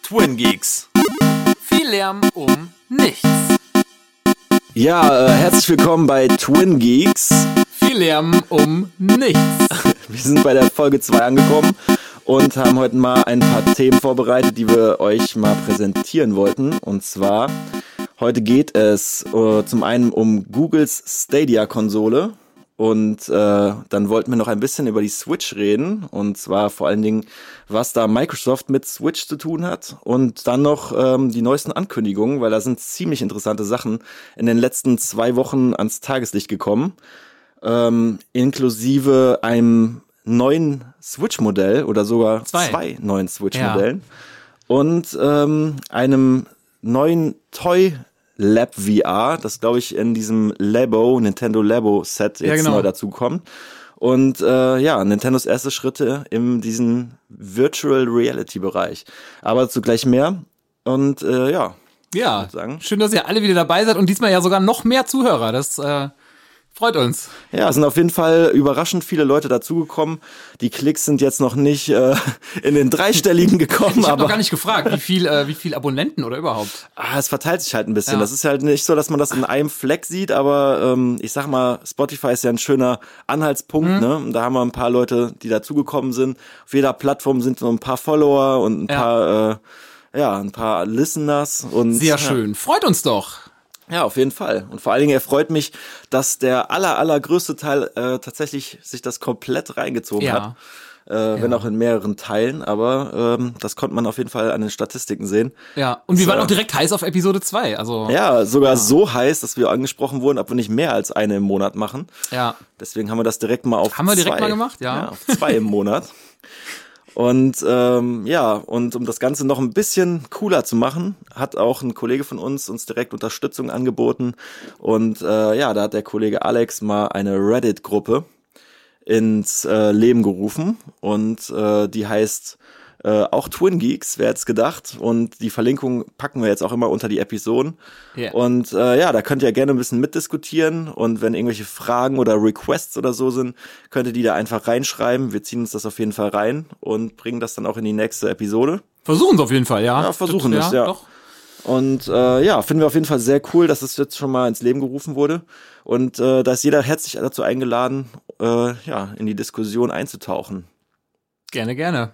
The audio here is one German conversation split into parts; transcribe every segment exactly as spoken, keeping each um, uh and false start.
Twin Geeks. Viel Lärm um nichts. Ja, äh, herzlich willkommen bei Twin Geeks. Viel Lärm um nichts. Wir sind bei der Folge zwei angekommen und haben heute mal ein paar Themen vorbereitet, die wir euch mal präsentieren wollten. Und zwar, heute geht es äh, zum einen um Googles Stadia-Konsole. Und äh, dann wollten wir noch ein bisschen über die Switch reden, und zwar vor allen Dingen, was da Microsoft mit Switch zu tun hat, und dann noch ähm, die neuesten Ankündigungen, weil da sind ziemlich interessante Sachen in den letzten zwei Wochen ans Tageslicht gekommen, ähm, inklusive einem neuen Switch-Modell oder sogar zwei, zwei neuen Switch-Modellen, ja. Und ähm, einem neuen Toy Lab V R, das glaube ich in diesem Labo, Nintendo Labo Set jetzt ja, genau. neu dazu kommt. Und äh, ja, Nintendos erste Schritte in diesem Virtual Reality Bereich. Aber dazu gleich mehr. Und äh, ja, ja, sagen. Schön, dass ihr alle wieder dabei seid und diesmal ja sogar noch mehr Zuhörer. Das äh, freut uns. Ja, es sind auf jeden Fall überraschend viele Leute dazugekommen. Die Klicks sind jetzt noch nicht äh, in den dreistelligen gekommen. Ich habe noch gar nicht gefragt, wie viel, äh, wie viel Abonnenten oder überhaupt. Ah, es verteilt sich halt ein bisschen. Ja. Das ist halt nicht so, dass man das in einem Fleck sieht, aber ähm, ich sag mal, Spotify ist ja ein schöner Anhaltspunkt. Mhm. Ne? Und da haben wir ein paar Leute, die dazugekommen sind. Auf jeder Plattform sind so ein paar Follower und ein ja. paar, äh, ja, ein paar Listeners. Und sehr schön. Ja. Freut uns doch. Ja, auf jeden Fall. Und vor allen Dingen erfreut mich, dass der aller, allergrößte Teil äh, tatsächlich sich das komplett reingezogen ja. hat. Äh, ja. Wenn auch in mehreren Teilen, aber ähm, das konnte man auf jeden Fall an den Statistiken sehen. Ja, und wir waren auch direkt heiß auf Episode zwei. Also ja, sogar ja. so heiß, dass wir angesprochen wurden, ob wir nicht mehr als eine im Monat machen. Ja. Deswegen haben wir das direkt mal auf Haben wir direkt zwei, mal gemacht, ja. ja auf zwei im Monat. Und ähm, ja, und um das Ganze noch ein bisschen cooler zu machen, hat auch ein Kollege von uns uns direkt Unterstützung angeboten. Und äh, ja, da hat der Kollege Alex mal eine Reddit-Gruppe ins äh, Leben gerufen. Und äh, die heißt äh, auch Twin Geeks, wer hätte es gedacht. Und die Verlinkung packen wir jetzt auch immer unter die Episoden. Yeah. Und äh, ja, da könnt ihr gerne ein bisschen mitdiskutieren. Und wenn irgendwelche Fragen oder Requests oder so sind, könnt ihr die da einfach reinschreiben. Wir ziehen uns das auf jeden Fall rein und bringen das dann auch in die nächste Episode. Versuchen es auf jeden Fall, ja. Ja, versuchen es, ja. ja. Doch. Und äh, ja, finden wir auf jeden Fall sehr cool, dass es jetzt schon mal ins Leben gerufen wurde. Und äh, da ist jeder herzlich dazu eingeladen, äh, ja, in die Diskussion einzutauchen. Gerne, gerne.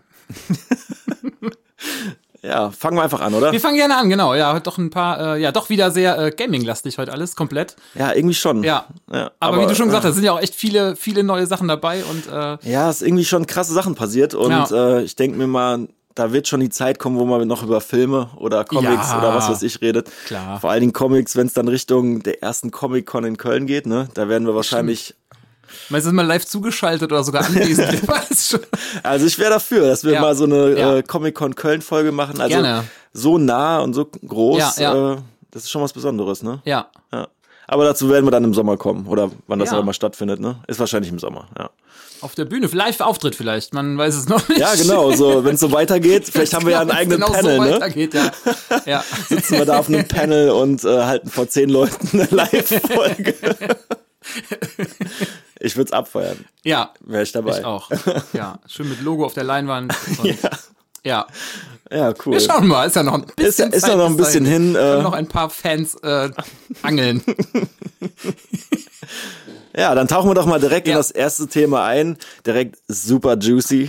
Ja, fangen wir einfach an, oder? Wir fangen gerne an, genau. Ja, heute doch ein paar, äh, ja, doch wieder sehr äh, Gaming-lastig heute alles, komplett. Ja, irgendwie schon. Ja, ja aber, aber wie du schon gesagt hast, sind ja auch echt viele, viele neue Sachen dabei. Und äh, ja, es ist irgendwie schon krasse Sachen passiert. Und ja. äh, ich denke mir mal, da wird schon die Zeit kommen, wo man noch über Filme oder Comics ja, oder was weiß ich redet. Klar. Vor allen Dingen Comics, wenn es dann Richtung der ersten Comic-Con in Köln geht, ne? Da werden wir wahrscheinlich... Meinst du, sind wir live zugeschaltet oder sogar anwesend? Also ich wäre dafür, dass wir ja. mal so eine ja. äh, Comic-Con-Köln-Folge machen. Also Gerne. So nah und so groß, ja, ja. Äh, das ist schon was Besonderes, ne? Ja. ja. Aber dazu werden wir dann im Sommer kommen. Oder wann das ja. auch immer stattfindet, ne? Ist wahrscheinlich im Sommer, ja. Auf der Bühne, Live-Auftritt vielleicht, man weiß es noch nicht. Ja, genau, so, wenn es so weitergeht, vielleicht haben wir ja einen eigenen genau Panel, so ne? Weitergeht, ja. ja. Sitzen wir da auf einem Panel und äh, halten vor zehn Leuten eine Live-Folge. Ich würde es abfeiern. Ja. Wäre ich dabei. Ich auch. Ja, schön mit Logo auf der Leinwand. Und ja. Ja. Ja, cool. Wir schauen mal, ist ja noch ein bisschen Ist, ist ja noch ein bisschen Zeit. hin. Können äh, noch ein paar Fans äh, angeln. Ja, dann tauchen wir doch mal direkt ja. in das erste Thema ein. Direkt super juicy.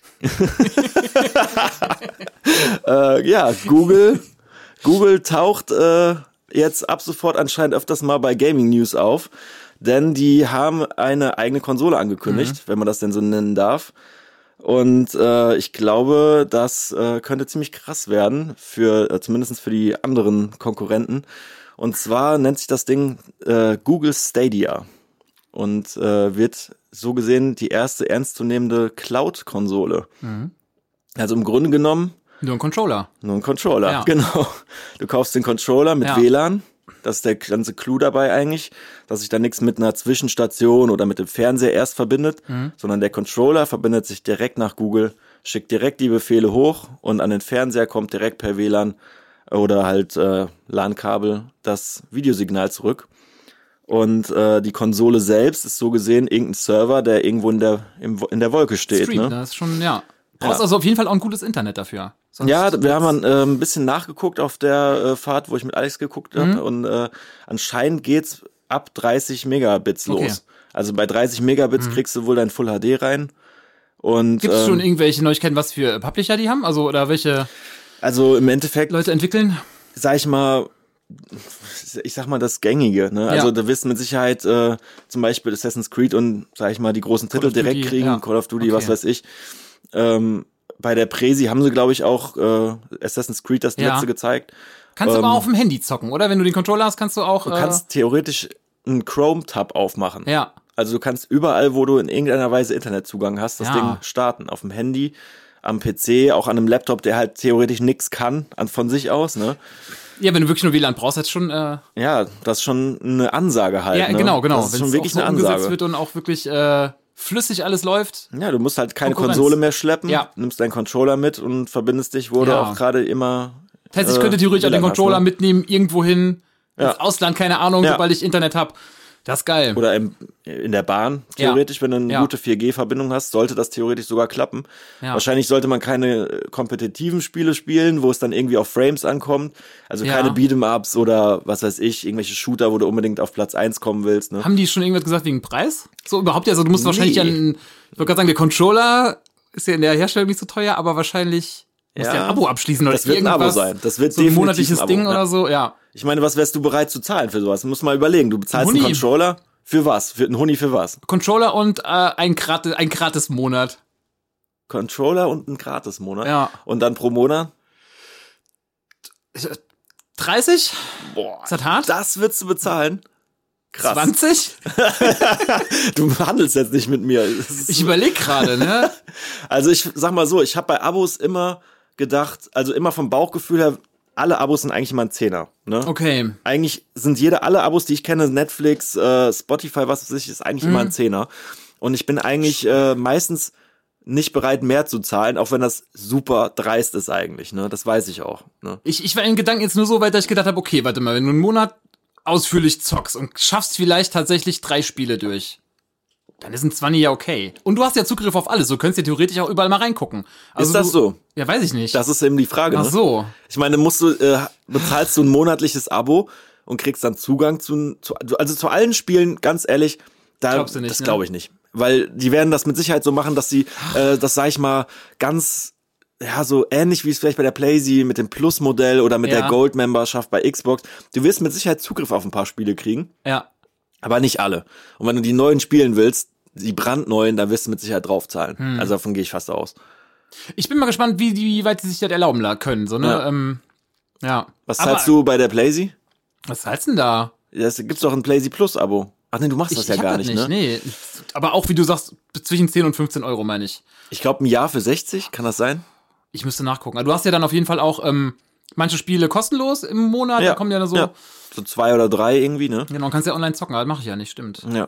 äh, ja, Google. Google taucht äh, jetzt ab sofort anscheinend öfters mal bei Gaming News auf. Denn die haben eine eigene Konsole angekündigt, mhm. wenn man das denn so nennen darf. Und äh, ich glaube, das äh, könnte ziemlich krass werden, für äh, zumindest für die anderen Konkurrenten. Und zwar nennt sich das Ding äh, Google Stadia und äh, wird so gesehen die erste ernstzunehmende Cloud-Konsole. Mhm. Also im Grunde genommen nur ein Controller. Nur ein Controller, ja. genau. Du kaufst den Controller mit ja. W L A N. Das ist der ganze Clou dabei eigentlich, dass sich da nichts mit einer Zwischenstation oder mit dem Fernseher erst verbindet, mhm. sondern der Controller verbindet sich direkt nach Google, schickt direkt die Befehle hoch und an den Fernseher kommt direkt per W L A N oder halt äh, LAN-Kabel das Videosignal zurück. Und äh, die Konsole selbst ist so gesehen irgendein Server, der irgendwo in der im, in der Wolke steht. Stream, ne? Das ist schon, ja. Brauchst ja. also auf jeden Fall auch ein gutes Internet dafür. Sonst Ja, wir wird's- haben äh, ein bisschen nachgeguckt auf der äh, Fahrt, wo ich mit Alex geguckt habe Mhm. und äh, anscheinend geht's ab dreißig Megabits Okay. los. Also bei dreißig Megabits Mhm. kriegst du wohl dein Full H D rein. Und Gibt es ähm, schon irgendwelche Neuigkeiten, was für Publisher die haben? Also, oder welche also im Endeffekt, Leute entwickeln? sag ich mal, ich sag mal das Gängige. Ne? Also Ja. du wirst mit Sicherheit äh, zum Beispiel Assassin's Creed und, sag ich mal, die großen Titel of Duty, direkt kriegen, ja. Call of Duty, Okay. was weiß ich. Ähm, bei der Presi haben sie, glaube ich, auch äh, Assassin's Creed das Ja. letzte gezeigt. Kannst du Ähm, aber auch auf dem Handy zocken, oder? Wenn du den Controller hast, kannst du auch. Du kannst theoretisch einen Chrome-Tab aufmachen. äh, ja. Also du kannst überall, wo du in irgendeiner Weise Internetzugang hast, das Ja. Ding starten. Auf dem Handy, am P C, auch an einem Laptop, der halt theoretisch nix kann, an, von sich aus, ne? Ja, wenn du wirklich nur W L A N brauchst, ist schon. Äh, Ja, das ist schon eine Ansage halt, ja, ne? genau, genau. Das ist Wenn schon es wirklich auch so eine umgesetzt Ansage. wird und auch wirklich äh, flüssig alles läuft. Ja, du musst halt keine Konkurrenz. Konsole mehr schleppen, Ja. nimmst deinen Controller mit und verbindest dich, wo du Ja. auch gerade immer Das heißt, ich äh, könnte theoretisch auch den W L A N hast, Controller ne? mitnehmen, irgendwo hin, Ja. ins Ausland, keine Ahnung, Ja. sobald ich Internet hab. Das ist geil. Oder im, in der Bahn, theoretisch, wenn du eine Ja. gute vier G Verbindung hast, sollte das theoretisch sogar klappen. Ja. Wahrscheinlich sollte man keine äh, kompetitiven Spiele spielen, wo es dann irgendwie auf Frames ankommt. Also Ja. keine Beat'em-Ups oder was weiß ich, irgendwelche Shooter, wo du unbedingt auf Platz eins kommen willst. Ne? Haben die schon irgendwas gesagt wegen Preis? So überhaupt ja, also du musst wahrscheinlich Nee. an, ich wollte gerade sagen, der Controller ist ja in der Herstellung nicht so teuer, aber wahrscheinlich musst du ja ein Abo abschließen oder Das wird ein Abo irgendwas. sein. Das wird so ein definitiv monatliches ein Abo, Ding ja. oder so, ja. Ich meine, was wärst du bereit zu zahlen für sowas? Du musst mal überlegen. Du bezahlst Huni. einen Controller für was? Für einen Huni für was? Controller und äh, ein gratis, ein gratis Monat. Controller und einen Gratis-Monat. Ja. Und dann pro Monat? dreißig? Boah, Ist das hart? das würdest du bezahlen? Krass. zwanzig? Du handelst jetzt nicht mit mir. Das ist- Ich überleg gerade, ne? Also ich sag mal so, ich habe bei Abos immer gedacht, also immer vom Bauchgefühl her, alle Abos sind eigentlich immer ein Zehner. Ne? Okay. Eigentlich sind jede, alle Abos, die ich kenne, Netflix, äh, Spotify, was weiß ich, ist eigentlich immer ein Zehner. Und ich bin eigentlich äh, meistens nicht bereit, mehr zu zahlen, auch wenn das super dreist ist eigentlich. Ne? Das weiß ich auch. Ne? Ich, ich war in Gedanken jetzt nur so weit, dass ich gedacht habe, okay, warte mal, wenn du einen Monat ausführlich zockst und schaffst vielleicht tatsächlich drei Spiele durch, dann ist ein zwanzig ja okay. Und du hast ja Zugriff auf alles, du könntest ja theoretisch auch überall mal reingucken. Also Ist das du, so? Ja, weiß ich nicht. Das ist eben die Frage. Ach Ne? so. Ich meine, musst du, äh, bezahlst du ein monatliches Abo und kriegst dann Zugang zu, zu also zu allen Spielen, ganz ehrlich, da, Glaubst du nicht, das ne? glaube ich nicht. Weil die werden das mit Sicherheit so machen, dass sie, äh, das sag ich mal, ganz, ja, so ähnlich wie es vielleicht bei der PlayStation mit dem Plus-Modell oder mit Ja. der Gold-Memberschaft bei Xbox, du wirst mit Sicherheit Zugriff auf ein paar Spiele kriegen, Ja. aber nicht alle. Und wenn du die neuen spielen willst, die brandneuen, da wirst du mit Sicherheit draufzahlen. Hm. Also davon gehe ich fast aus. Ich bin mal gespannt, wie, wie weit sie sich das erlauben la- können. So, ne? Ja. Ähm, ja. Was Aber zahlst du bei der PlayStation? Was zahlst denn da? Das gibt's doch ein PlayStation Plus-Abo. Ach nee, du machst das ja hab gar das nicht, ne? Nee. Aber auch, wie du sagst, zwischen zehn und fünfzehn Euro, meine ich. Ich glaube, ein Jahr für sechzig, kann das sein? Ich müsste nachgucken. Aber du hast ja dann auf jeden Fall auch ähm, manche Spiele kostenlos im Monat. Da kommen ja dann so. ja. So zwei oder drei irgendwie, ne? Genau, kannst ja online zocken, aber mache ich ja nicht, stimmt. Ja.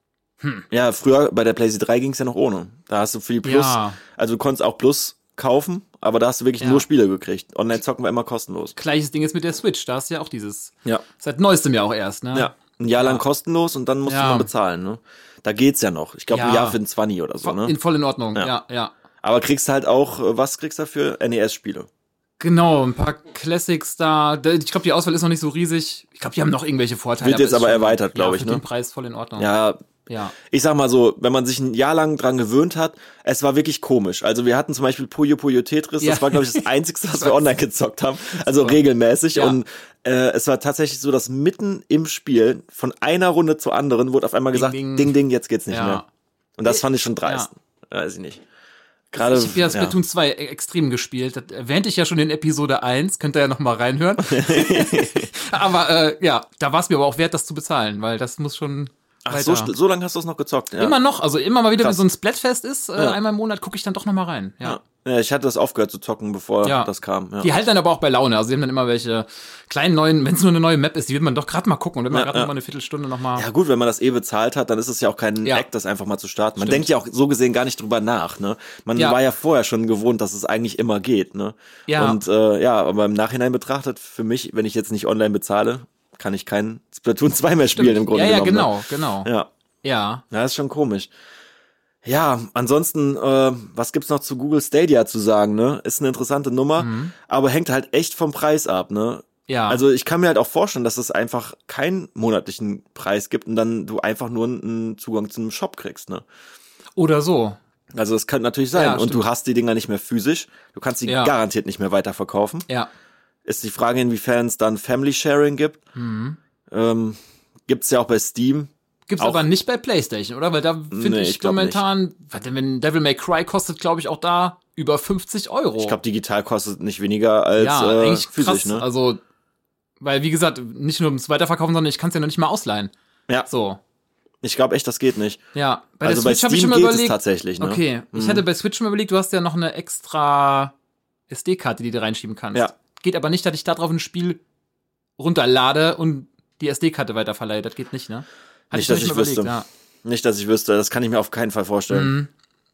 Ja, früher bei der PlayStation drei ging's ja noch ohne. Da hast du für die Plus, Ja. also du konntest auch Plus kaufen, aber da hast du wirklich Ja. nur Spiele gekriegt. Online zocken war immer kostenlos. Gleiches Ding jetzt mit der Switch. Da hast du ja auch dieses. Ja. Seit neuestem Jahr auch erst, ne? Ja. Ein Jahr lang Ja. kostenlos und dann musst Ja. du noch bezahlen, ne? Da geht's ja noch. Ich glaube, ein Ja. Jahr für ein zwanzig oder so, ne? In voll in Ordnung, Ja. ja, ja. Aber kriegst halt auch, äh, was kriegst du dafür? N E S-Spiele. Genau, ein paar Classics da. Da- Ich glaube, die Auswahl ist noch nicht so riesig. Ich glaube, die haben noch irgendwelche Vorteile. Wird jetzt ist aber schon- erweitert, glaub ja, ich, für ne? den Preis voll in Ordnung. Ja, Ja. ich sag mal so, wenn man sich ein Jahr lang dran gewöhnt hat, es war wirklich komisch. Also wir hatten zum Beispiel Puyo Puyo Tetris, Ja. das war, glaube ich, das Einzige, was Ich wir weiß. online gezockt haben, also Super. regelmäßig. Ja. Und äh, es war tatsächlich so, dass mitten im Spiel von einer Runde zur anderen wurde auf einmal gesagt, ding. ding, ding, jetzt geht's nicht Ja. mehr. Und das fand ich schon dreist. Weiß ich nicht. Gerade, Ich habe ja ja. Splatoon zwei e- extrem gespielt. Das erwähnte ich ja schon in Episode eins. Könnt ihr ja noch mal reinhören. aber äh, ja, da war es mir aber auch wert, das zu bezahlen, weil das muss schon Ach, weiter. so, so lange hast du es noch gezockt. Ja. Immer noch, also immer mal wieder, Krass. wenn so ein Splatfest ist, äh, Ja. einmal im Monat gucke ich dann doch noch mal rein. Ja. Ja. Ja, ich hatte das aufgehört zu zocken, bevor Ja. das kam. Ja. Die halten dann aber auch bei Laune. Also die haben dann immer welche kleinen neuen, wenn es nur eine neue Map ist, die wird man doch gerade mal gucken. Und wenn man Ja, gerade ja. noch mal eine Viertelstunde noch mal. Ja gut, wenn man das eh bezahlt hat, dann ist es ja auch kein Ja. Act, das einfach mal zu starten. Man Stimmt. denkt ja auch so gesehen gar nicht drüber nach. Ne? Man Ja. war ja vorher schon gewohnt, dass es eigentlich immer geht. Ne? Ja. Und äh, ja, aber im Nachhinein betrachtet, für mich, wenn ich jetzt nicht online bezahle, kann ich kein Splatoon zwei mehr spielen im Grunde ja, ja, genommen. genau, genau. Ne? Ja. Ja. ja, ist schon komisch. Ja, ansonsten, äh, was gibt's noch zu Google Stadia zu sagen, ne? Ist eine interessante Nummer, mhm. aber hängt halt echt vom Preis ab, ne? Ja. Also ich kann mir halt auch vorstellen, dass es einfach keinen monatlichen Preis gibt und dann du einfach nur einen Zugang zu einem Shop kriegst, ne? Oder so. Also das könnte natürlich sein. Ja, und stimmt. du hast die Dinger nicht mehr physisch, du kannst sie Ja. garantiert nicht mehr weiterverkaufen. Ja. Ist die Frage, inwiefern es dann Family Sharing gibt. Mhm. Ähm, gibt's ja auch bei Steam. Gibt's Auch- aber nicht bei PlayStation, oder? Weil da finde Nee, ich, ich glaub momentan, warte, wenn Devil May Cry kostet, glaube ich, auch da über fünfzig Euro. Ich glaube, digital kostet nicht weniger als ja, äh, eigentlich physisch, krass. ne? Also, weil, wie gesagt, nicht nur ums Weiterverkaufen, sondern ich kann es ja noch nicht mal ausleihen. Ja, So. ich glaube echt, das geht nicht. Ja, bei also der bei Switch habe ich Steam schon mal geht es überlegt. tatsächlich, ne? Okay, ich Mhm. hatte bei Switch schon mal überlegt, du hast ja noch eine extra S D-Karte, die du reinschieben kannst. Ja. Geht aber nicht, dass ich da drauf ein Spiel runterlade und die S D-Karte weiterverleihe. Das geht nicht, ne? Hatte Nicht, noch dass ich mal überlegt, wüsste. ja. Nicht, dass ich wüsste, das kann ich mir auf keinen Fall vorstellen. Mhm.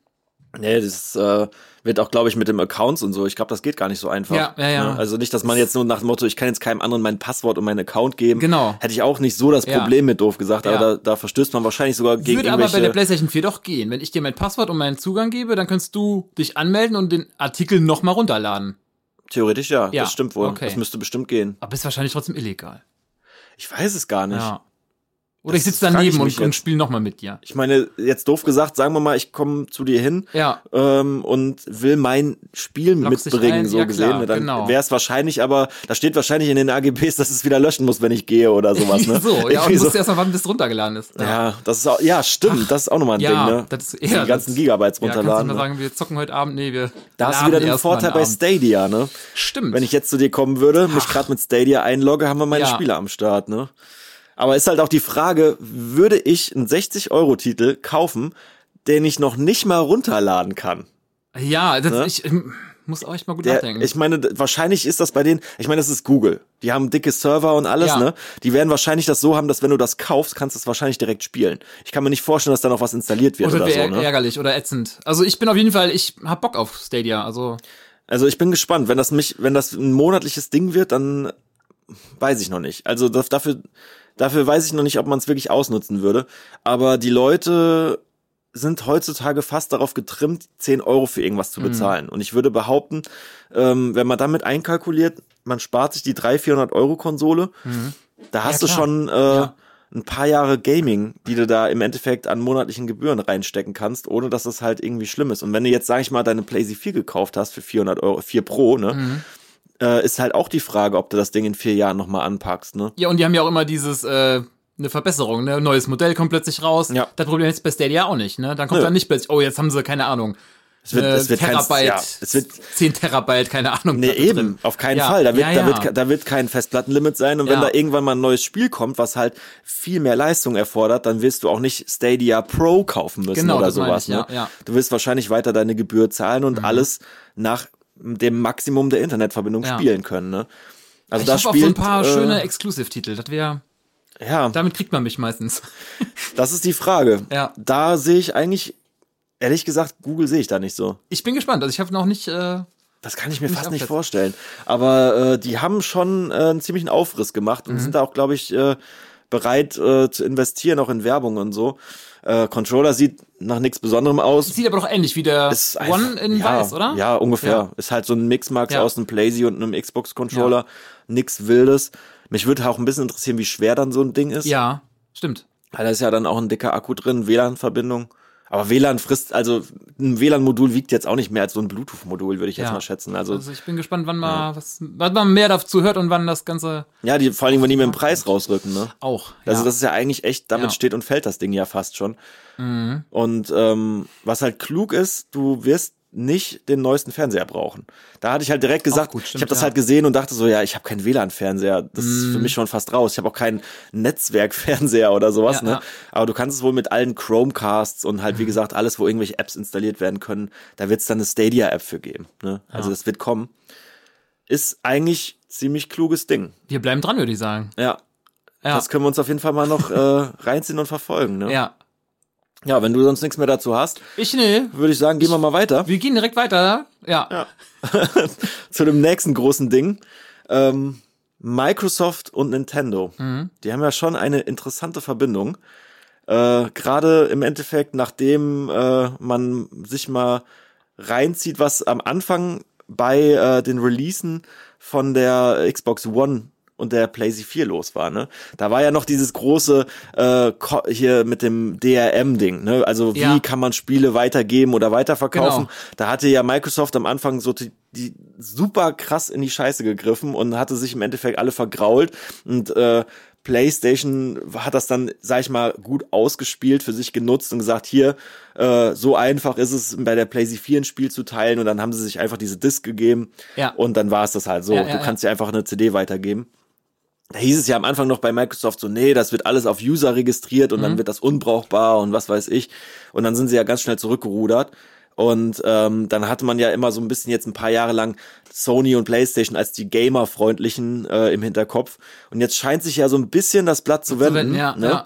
Nee, das äh, wird auch, glaube ich, mit dem Accounts und so. Ich glaube, das geht gar nicht so einfach. Ja, ja, ja. Ne? Also nicht, dass man jetzt nur nach dem Motto, ich kann jetzt keinem anderen mein Passwort und meinen Account geben. Genau. Hätte ich auch nicht so das Ja. Problem mit, doof gesagt. Aber Ja. da, da verstößt man wahrscheinlich sogar gegen Würde aber irgendwelche... bei der PlayStation vier doch gehen. Wenn ich dir mein Passwort und meinen Zugang gebe, dann kannst du dich anmelden und den Artikel nochmal runterladen. Theoretisch ja, Ja, das stimmt wohl. okay. Das müsste bestimmt gehen. Aber ist wahrscheinlich trotzdem illegal. Ich weiß es gar nicht. Ja. Oder Das ich sitze frag ich daneben mich und, und jetzt. spiele nochmal mit dir. Ich meine, jetzt doof gesagt, sagen wir mal, ich komme zu dir hin Ja. ähm, und will mein Spiel Loggst dich mitbringen, ein, so ja, gesehen. klar, ne? Dann genau. wäre es wahrscheinlich, aber da steht wahrscheinlich in den A G Bs, dass es wieder löschen muss, wenn ich gehe oder sowas. Ne? so, ja, und Irgendwie du so. musst erst mal warten, bis es runtergeladen ist. Ja, das ist auch, ja, stimmt, das ist auch nochmal ein Ja, Ding, ne? das ist Die eher ganzen das- Gigabytes Ja, kannst du runterladen. mal ne? sagen, wir zocken heute Abend, nee, wir Da hast du laden wieder den erst mal Vorteil einen bei Abend. Stadia, ne? Stimmt. Wenn ich jetzt zu dir kommen würde, mich gerade mit Stadia einlogge, haben wir meine Ja. Spiele am Start, ne? Aber ist halt auch die Frage, würde ich einen sechzig-Euro-Titel kaufen, den ich noch nicht mal runterladen kann? Ja, das, Ne? ich ähm, muss auch echt mal gut Der, nachdenken. ich meine, d- wahrscheinlich ist das bei denen, ich meine, das ist Google. Die haben dicke Server und alles, Ja. ne? Die werden wahrscheinlich das so haben, dass wenn du das kaufst, kannst du es wahrscheinlich direkt spielen. Ich kann mir nicht vorstellen, dass da noch was installiert wird oder oder wäre so, ne? ärgerlich oder ätzend. Also ich bin auf jeden Fall, ich hab Bock auf Stadia. Also Also ich bin gespannt. Wenn das mich, wenn das ein monatliches Ding wird, dann weiß ich noch nicht. Also das, dafür, dafür weiß ich noch nicht, ob man es wirklich ausnutzen würde. Aber die Leute sind heutzutage fast darauf getrimmt, zehn Euro für irgendwas zu bezahlen. Und ich würde behaupten, ähm, wenn man damit einkalkuliert, man spart sich die dreihundert, vierhundert Euro Konsole, da hast Ja, du klar. schon äh, Ja. ein paar Jahre Gaming, die du da im Endeffekt an monatlichen Gebühren reinstecken kannst, ohne dass das halt irgendwie schlimm ist. Und wenn du jetzt, sag ich mal, deine PlayStation vier gekauft hast für vierhundert Euro, vier Pro, ne, Mhm. äh, ist halt auch die Frage, ob du das Ding in vier Jahren nochmal anpackst, ne? ja, und die haben ja auch immer dieses äh, eine Verbesserung, ne? Neues Modell kommt plötzlich raus. Ja. Das Problem ist bei Stadia auch nicht, ne? Dann kommt Nö. dann nicht plötzlich, oh, jetzt haben sie keine Ahnung. Es wird, äh, es wird kein, Terabyte, ja, es wird, zehn Terabyte, keine Ahnung. nee, da eben, drin. auf keinen Ja, Fall. Da wird, ja, da ja. wird, da wird kein Festplattenlimit sein. Und wenn Ja. da irgendwann mal ein neues Spiel kommt, was halt viel mehr Leistung erfordert, dann wirst du auch nicht Stadia Pro kaufen müssen Genau, oder das meine sowas, ich, ja, ne? ja. Du wirst wahrscheinlich weiter deine Gebühr zahlen und alles nach dem Maximum der Internetverbindung Ja. spielen können, ne? Also Ich da hab auch so ein spielt, paar äh, schöne Exclusive-Titel. Das wäre, ja, damit kriegt man mich meistens. das ist die Frage. Ja. Da sehe ich eigentlich, ehrlich gesagt, Google sehe ich da nicht so. Ich bin gespannt. Also ich habe noch nicht. Äh, Das kann ich mir Nicht fast nicht abschätzen. vorstellen. Aber äh, die haben schon äh, einen ziemlichen Aufriss gemacht Mhm. und sind da auch, glaube ich, äh, bereit äh, zu investieren, auch in Werbung und so. Äh, Controller sieht nach nichts Besonderem aus. sieht aber doch ähnlich wie der Ist einfach- One in ja, Weiß, oder? Ja, ungefähr. Ja. Ist halt so ein Mixmax Ja. aus einem PlayStation und einem Xbox-Controller. Nix Wildes. Mich würde auch ein bisschen interessieren, wie schwer dann so ein Ding ist. Ja, stimmt. Weil da ist ja dann auch ein dicker Akku drin, W L A N-Verbindung. Aber W L A N frisst, also ein W L A N-Modul wiegt jetzt auch nicht mehr als so ein Bluetooth-Modul, würde ich jetzt Ja. mal schätzen. Also, Also ich bin gespannt, wann mal was, wann man mehr dazu hört und wann das Ganze ja, die, vor allem, wenn die mit dem Preis rausrücken, ne? auch. Also ja. das ist ja eigentlich echt, damit Ja. steht und fällt das Ding ja fast schon. Mhm. Und ähm, was halt klug ist, du wirst nicht den neuesten Fernseher brauchen. Da hatte ich halt direkt gesagt, gut, stimmt, ich habe das ja. halt gesehen und dachte so, ja, ich habe keinen W L A N-Fernseher, das ist Mhm. für mich schon fast raus. Ich habe auch keinen Netzwerk-Fernseher oder sowas, Ja, ne? ja. Mhm. Aber du kannst es wohl mit allen Chromecasts und halt, wie gesagt, alles, wo irgendwelche Apps installiert werden können, da wird es dann eine Stadia-App für geben, ne? Also Ja. das wird kommen. Ist eigentlich ziemlich kluges Ding. Wir bleiben dran, würde ich sagen. Ja, Ja. das können wir uns auf jeden Fall mal noch äh, reinziehen und verfolgen, ne? ja. Ja, wenn du sonst nichts mehr dazu hast, Ich nee. würde ich sagen, gehen wir mal weiter Wir gehen direkt weiter. Ja. Ja. zu dem nächsten großen Ding. Ähm, Microsoft und Nintendo. Mhm. Die haben ja schon eine interessante Verbindung. Äh, gerade im Endeffekt, nachdem äh, man sich mal reinzieht, was am Anfang bei äh, den Releasen von der Xbox One und der PlayStation vier los war, ne? Da war ja noch dieses große äh, Ko- hier mit dem D R M-Ding, ne? Also wie Ja. kann man Spiele weitergeben oder weiterverkaufen? Genau. Da hatte ja Microsoft am Anfang so die, die super krass in die Scheiße gegriffen und hatte sich im Endeffekt alle vergrault und äh, PlayStation hat das dann, sag ich mal, gut ausgespielt, für sich genutzt und gesagt, hier, äh, so einfach ist es, bei der PlayStation vier ein Spiel zu teilen, und dann haben sie sich einfach diese Disc gegeben Ja. und dann war es das halt so. Ja, ja, du kannst ja einfach eine C D weitergeben. Da hieß es ja am Anfang noch bei Microsoft so, nee, das wird alles auf User registriert und Mhm. dann wird das unbrauchbar und was weiß ich. Und dann sind sie ja ganz schnell zurückgerudert. Und ähm, dann hatte man ja immer so ein bisschen jetzt ein paar Jahre lang Sony und PlayStation als die Gamer-freundlichen äh, im Hinterkopf. Und jetzt scheint sich ja so ein bisschen das Blatt zu wenden, wenden, ja, ne? ja.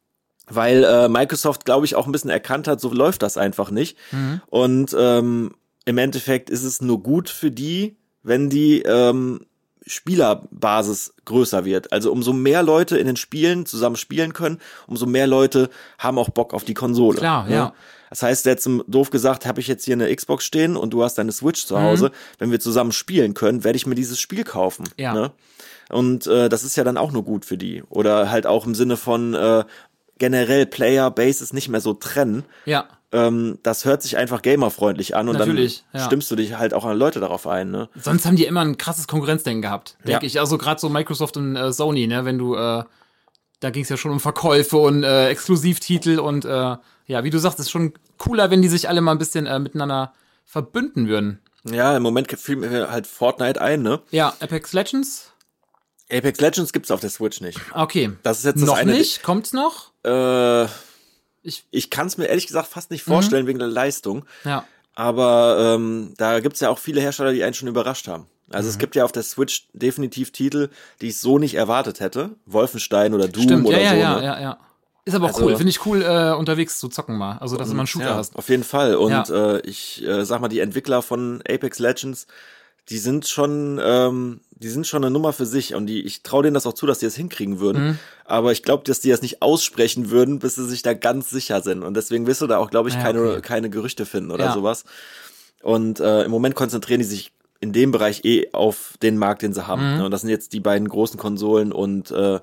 Weil äh, Microsoft, glaube ich, auch ein bisschen erkannt hat, so läuft das einfach nicht. Mhm. Und ähm, im Endeffekt ist es nur gut für die, wenn die ähm, Spielerbasis größer wird. Also umso mehr Leute in den Spielen zusammen spielen können, umso mehr Leute haben auch Bock auf die Konsole. Klar, ne? ja. Das heißt, jetzt um, doof gesagt, habe ich jetzt hier eine Xbox stehen und du hast deine Switch zu Hause. Mhm. Wenn wir zusammen spielen können, werde ich mir dieses Spiel kaufen. Ja. Ne? Und äh, das ist ja dann auch nur gut für die. Oder halt auch im Sinne von äh, generell Player Bases nicht mehr so trennen. Ja. Ähm, das hört sich einfach gamerfreundlich an und Natürlich, dann ja. stimmst du dich halt auch an Leute darauf ein. Ne? Sonst haben die immer ein krasses Konkurrenzdenken gehabt, denke Ja. ich. Also gerade so Microsoft und äh, Sony, ne, wenn du, äh, da ging es ja schon um Verkäufe und äh, Exklusivtitel und äh, ja, wie du sagst, ist schon cooler, wenn die sich alle mal ein bisschen äh, miteinander verbünden würden. Ja, im Moment fiel mir halt Fortnite ein, ne? Ja, Apex Legends? Apex Legends gibt's auf der Switch nicht. Okay. Das ist jetzt das noch eine. nicht? Kommt's noch? Äh, Ich, ich kann es mir ehrlich gesagt fast nicht vorstellen wegen der Leistung. ja. Aber ähm, da gibt's ja auch viele Hersteller, die einen schon überrascht haben. Also es gibt ja auf der Switch definitiv Titel, die ich so nicht erwartet hätte. Wolfenstein oder Doom Stimmt, oder ja, ja, so. ja, ne? ja, ja. Ist aber auch Also- cool. Finde ich cool, äh, unterwegs zu zocken mal. Also, dass du mal einen Shooter ja, hast. auf jeden Fall. Und Ja. äh, ich äh, sag mal, die Entwickler von Apex Legends, die sind schon, ähm, die sind schon eine Nummer für sich. Und die, ich traue denen das auch zu, dass die das hinkriegen würden. Mhm. Aber ich glaube, dass die das nicht aussprechen würden, bis sie sich da ganz sicher sind. Und deswegen wirst du da auch, glaube ich, Ja, keine, okay. keine Gerüchte finden oder Ja. sowas. Und äh, im Moment konzentrieren die sich in dem Bereich eh auf den Markt, den sie haben. Mhm. Ne? Und das sind jetzt die beiden großen Konsolen und äh,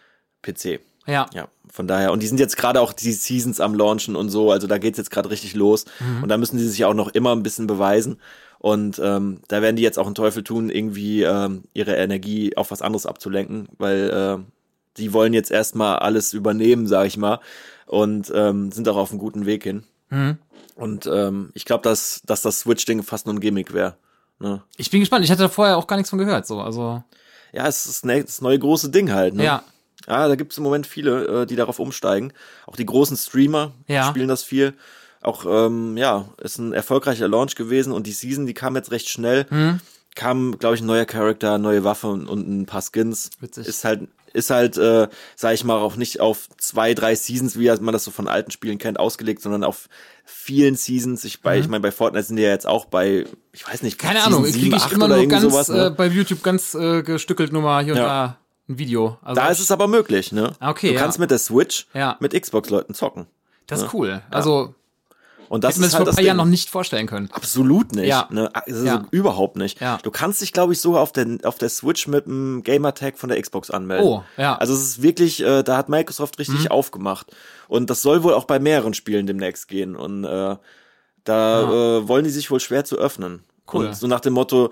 P C. Ja. Ja, von daher. Und die sind jetzt gerade auch die Seasons am Launchen und so. Also da geht's jetzt gerade richtig los. Mhm. Und da müssen die sich auch noch immer ein bisschen beweisen. Und ähm, da werden die jetzt auch einen Teufel tun, irgendwie ähm, ihre Energie auf was anderes abzulenken, weil äh, die wollen jetzt erstmal alles übernehmen, sag ich mal. Und ähm, sind auch auf einem guten Weg hin. Mhm. Und ähm, ich glaube, dass, dass das Switch-Ding fast nur ein Gimmick wäre. Ne? Ich bin gespannt. Ich hatte da vorher auch gar nichts von gehört. So, also, Ja, es ist ne, das neue große Ding halt. Ne? ja. Ja, da gibt's im Moment viele, äh, die darauf umsteigen. Auch die großen Streamer Ja. spielen das viel. Auch, ähm, ja, ist ein erfolgreicher Launch gewesen und die Season, die kam jetzt recht schnell. Mhm. Kam, glaube ich, ein neuer Charakter, neue Waffe und, und ein paar Skins. Witzig. Ist halt, ist halt, äh, sag ich mal, auch nicht auf zwei, drei Seasons, wie man das so von alten Spielen kennt, ausgelegt, sondern auf vielen Seasons. Ich bei, Mhm. ich meine, bei Fortnite sind die ja jetzt auch bei, ich weiß nicht, Keine Season Ahnung, sieben, kriege ich acht immer oder nur irgendwie ganz sowas, ne? äh, bei YouTube ganz äh, gestückelt nur mal hier und Ja. da ein Video. Also Da ist es aber möglich, ne? Okay, Du ja. kannst mit der Switch Ja. mit Xbox-Leuten zocken. das ist cool. Also, Und das hätte man ist sich halt vor ein das paar Jahren Ding. noch nicht vorstellen können. Absolut nicht. Ja. Ne? Also Ja. überhaupt nicht. Ja. Du kannst dich, glaube ich, sogar auf der, auf der Switch mit dem Gamertag von der Xbox anmelden. Oh, ja. Also es ist wirklich, äh, da hat Microsoft richtig Mhm. aufgemacht. Und das soll wohl auch bei mehreren Spielen demnächst gehen. Und äh, da äh, wollen die sich wohl schwer zu öffnen. Cool. Und so nach dem Motto,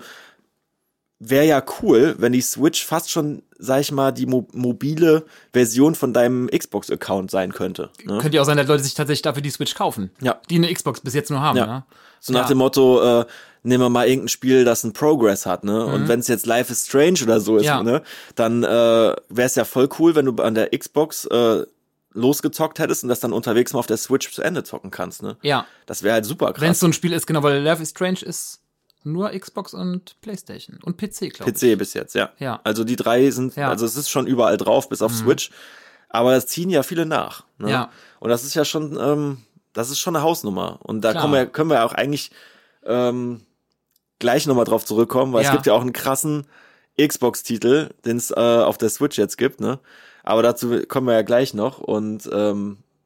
wäre ja cool, wenn die Switch fast schon, sag ich mal, die mo- mobile Version von deinem Xbox-Account sein könnte. Ne? Könnte ja auch sein, dass Leute sich tatsächlich dafür die Switch kaufen. Ja. Die eine Xbox bis jetzt nur haben, Ja. ne? So nach Ja. dem Motto, äh, nehmen wir mal irgendein Spiel, das einen Progress hat, ne? Und wenn es jetzt Life is Strange oder so ist, Mhm. Ja. ne? Dann äh, wäre es ja voll cool, wenn du an der Xbox äh, losgezockt hättest und das dann unterwegs mal auf der Switch zu Ende zocken kannst, ne? Ja. Das wäre halt super Wenn es krass. so ein Spiel ist, genau, weil Life is Strange ist nur Xbox und PlayStation und P C, glaube P ich. C bis jetzt, ja. Ja. Also die drei sind, Ja. Mhm. also es ist schon überall drauf, bis auf Switch. Aber es ziehen ja viele nach. Ne? Ja. Und das ist ja schon, ähm, das ist schon eine Hausnummer. Und da Klar. kommen wir, können wir auch eigentlich ähm, gleich nochmal drauf zurückkommen, weil Ja. es gibt ja auch einen krassen Xbox-Titel, den es äh, auf der Switch jetzt gibt, ne? Aber dazu kommen wir ja gleich noch. Und ähm,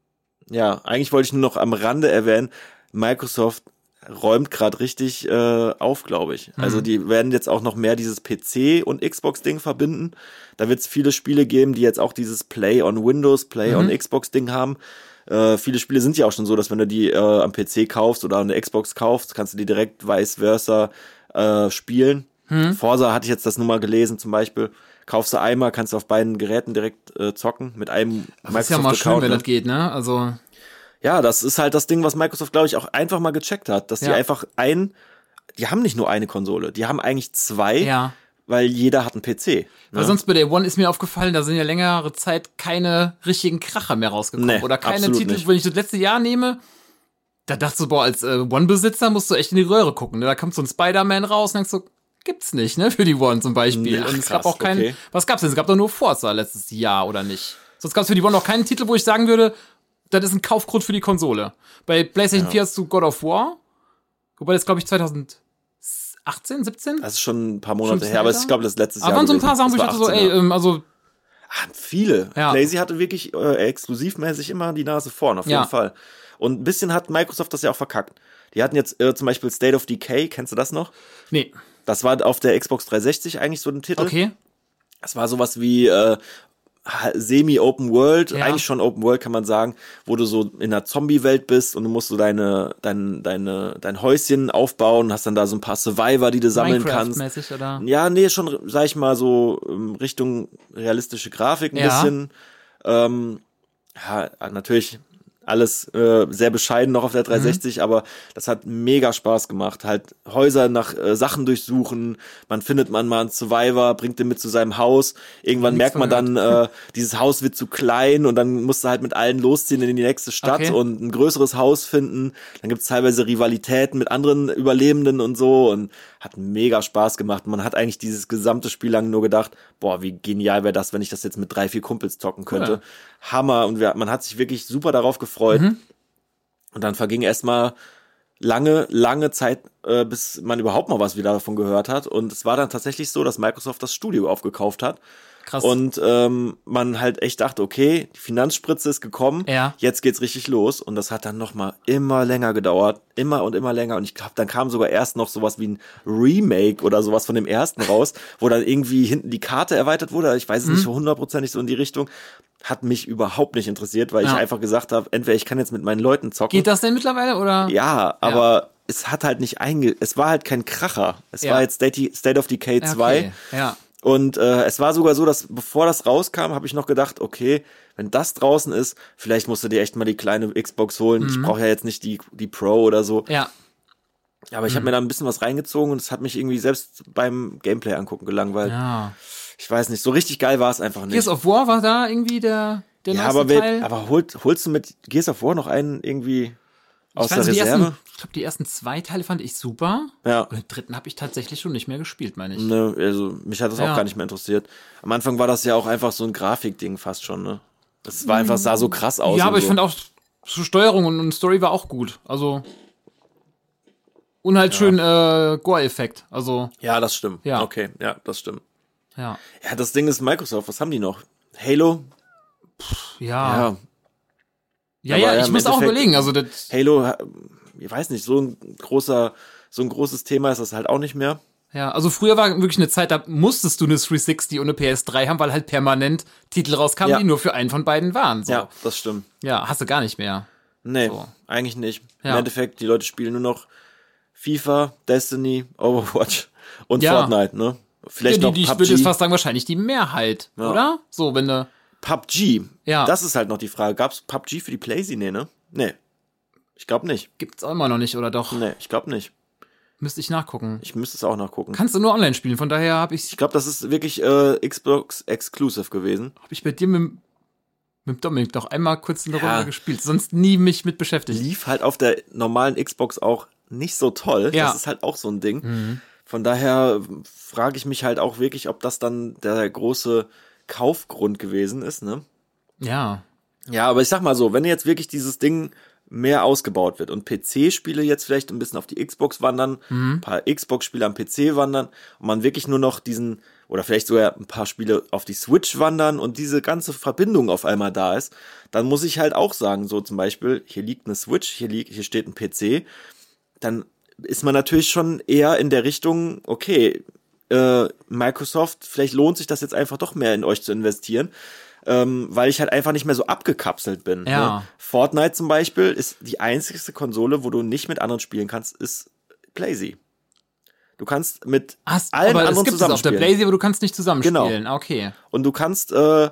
Ja, eigentlich wollte ich nur noch am Rande erwähnen, Microsoft räumt gerade richtig äh, auf, glaube ich. Mhm. Also die werden jetzt auch noch mehr dieses P C- und Xbox-Ding verbinden. Da wird es viele Spiele geben, die jetzt auch dieses Play on Windows, Play mhm. on Xbox-Ding haben. Äh, viele Spiele sind ja auch schon so, dass wenn du die äh, am P C kaufst oder eine Xbox kaufst, kannst du die direkt vice versa äh, spielen. Mhm. Forza hatte ich jetzt das nur mal gelesen zum Beispiel. Kaufst du einmal, kannst du auf beiden Geräten direkt äh, zocken mit einem Microsoft-Account. Das ist ja mal schön, wenn ne? das geht, ne? Also ja, das ist halt das Ding, was Microsoft, glaube ich, auch einfach mal gecheckt hat, dass ja. die einfach ein, die haben nicht nur eine Konsole, die haben eigentlich zwei, ja. weil jeder hat einen P C. Ne? Weil sonst bei der One ist mir aufgefallen, da sind ja längere Zeit keine richtigen Kracher mehr rausgekommen. Nee, oder keine Titel, nicht. Wenn ich das letzte Jahr nehme, da dachtest du, boah, als äh, One-Besitzer musst du echt in die Röhre gucken. Ne? Da kommt so ein Spider-Man raus und denkst so, gibt's nicht, ne, für die One zum Beispiel. Ach, und es krass, gab auch keinen, okay. was gab's denn? Es gab doch nur Forza letztes Jahr, oder nicht? Sonst gab's für die One noch keinen Titel, wo ich sagen würde, das ist ein Kaufgrund für die Konsole. Bei PlayStation ja. vier hast du God of War, wobei das, glaube ich, zwanzig achtzehn, siebzehn? Das ist schon ein paar Monate her, aber ich glaube, das letzte Jahr. Aber waren so ein paar Sachen, wo ich dachte so, ey, ähm, also ah, viele. Ja. PlayStation hatte wirklich äh, exklusivmäßig immer die Nase vorn, auf jeden ja. Fall. Und ein bisschen hat Microsoft das ja auch verkackt. Die hatten jetzt äh, zum Beispiel State of Decay, kennst du das noch? Nee. Das war auf der Xbox dreihundertsechzig eigentlich so ein Titel. Okay. Das war sowas wie äh, Semi-Open World, ja. eigentlich schon Open World kann man sagen, wo du so in einer Zombie-Welt bist und du musst so deine, dein, deine, dein Häuschen aufbauen, hast dann da so ein paar Survivor, die du sammeln kannst. Minecraft-mäßig, oder? Ja, nee, schon, sag ich mal, so Richtung realistische Grafik ein ja. bisschen. Ähm, ja, natürlich alles äh, sehr bescheiden noch auf der dreihundertsechzig, mhm. aber das hat mega Spaß gemacht. Halt Häuser nach äh, Sachen durchsuchen, man findet man mal einen Survivor, bringt den mit zu seinem Haus. Irgendwann Nichts merkt man dann, äh, dieses Haus wird zu klein und dann musst du halt mit allen losziehen in die nächste Stadt okay. und ein größeres Haus finden. Dann gibt's teilweise Rivalitäten mit anderen Überlebenden und so und hat mega Spaß gemacht. Man hat eigentlich dieses gesamte Spiel lang nur gedacht, boah, wie genial wäre das, wenn ich das jetzt mit drei, vier Kumpels zocken könnte. Cool. Hammer. Und wir, man hat sich wirklich super darauf gefreut. Mhm. Und dann verging erstmal lange, lange Zeit, äh, bis man überhaupt mal was wieder davon gehört hat. Und es war dann tatsächlich so, dass Microsoft das Studio aufgekauft hat. Krass. Und ähm, man halt echt dachte, okay, die Finanzspritze ist gekommen, ja. jetzt geht's richtig los. Und das hat dann nochmal immer länger gedauert, immer und immer länger. Und ich glaube, dann kam sogar erst noch sowas wie ein Remake oder sowas von dem ersten raus, wo dann irgendwie hinten die Karte erweitert wurde. Ich weiß es mhm. nicht so hundertprozentig so in die Richtung. Hat mich überhaupt nicht interessiert, weil ja. ich einfach gesagt habe, entweder ich kann jetzt mit meinen Leuten zocken. Geht das denn mittlerweile, oder? Ja, aber ja. es hat halt nicht einge... Es war halt kein Kracher. Es ja. war jetzt State, State of Decay zwei. Okay. Ja. Und äh, es war sogar so, dass bevor das rauskam, habe ich noch gedacht, okay, wenn das draußen ist, vielleicht musst du dir echt mal die kleine Xbox holen. Mhm. Ich brauche ja jetzt nicht die die Pro oder so. Ja. Aber ich habe mhm. mir da ein bisschen was reingezogen und es hat mich irgendwie selbst beim Gameplay angucken gelangweilt. Ja. Ich weiß nicht, so richtig geil war es einfach nicht. Gears of War war da irgendwie der der ja, neueste aber wer, Teil? aber holt, holst du mit Gears of War noch einen irgendwie aus ich weiß, der die Reserve? Ersten, ich glaube, die ersten zwei Teile fand ich super. Ja. Und den dritten habe ich tatsächlich schon nicht mehr gespielt, meine ich. Ne, also mich hat das ja. auch gar nicht mehr interessiert. Am Anfang war das ja auch einfach so ein Grafikding fast schon, ne? Das war einfach, sah so krass aus. Ja, aber so. ich fand auch, so Steuerung und, und Story war auch gut. Also und halt ja. schön äh, Gore-Effekt. Also ja, das stimmt. Ja. Okay, ja, das stimmt. Ja. Ja, das Ding ist Microsoft. Was haben die noch? Halo? Pff, ja. Ja, ja, ja, ja ich muss auch überlegen. Also das Halo, ich weiß nicht, so ein großer, so ein großes Thema ist das halt auch nicht mehr. Ja, also früher war wirklich eine Zeit, da musstest du eine dreihundertsechzig und eine P S drei haben, weil halt permanent Titel rauskamen, ja. die nur für einen von beiden waren. So. Ja, das stimmt. Ja, hast du gar nicht mehr. Nee, so. Eigentlich nicht. Ja. Im Endeffekt, die Leute spielen nur noch FIFA, Destiny, Overwatch und ja. Fortnite, ne? Vielleicht ja, noch die, P U B G. Ich würde jetzt fast sagen, wahrscheinlich die Mehrheit, ja. oder? So, wenn du P U B G, ja. das ist halt noch die Frage. Gab's P U B G für die PlayStation? Nee, ne? Nee. Ich glaube nicht. Gibt's auch immer noch nicht, oder doch? Nee, ich glaube nicht. Müsste ich nachgucken. Ich müsste es auch nachgucken. Kannst du nur online spielen, von daher habe ich Ich glaube, das ist wirklich äh, Xbox Exclusive gewesen. Habe ich bei dir mit, mit Dominik doch einmal kurz eine ja. Runde gespielt, sonst nie mich mit beschäftigt. Lief halt auf der normalen Xbox auch nicht so toll. Ja. Das ist halt auch so ein Ding. Mhm. Von daher frage ich mich halt auch wirklich, ob das dann der große Kaufgrund gewesen ist, ne? Ja. Ja, aber ich sag mal so, wenn du jetzt wirklich dieses Ding mehr ausgebaut wird und P C-Spiele jetzt vielleicht ein bisschen auf die Xbox wandern, mhm. ein paar Xbox-Spiele am P C wandern und man wirklich nur noch diesen, oder vielleicht sogar ein paar Spiele auf die Switch wandern und diese ganze Verbindung auf einmal da ist, dann muss ich halt auch sagen, so zum Beispiel, hier liegt eine Switch, hier liegt, hier steht ein P C, dann ist man natürlich schon eher in der Richtung, okay, äh, Microsoft, vielleicht lohnt sich das jetzt einfach doch mehr in euch zu investieren, ähm, weil ich halt einfach nicht mehr so abgekapselt bin. Ja. Ne? Fortnite zum Beispiel ist die einzigste Konsole, wo du nicht mit anderen spielen kannst, ist PlayZ. Du kannst mit Hast, allen aber anderen es gibt es auf der zusammenspielen. PlayZ, aber du kannst nicht zusammenspielen. Genau. Okay. Und du kannst äh,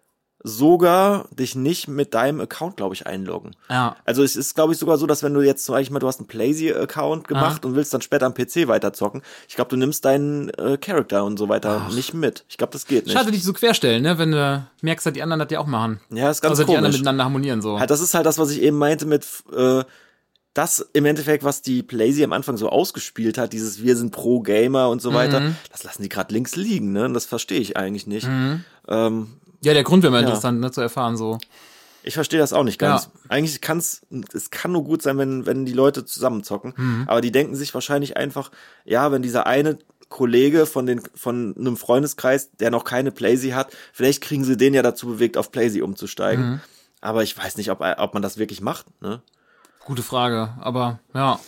sogar dich nicht mit deinem Account, glaube ich, einloggen. Ja. Also es ist, glaube ich, sogar so, dass wenn du jetzt zum Beispiel mal, du hast einen PlayZ-Account gemacht Ah. und willst dann später am P C weiterzocken, ich glaube, du nimmst deinen äh, Charakter und so weiter Ach. nicht mit. Ich glaube, das geht nicht. Schade, dich so querstellen, ne? Wenn du merkst, dass die anderen das ja auch machen. Ja, ist ganz also die anderen komisch. miteinander harmonieren so. Halt, das ist halt das, was ich eben meinte mit äh, das im Endeffekt, was die PlayZ am Anfang so ausgespielt hat, dieses wir sind Pro-Gamer und so weiter, Mhm. das lassen die gerade links liegen, ne? Und das verstehe ich eigentlich nicht. Mhm. Ähm, Ja, der Grund wäre mal Ja. interessant, ne, zu erfahren so. Ich verstehe das auch nicht ganz. Ja. Eigentlich kann's, es kann nur gut sein, wenn, wenn die Leute zusammenzocken. Mhm. Aber die denken sich wahrscheinlich einfach, ja, wenn dieser eine Kollege von den, von einem Freundeskreis, der noch keine PlayZ hat, vielleicht kriegen sie den ja dazu bewegt, auf PlayZ umzusteigen. Mhm. Aber ich weiß nicht, ob, ob man das wirklich macht, ne? Gute Frage, aber ja.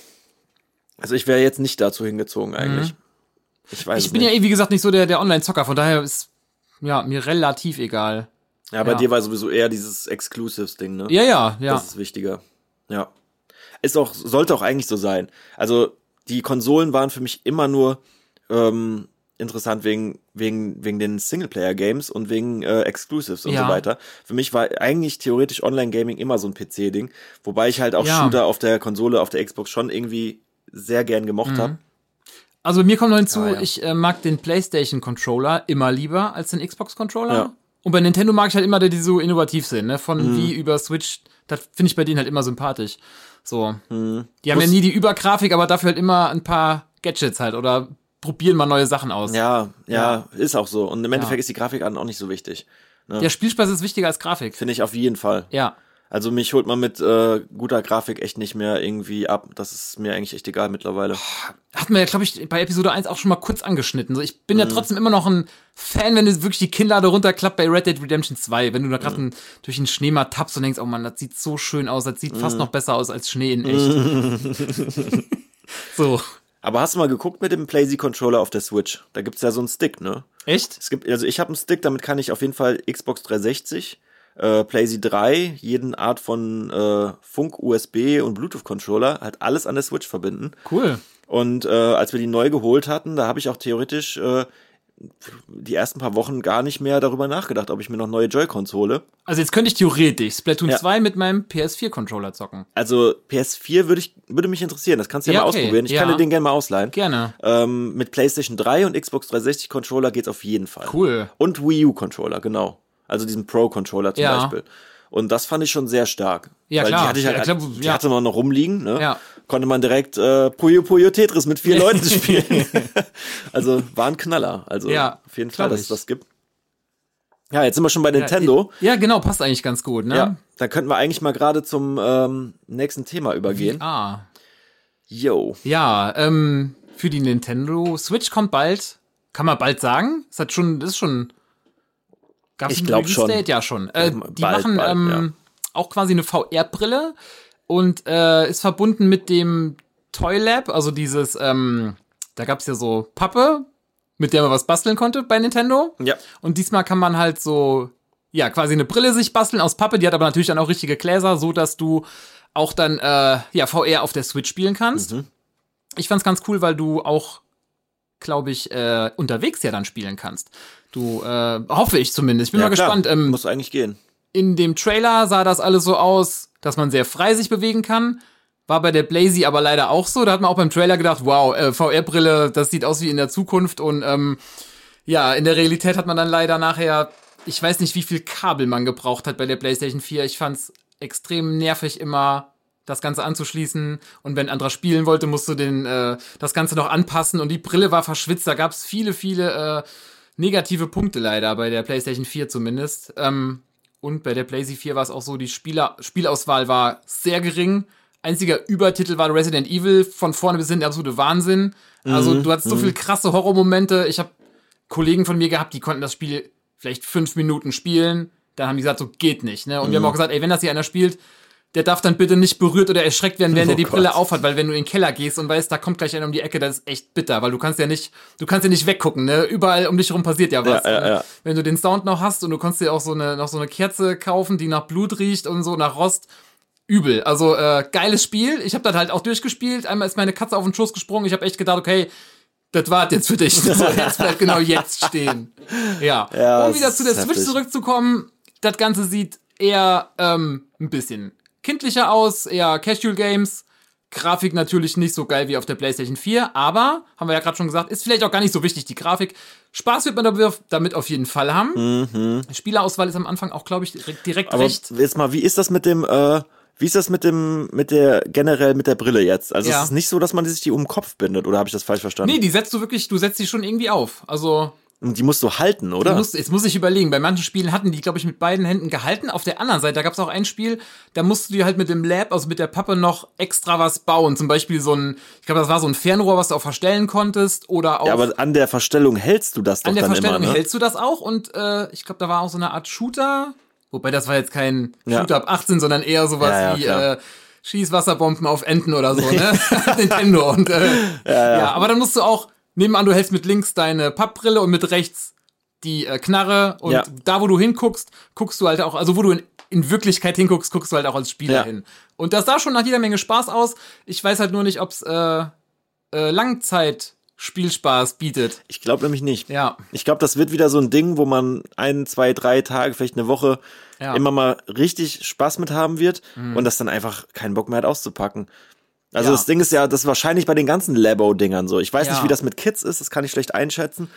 Also ich wäre jetzt nicht dazu hingezogen eigentlich. Mhm. Ich weiß Ich es bin nicht. ja eh, wie gesagt, nicht so der, der Online-Zocker, von daher ist ja mir relativ egal. Ja, bei ja. dir war sowieso eher dieses Exclusives-Ding, ne? Ja, ja, ja. Das ist wichtiger. Ja. Ist auch, sollte auch eigentlich so sein. Also, die Konsolen waren für mich immer nur ähm, interessant wegen, wegen, wegen den Singleplayer-Games und wegen äh, Exclusives und Ja. so weiter. Für mich war eigentlich theoretisch Online-Gaming immer so ein P C-Ding, wobei ich halt auch Ja. Shooter auf der Konsole, auf der Xbox schon irgendwie sehr gern gemocht Mhm. habe. Also mir kommt noch hinzu, Ah, ja. ich äh, mag den PlayStation-Controller immer lieber als den Xbox-Controller. Ja. Und bei Nintendo mag ich halt immer, die so innovativ sind, ne? Von Mhm. wie über Switch, das finde ich bei denen halt immer sympathisch. So. Hm. Die haben Muss- ja nie die Übergrafik, aber dafür halt immer ein paar Gadgets halt oder probieren mal neue Sachen aus. Ja, ja, ist auch so. Und im Endeffekt Ja. ist die Grafik auch nicht so wichtig. Ne? Der Spielspaß ist wichtiger als Grafik. Finde ich auf jeden Fall. Ja. Also mich holt man mit äh, guter Grafik echt nicht mehr irgendwie ab. Das ist mir eigentlich echt egal mittlerweile. Hatten wir ja, glaube ich, bei Episode eins auch schon mal kurz angeschnitten. So, ich bin Mhm. ja trotzdem immer noch ein Fan, wenn es wirklich die Kinnlade runterklappt bei Red Dead Redemption zwei. Wenn du da gerade Mhm. durch den Schnee mal tappst und denkst, oh Mann, das sieht so schön aus. Das sieht Mhm. fast noch besser aus als Schnee in echt. So. Aber hast du mal geguckt mit dem PlayZ-Controller auf der Switch? Da gibt's ja so einen Stick, ne? Echt? Es gibt, also ich habe einen Stick, damit kann ich auf jeden Fall Xbox dreihundertsechzig, äh, PlayZ drei, jeden Art von äh, Funk, U S B und Bluetooth-Controller, halt alles an der Switch verbinden. Cool. Und äh, als wir die neu geholt hatten, da habe ich auch theoretisch äh, die ersten paar Wochen gar nicht mehr darüber nachgedacht, ob ich mir noch neue Joy-Cons hole. Also jetzt könnte ich theoretisch Splatoon Ja. zwei mit meinem P S vier Controller zocken. Also P S vier würde ich würde mich interessieren, das kannst du ja, Ja, mal okay, ausprobieren. Ich ja. kann dir den gerne mal ausleihen. Gerne. Ähm, mit PlayStation drei und Xbox dreihundertsechzig Controller geht's auf jeden Fall. Cool. Und Wii U Controller, genau. Also diesen Pro Controller zum Ja. Beispiel. Und das fand ich schon sehr stark. Ja, Weil klar. Die hatte, ich halt, Ja, klar, die ja. hatte man noch rumliegen, ne? Ja. Konnte man direkt äh, Puyo Puyo Tetris mit vier Leuten spielen. Also war ein Knaller. Also Ja, auf jeden Fall, glaub dass es ich. das gibt. Ja, jetzt sind wir schon bei Nintendo. Ja, genau, passt eigentlich ganz gut, ne? Ja, da könnten wir eigentlich mal gerade zum ähm, nächsten Thema übergehen. Ah. Yo. Ja, ähm, für die Nintendo Switch kommt bald. Kann man bald sagen? Das hat schon, das ist schon. Gab's Ich ein glaub Release schon. Date? Ja, schon. Äh, Bald, die machen bald, ähm, auch quasi eine V R-Brille und äh, ist verbunden mit dem Toy Lab, also dieses, ähm, da gab's ja so Pappe, mit der man was basteln konnte bei Nintendo. Ja. Und diesmal kann man halt so, ja, quasi eine Brille sich basteln aus Pappe, die hat aber natürlich dann auch richtige Gläser, so dass du auch dann, äh, ja, V R auf der Switch spielen kannst. Mhm. Ich fand's ganz cool, weil du auch, glaube ich, äh, unterwegs ja dann spielen kannst. Du, äh, hoffe ich zumindest. Ich bin Ja, mal klar. gespannt. Ähm, Muss eigentlich gehen. in dem Trailer sah das alles so aus, dass man sehr frei sich bewegen kann. War bei der PlayZ aber leider auch so. Da hat man auch beim Trailer gedacht, wow, äh, V R-Brille, das sieht aus wie in der Zukunft. Und ähm, ja, in der Realität hat man dann leider nachher, ich weiß nicht, wie viel Kabel man gebraucht hat bei der PlayStation vier. Ich fand's extrem nervig immer, das Ganze anzuschließen. Und wenn ein anderer spielen wollte, musst du den, äh, das Ganze noch anpassen. Und die Brille war verschwitzt. Da gab's viele, viele äh, negative Punkte leider bei der PlayStation vier zumindest. Ähm, Und bei der PlayStation vier war es auch so, die Spieler, Spielauswahl war sehr gering. Einziger Übertitel war Resident Evil, von vorne bis hinten der absolute Wahnsinn. Also Mhm, du hattest so mhm. viele krasse Horrormomente. Ich habe Kollegen von mir gehabt, die konnten das Spiel vielleicht fünf Minuten spielen. Dann haben die gesagt, so geht nicht. Ne? Und wir haben auch gesagt, ey, wenn das hier einer spielt, der darf dann bitte nicht berührt oder erschreckt werden, während Oh er die Gott. Brille aufhat, weil wenn du in den Keller gehst und weißt, da kommt gleich einer um die Ecke, das ist echt bitter, weil du kannst ja nicht, du kannst ja nicht weggucken, ne? Überall um dich herum passiert ja was. Ja, ja, ja. Wenn du den Sound noch hast und du kannst dir auch so eine, noch so eine Kerze kaufen, die nach Blut riecht und so, nach Rost. Übel. Also, äh, geiles Spiel. Ich habe das halt auch durchgespielt. Einmal ist meine Katze auf den Schoß gesprungen. Ich habe echt gedacht, okay, das war jetzt für dich. So, jetzt bleibt genau jetzt stehen. Ja. Ja, um wieder das zu der ist Switch heftig. zurückzukommen, das Ganze sieht eher ähm, ein bisschen kindlicher aus, eher Casual Games. Grafik natürlich nicht so geil wie auf der PlayStation vier, aber, haben wir ja gerade schon gesagt, ist vielleicht auch gar nicht so wichtig, die Grafik. Spaß wird man damit- damit auf jeden Fall haben. Mhm. Spielerauswahl ist am Anfang auch, glaube ich, direkt, direkt Aber recht. jetzt mal, wie ist das mit dem, äh, wie ist das mit dem, mit der, generell mit der Brille jetzt? Also Ja. es ist nicht so, dass man sich die um den Kopf bindet, oder habe ich das falsch verstanden? Nee, die setzt du wirklich, du setzt die schon irgendwie auf. Also, Und die musst du halten, oder? du musst, jetzt muss ich überlegen, bei manchen Spielen hatten die, glaube ich, mit beiden Händen gehalten. Auf der anderen Seite, da gab es auch ein Spiel, da musst du dir halt mit dem Lab, also mit der Pappe, noch extra was bauen. Zum Beispiel so ein, ich glaube, das war so ein Fernrohr, was du auch verstellen konntest. Oder auch Ja, aber an der Verstellung hältst du das doch an der dann Verstellung immer, ne? hältst du das auch. Und äh, ich glaube, da war auch so eine Art Shooter. Wobei, das war jetzt kein Ja. Shooter ab achtzehn, sondern eher sowas Ja, ja, wie klar. äh, Schießwasserbomben auf Enten oder so, ne? Nintendo. Und, äh, ja, ja, aber dann musst du auch, nebenan, du hältst mit links deine Pappbrille und mit rechts die äh, Knarre. Und Ja. da, wo du hinguckst, guckst du halt auch, also wo du in, in Wirklichkeit hinguckst, guckst du halt auch als Spieler Ja. hin. Und das sah schon nach jeder Menge Spaß aus. Ich weiß halt nur nicht, ob's äh, äh, Langzeit-Spielspaß bietet. Ich glaube nämlich nicht. Ja. Ich glaube, das wird wieder so ein Ding, wo man ein, zwei, drei Tage, vielleicht eine Woche Ja. immer mal richtig Spaß mit haben wird und das dann einfach keinen Bock mehr hat auszupacken. Also Ja. das Ding ist ja, das ist wahrscheinlich bei den ganzen Labo-Dingern so. Ich weiß Ja. nicht, wie das mit Kids ist, das kann ich schlecht einschätzen.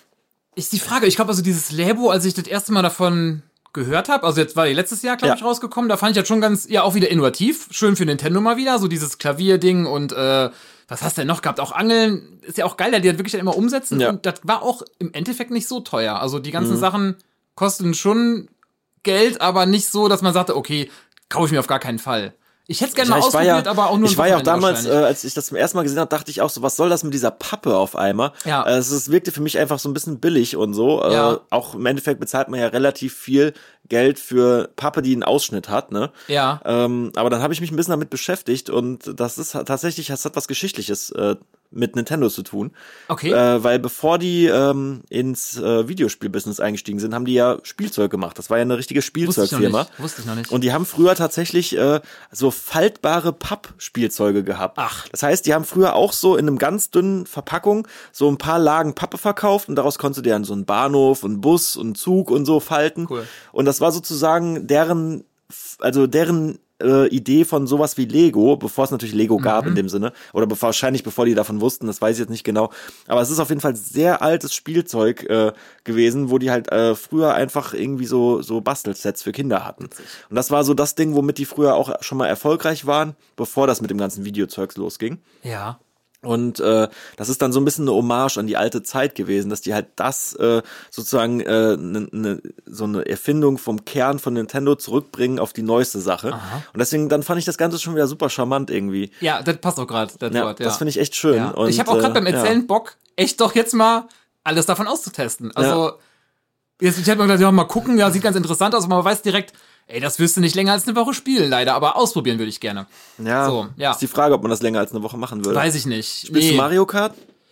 Ist die Frage, ich glaube, also dieses Labo, als ich das erste Mal davon gehört habe, also jetzt war die letztes Jahr, glaube Ja. ich, rausgekommen, da fand ich das schon ganz, ja, auch wieder innovativ. Schön für Nintendo mal wieder, so dieses Klavierding und äh, was hast du denn noch gehabt? Auch Angeln, ist ja auch geil, da die das wirklich dann immer umsetzen Ja. und das war auch im Endeffekt nicht so teuer. Also die ganzen Sachen kosten schon Geld, aber nicht so, dass man sagte, okay, kaufe ich mir auf gar keinen Fall. Ich hätte es gerne Ja, mal ich war ausprobiert, ja, aber auch nur Ich ein war ja auch Wochenende damals, äh, wahrscheinlich. als ich das zum ersten Mal gesehen habe, dachte ich auch so, was soll das mit dieser Pappe auf einmal? Ja. Äh, es, es wirkte für mich einfach so ein bisschen billig und so. Ja. Äh, auch im Endeffekt bezahlt man ja relativ viel Geld für Pappe, die einen Ausschnitt hat, ne? Ja. Ähm, aber dann habe ich mich ein bisschen damit beschäftigt und das ist tatsächlich, das hat was Geschichtliches äh, mit Nintendo zu tun. Okay. Äh, weil bevor die ähm, ins äh, Videospielbusiness eingestiegen sind, haben die ja Spielzeug gemacht. Das war ja eine richtige Wusste ich noch Spielzeugfirma. nicht. Wusste ich noch nicht. Und die haben früher tatsächlich äh, so faltbare Pappspielzeuge gehabt. Ach. Das heißt, die haben früher auch so in einem ganz dünnen Verpackung so ein paar Lagen Pappe verkauft und daraus konntest du dir dann so einen Bahnhof, einen Bus und einen Zug und so falten. Cool. Und das war sozusagen deren, also deren äh, Idee von sowas wie Lego, bevor es natürlich Lego gab Mhm. in dem Sinne, oder bevor, wahrscheinlich bevor die davon wussten, das weiß ich jetzt nicht genau, aber es ist auf jeden Fall sehr altes Spielzeug äh, gewesen, wo die halt äh, früher einfach irgendwie so so Bastelsets für Kinder hatten. Und das war so das Ding, womit die früher auch schon mal erfolgreich waren, bevor das mit dem ganzen Videozeugs losging. Ja. Und äh, das ist dann so ein bisschen eine Hommage an die alte Zeit gewesen, dass die halt das äh, sozusagen äh, ne, ne, so eine Erfindung vom Kern von Nintendo zurückbringen auf die neueste Sache. Aha. Und deswegen, dann fand ich das Ganze schon wieder super charmant irgendwie. Ja, das passt auch gerade, das Ja, Wort, ja. das finde ich echt schön. Ja. Und, ich habe auch gerade äh, beim Erzählen Bock, echt doch jetzt mal alles davon auszutesten. Also, jetzt, ich hätte mir gedacht, ja, mal gucken, ja, sieht ganz interessant aus, aber man weiß direkt, ey, das wirst du nicht länger als eine Woche spielen, leider, aber ausprobieren würde ich gerne. Ja, So, ja. ist die Frage, ob man das länger als eine Woche machen würde. Weiß ich nicht. Spielst du Mario Kart?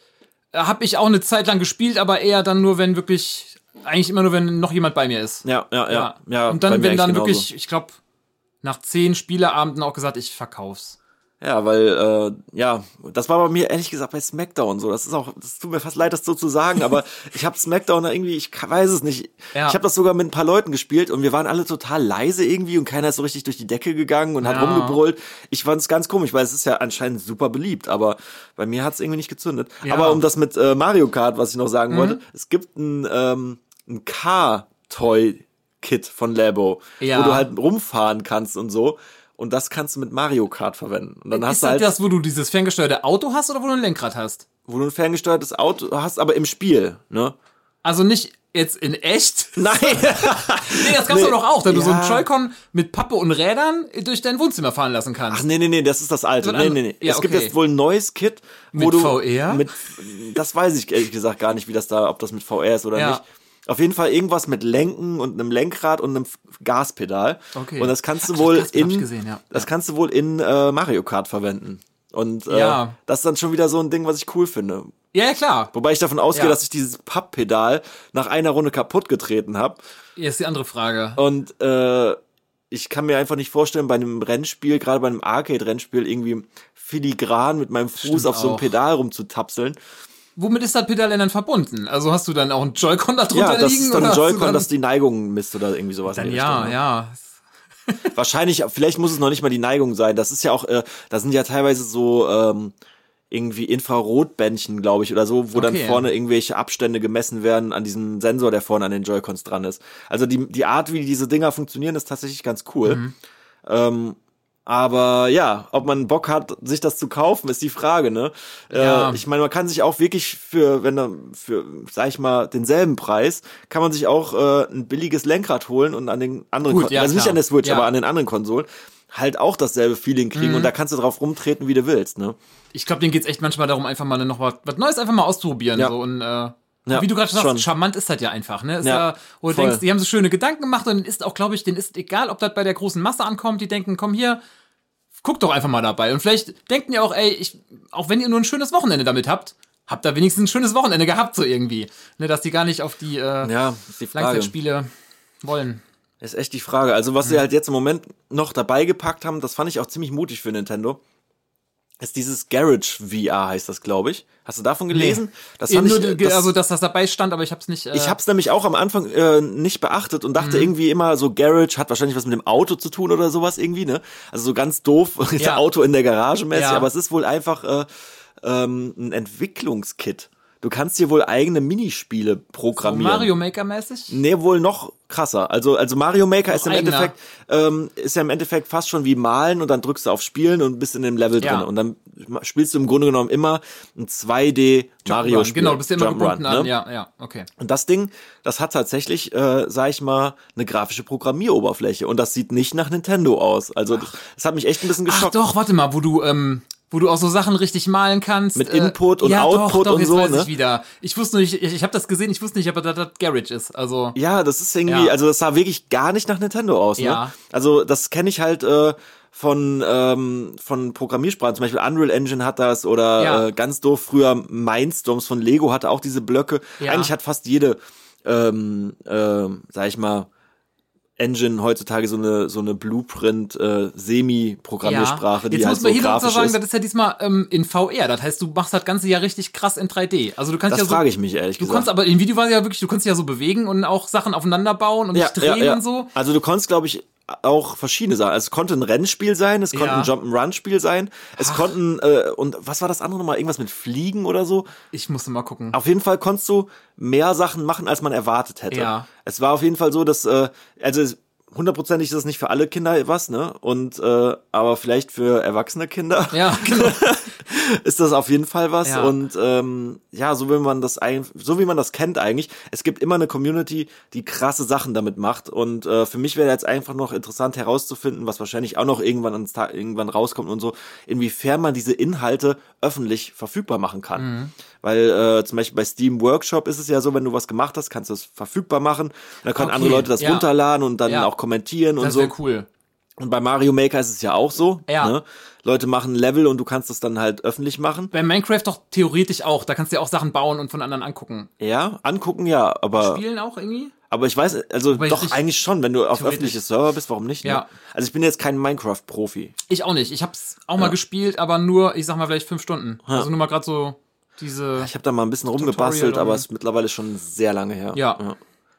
Hab ich auch eine Zeit lang gespielt, aber eher dann nur, wenn wirklich, eigentlich immer nur, wenn noch jemand bei mir ist. Ja, ja, ja. ja Und bei dann, mir wenn dann eigentlich wirklich, genauso. ich glaube, nach zehn Spieleabenden auch gesagt, ich verkauf's. Ja, weil, äh, ja, das war bei mir ehrlich gesagt bei SmackDown so. Das ist auch, das tut mir fast leid, das so zu sagen, aber ich habe SmackDown da irgendwie, ich weiß es nicht. Ja. Ich habe das sogar mit ein paar Leuten gespielt und wir waren alle total leise irgendwie und keiner ist so richtig durch die Decke gegangen und hat Ja. rumgebrüllt. Ich fand es ganz komisch, weil es ist ja anscheinend super beliebt, aber bei mir hat es irgendwie nicht gezündet. Ja. Aber um das mit äh, Mario Kart, was ich noch sagen wollte, es gibt ein, ähm, ein Car-Toy-Kit von Labo, Ja. wo du halt rumfahren kannst und so. Und das kannst du mit Mario Kart verwenden. Und dann hast Ist du das halt, das, wo du dieses ferngesteuerte Auto hast oder wo du ein Lenkrad hast? wo du ein ferngesteuertes Auto hast, aber im Spiel, ne? Also nicht Jetzt in echt? Nein. Nee, das gab's Nee. doch auch, dass du so einen Ja. Joy-Con mit Pappe und Rädern durch dein Wohnzimmer fahren lassen kannst. Ach nee, nee, nee, das ist das alte. Das Nee, an- nee, nee. Ja, es gibt okay. jetzt wohl ein neues Kit, wo Mit du V R? mit das weiß ich ehrlich gesagt gar nicht, wie das da, ob das mit V R ist oder Ja. nicht. Auf jeden Fall irgendwas mit Lenken und einem Lenkrad und einem Gaspedal. Okay. Und das kannst du Ach, wohl das hab ich in gesehen, ja. das Ja. kannst du wohl in äh, Mario Kart verwenden. Und äh, Ja. das ist dann schon wieder so ein Ding, was ich cool finde. Ja, ja, klar. Wobei ich davon ausgehe, Ja. dass ich dieses Papppedal nach einer Runde kaputt getreten habe. Jetzt die andere Frage. Und äh, ich kann mir einfach nicht vorstellen, bei einem Rennspiel, gerade bei einem Arcade-Rennspiel, irgendwie filigran mit meinem Fuß Stimmt auf so einem auch. Pedal rumzutapseln. Womit ist das Pedal denn dann verbunden? Also hast du dann auch einen Joy-Con da drunter Ja, das liegen? ist dann oder ein hast du Joy-Con, dann- das die Neigung misst oder irgendwie sowas. Dann in die ja, Richtung, ne? ja. Wahrscheinlich, vielleicht muss es noch nicht mal die Neigung sein. Das ist ja auch, äh, da sind ja teilweise so ähm, irgendwie Infrarotbändchen, glaube ich, oder so, wo dann Okay. vorne irgendwelche Abstände gemessen werden an diesem Sensor, der vorne an den Joy-Cons dran ist. Also die, die Art, wie diese Dinger funktionieren, ist tatsächlich ganz cool. Mhm. Ähm, aber ja, ob man Bock hat, sich das zu kaufen, ist die Frage, ne? Ja. Äh, ich meine, man kann sich auch wirklich für, wenn er, für, sag ich mal, denselben Preis, kann man sich auch äh, ein billiges Lenkrad holen und an den anderen, Gut, Kon- ja, also nicht klar. an der Switch, Ja. aber an den anderen Konsolen, halt auch dasselbe Feeling kriegen Mhm. und da kannst du drauf rumtreten, wie du willst, ne? Ich glaube, denen geht's echt manchmal darum, einfach mal noch was, was Neues einfach mal auszuprobieren. Ja. So, und äh, Ja, wie du gerade sagst, schon. charmant ist das ja einfach, ne? Ist Ja, ja, wo du voll. denkst, die haben so schöne Gedanken gemacht und ist auch, glaube ich, denen ist egal, ob das bei der großen Masse ankommt, die denken, komm hier, guck doch einfach mal dabei. Und vielleicht denken die auch, ey, ich, auch wenn ihr nur ein schönes Wochenende damit habt, habt da wenigstens ein schönes Wochenende gehabt, so irgendwie. Ne, dass die gar nicht auf die äh, Ja, ist die Frage. Langzeitspiele wollen. Ist echt die Frage. Also, was sie halt jetzt im Moment noch dabei gepackt haben, das fand ich auch ziemlich mutig für Nintendo, ist dieses Garage V R, heißt das, glaube ich. Hast du davon gelesen? Das Eben fand nur, ich, das, also, dass das dabei stand, aber ich hab's nicht. Äh, ich hab's nämlich auch am Anfang äh, nicht beachtet und dachte irgendwie immer so, Garage hat wahrscheinlich was mit dem Auto zu tun oder sowas irgendwie, ne? Also so ganz doof, Ja. Auto in der Garage mäßig, Ja. aber es ist wohl einfach äh, ähm, ein Entwicklungskit. Du kannst dir wohl eigene Minispiele so programmieren. Mario Maker mäßig. Nee, wohl noch krasser. Also, also Mario Maker ist im eigener. Endeffekt, ähm, ist ja im Endeffekt fast schon wie Malen und dann drückst du auf Spielen und bist in dem Level Ja. drin. Und dann spielst du im Grunde genommen immer ein zwei D Mario Spiel. Genau, du bist ja immer Jump'n'Run, gebunden an. ne? Ja, ja, okay. Und das Ding, das hat tatsächlich, äh, sag ich mal, eine grafische Programmieroberfläche. Und das sieht nicht nach Nintendo aus. Also, das, das hat mich echt ein bisschen Ach geschockt. doch, warte mal, wo du, ähm, wo du auch so Sachen richtig malen kannst. Mit Input und ja, Output doch, doch, und jetzt so, weiß ne? ich wieder. Ich wusste nicht, ich, ich habe das gesehen, ich wusste nicht, ob das das Garage ist. Also, Ja, das ist irgendwie, Ja. also das sah wirklich gar nicht nach Nintendo aus. Ne? Ja. Also das kenne ich halt äh, von ähm, von Programmiersprachen, zum Beispiel Unreal Engine hat das oder Ja. äh, ganz doof früher Mindstorms von Lego hatte auch diese Blöcke. Ja. Eigentlich hat fast jede, ähm, äh, sag ich mal, Engine heutzutage so eine so eine Blueprint äh, Semi-Programmiersprache, die jetzt halt muss man so hier dazu grafisch sagen, ist. das ist ja diesmal ähm, in V R. Das heißt, du machst das Ganze ja richtig krass in drei D. Also du kannst Das ja so, frage ich mich ehrlich du gesagt. kannst aber im Video war ja wirklich, du kannst ja so bewegen und auch Sachen aufeinander bauen und dich drehen und so. Also du konntest, glaube ich, auch verschiedene Sachen. Also es konnte ein Rennspiel sein, es konnte Ja. ein Jump'n'Run-Spiel sein, es konnten, äh, und was war das andere nochmal? Irgendwas mit Fliegen oder so? Ich musste mal gucken. Auf jeden Fall konntest du mehr Sachen machen, als man erwartet hätte. Ja. Es war auf jeden Fall so, dass, äh, also es- hundertprozentig ist das nicht für alle Kinder was, ne? Und äh, aber vielleicht für erwachsene Kinder Ja, genau. ist das auf jeden Fall was. Ja. Und ähm, ja, so wie man das ein, so wie man das kennt eigentlich. Es gibt immer eine Community, die krasse Sachen damit macht. Und äh, für mich wäre jetzt einfach noch interessant herauszufinden, was wahrscheinlich auch noch irgendwann ans Tag, irgendwann rauskommt und so, inwiefern man diese Inhalte öffentlich verfügbar machen kann. Mhm. Weil äh, zum Beispiel bei Steam Workshop ist es ja so, wenn du was gemacht hast, kannst du es verfügbar machen. Da können Okay, andere Leute das ja. runterladen und dann Ja. auch kommentieren und Das so. wäre cool. Und bei Mario Maker ist es ja auch so. Ja. Ne? Leute machen Level und du kannst das dann halt öffentlich machen. Bei Minecraft doch theoretisch auch. Da kannst du ja auch Sachen bauen und von anderen angucken. Ja, angucken ja, aber Spielen auch irgendwie? aber ich weiß, also Aber doch ich- eigentlich schon, wenn du auf theoretisch. öffentliche Server bist, warum nicht? Ne? Ja. Also ich bin jetzt kein Minecraft-Profi. Ich auch nicht. Ich hab's auch mal gespielt, aber nur, ich sag mal, vielleicht fünf Stunden. Also nur mal gerade so diese. Ich habe da mal ein bisschen rumgebastelt, Tutorial aber und- es ist mittlerweile schon sehr lange her. Ja. ja.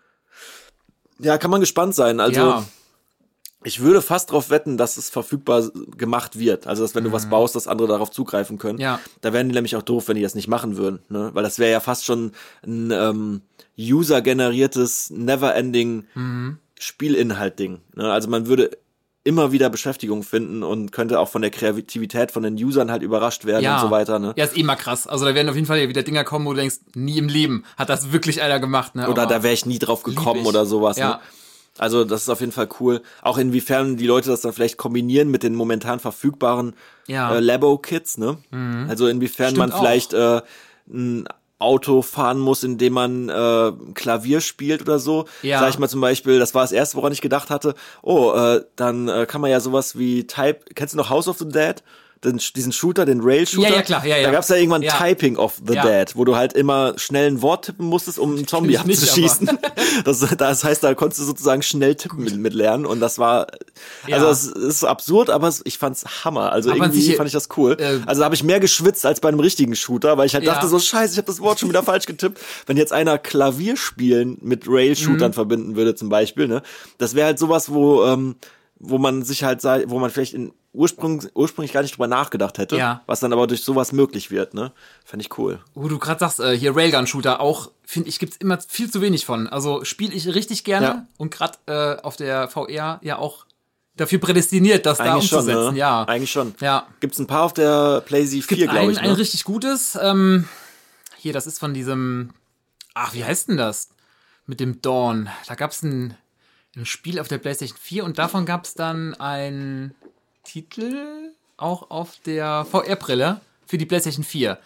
Ja, kann man gespannt sein. Also Ja. ich würde fast darauf wetten, dass es verfügbar gemacht wird. Also, dass wenn du was baust, dass andere darauf zugreifen können. Mhm. Ja. Da wären die nämlich auch doof, wenn die das nicht machen würden. Ne? Weil das wäre ja fast schon ein ähm, user-generiertes, never-ending Mhm. Spielinhalt-Ding. Ne? Also man würde immer wieder Beschäftigung finden und könnte auch von der Kreativität von den Usern halt überrascht werden Ja. und so weiter, ne? Ja, ist eh mal krass. Also da werden auf jeden Fall wieder Dinger kommen, wo du denkst, nie im Leben hat das wirklich einer gemacht, ne? Oder Aber da wäre ich nie drauf gekommen lieb ich. oder sowas, Ja. ne? Also das ist auf jeden Fall cool. Auch inwiefern die Leute das dann vielleicht kombinieren mit den momentan verfügbaren Ja. Mhm. äh, Labo-Kits, ne? Also inwiefern Stimmt man auch. vielleicht äh, ein Auto fahren muss, in dem man äh, Klavier spielt oder so. Ja. Sag ich mal zum Beispiel, das war das erste, woran ich gedacht hatte, oh, äh, dann äh, kann man ja sowas wie Type, kennst du noch House of the Dead? Den, diesen Shooter, den Rail-Shooter. Ja, ja, klar, ja, ja. Da gab's ja irgendwann Ja. Typing of the Ja. Dead, wo du halt immer schnell ein Wort tippen musstest, um einen Zombie ich nicht, abzuschießen. Das, das heißt, da konntest du sozusagen schnell tippen mit, mit lernen und das war, also Ja. es ist absurd, aber es, ich fand's Hammer. Also Aber irgendwie sicher- fand ich das cool. äh, also da habe ich mehr geschwitzt als bei einem richtigen Shooter, weil ich halt Ja. dachte so, scheiße, ich habe das Wort schon wieder falsch getippt. Wenn jetzt einer Klavierspielen mit Rail-Shootern Mhm. verbinden würde zum Beispiel, ne, das wäre halt sowas, wo ähm, wo man sich halt, sei- wo man vielleicht in Ursprung, ursprünglich gar nicht drüber nachgedacht hätte, Ja. was dann aber durch sowas möglich wird, ne? Fand ich cool. Wo du gerade sagst, äh, hier Railgun-Shooter auch, finde ich, gibt's immer viel zu wenig von. Also spiele ich richtig gerne Ja. und gerade äh, auf der V R ja auch dafür prädestiniert, das da Eigentlich schon, umzusetzen. ne? Ja. Eigentlich schon. Ja. Gibt's ein paar auf der PlayStation vier, Gibt glaube ein, ich, ein ne? richtig gutes. Ähm, hier, das ist von diesem. Ach, wie heißt denn das? Mit dem Dawn. Da gab's ein, ein Spiel auf der PlayStation vier und davon gab's dann ein Titel auch auf der V R-Brille für die PlayStation vier.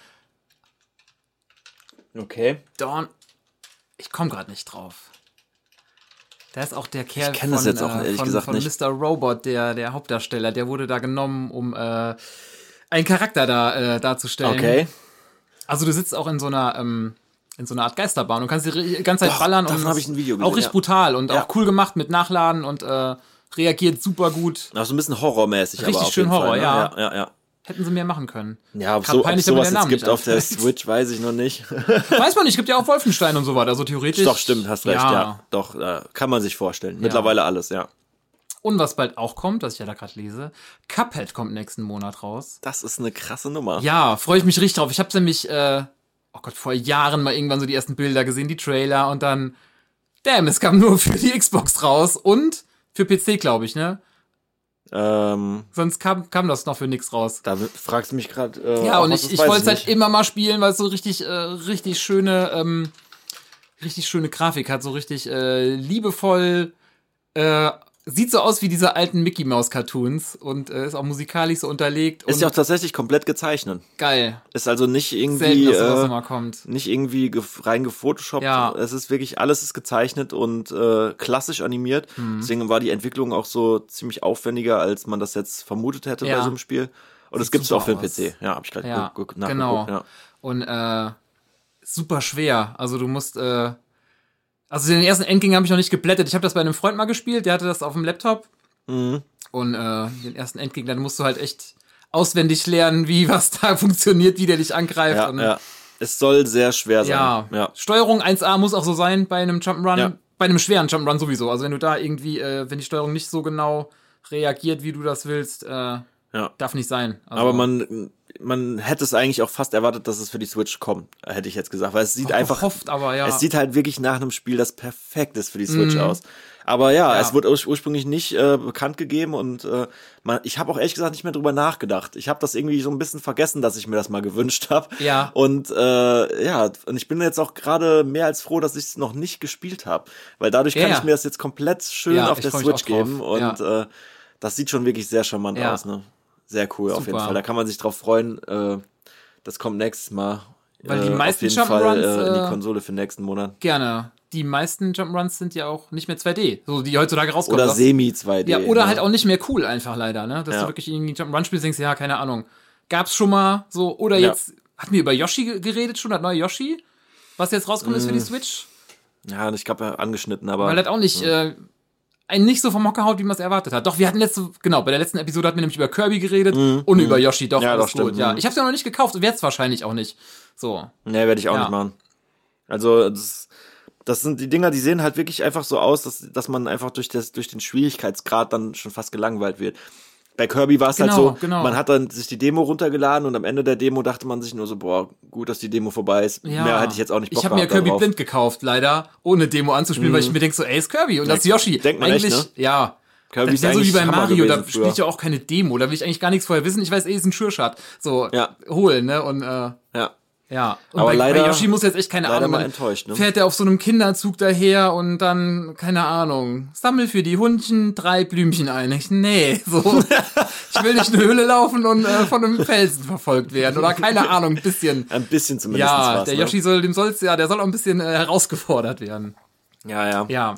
Okay. Dawn. Ich komme gerade nicht drauf. Da ist auch der Kerl kenn von, das jetzt auch äh, ehrlich von, gesagt von nicht. Mister Robot, der, der Hauptdarsteller. Der wurde da genommen, um äh, einen Charakter da äh, darzustellen. Okay. Also du sitzt auch in so einer ähm, in so einer Art Geisterbahn und kannst die ganze Zeit Doch, ballern. davon und hab ich ein Video Auch gesehen, richtig ja. brutal und Ja. auch cool gemacht mit Nachladen und äh, reagiert super gut. Auch so ein bisschen horrormäßig, Richtig aber auf schön jeden Horror, Fall, ne? ja. ja. Ja, ja. Hätten sie mehr machen können. Ja, ob, Grad so, ob peinlich, dass mir sowas der jetzt Name gibt nicht auf der einfällt. Switch, weiß ich noch nicht. Weiß man nicht, gibt ja auch Wolfenstein und so weiter, also theoretisch. Doch, stimmt, hast recht, ja. Ja. Doch, äh, kann man sich vorstellen. Mittlerweile alles, ja. Und was bald auch kommt, was ich ja da gerade lese, Cuphead kommt nächsten Monat raus. Das ist eine krasse Nummer. Ja, freue ich mich richtig drauf. Ich habe nämlich, äh, oh Gott, vor Jahren mal irgendwann so die ersten Bilder gesehen, die Trailer und dann, damn, es kam nur für die Xbox raus und für P C, glaube ich, ne? Ähm, Sonst kam, kam das noch für nix raus. da fragst du mich gerade. Äh, Ja, auch und was, ich, das ich weiß wollte es halt nicht. immer mal spielen, weil es so richtig, äh, richtig schöne, ähm, richtig schöne Grafik hat, so richtig äh, liebevoll, äh, sieht so aus wie diese alten Mickey Mouse Cartoons und äh, ist auch musikalisch so unterlegt Ist und ja auch tatsächlich komplett gezeichnet. geil. Ist also nicht Selten, irgendwie dass sowas äh, immer kommt. nicht irgendwie gef- rein gefotoshoppt. Ja. Es ist wirklich, alles ist gezeichnet und äh, klassisch animiert. Mhm. Deswegen war die Entwicklung auch so ziemlich aufwendiger, als man das jetzt vermutet hätte Ja. bei so einem Spiel. Und es Sieht gibt's super auch für den aus. P C. Ja, hab ich gerade Ja, ge- ge- genau. nachgeguckt. Ja. Und äh, super schwer. Also du musst, äh, also den ersten Endgame habe ich noch nicht geblättet. Ich habe das bei einem Freund mal gespielt, der hatte das auf dem Laptop. Mhm. Und äh, den ersten Endgegner, dann musst du halt echt auswendig lernen, wie was da funktioniert, wie der dich angreift. Ja, und, ja. Es soll sehr schwer sein. ja. Ja. Steuerung eins A muss auch so sein bei einem Jump'n'Run, Ja. bei einem schweren Jump'n'Run sowieso. Also wenn du da irgendwie, äh, wenn die Steuerung nicht so genau reagiert, wie du das willst, äh, Ja. darf nicht sein. Also, Aber man, man hätte es eigentlich auch fast erwartet, dass es für die Switch kommt, hätte ich jetzt gesagt. Weil es sieht einfach, gehofft, aber ja. es sieht halt wirklich nach einem Spiel, das perfekt ist für die Switch aus. Aber ja, Ja. es wurde ur- ursprünglich nicht äh, bekannt gegeben und äh, man, ich habe auch ehrlich gesagt nicht mehr drüber nachgedacht. Ich habe das irgendwie so ein bisschen vergessen, dass ich mir das mal gewünscht habe. Ja. Und äh, ja, und ich bin jetzt auch gerade mehr als froh, dass ich es noch nicht gespielt habe, weil dadurch kann Ja. ich mir das jetzt komplett schön Ja, auf ich der freu mich Switch auch drauf. geben und äh, das sieht schon wirklich sehr charmant Ja. aus, ne? Sehr cool auf jeden Super. Fall. Da kann man sich drauf freuen. Äh, das kommt nächstes Mal. Weil die äh, meisten auf jeden Fall Jump'n'Runs, äh, in die äh, Konsole für nächsten Monat. Gerne. Die meisten Jump'n'Runs sind ja auch nicht mehr zwei D, so die heutzutage rauskommen. Oder Das- semi zwei D. Ja, oder ne? halt auch nicht mehr cool einfach leider, ne? Dass Ja. du wirklich irgendwie Jump'n'Run spielst, denkst, ja, keine Ahnung. Gab's schon mal so, oder Ja. jetzt, hatten wir über Yoshi ge- geredet schon, das neue Yoshi, was jetzt rauskommt ist für Mm. die Switch, Ja, ich glaube, angeschnitten, aber. weil das auch nicht, äh, einen nicht so vom Hocker haut, wie man es erwartet hat. Doch, wir hatten letzte, genau, bei der letzten Episode hatten wir nämlich über Kirby geredet und über Yoshi, doch, Mm. Ja, alles doch, stimmt. gut, ja. Mhm. Ich hab's ja noch nicht gekauft und werde es wahrscheinlich auch nicht. So. Nee, werde ich auch Ja. nicht machen. Also, das, das sind die Dinger, die sehen halt wirklich einfach so aus, dass, dass man einfach durch, das, durch den Schwierigkeitsgrad dann schon fast gelangweilt wird. Bei Kirby war es halt Genau, so, genau. man hat dann sich die Demo runtergeladen und am Ende der Demo dachte man sich nur so, boah, gut, dass die Demo vorbei ist. Ja. Mehr hätte ich jetzt auch nicht Bock Ich habe mir gehabt Kirby darauf. blind gekauft, leider, ohne Demo anzuspielen, weil ich mir denk so, ey, ist Kirby und das ist Yoshi. denkt man echt, Eigentlich, ne? ja. Kirby Das ist wäre so wie eigentlich bei Hammer Mario, da gewesen spiele ich früher. ja auch keine Demo, da will ich eigentlich gar nichts vorher wissen. Ich weiß eh, ist ein Sure-Shot. So, Ja. holen, ne? Und, äh, Ja. ja. Und Aber bei, leider- bei Yoshi muss jetzt echt keine leider Ahnung. mal dann enttäuscht, ne? Fährt er auf so einem Kinderzug daher und dann, keine Ahnung, sammel für die Hundchen drei Blümchen ein. Ich, nee, so. Ich will durch eine Höhle laufen und äh, von einem Felsen verfolgt werden. Oder keine Ahnung, ein bisschen. Ein bisschen zumindest Ja, was, der ne? Yoshi soll, dem soll's ja, der soll auch ein bisschen äh, herausgefordert werden. Ja, ja. Ja.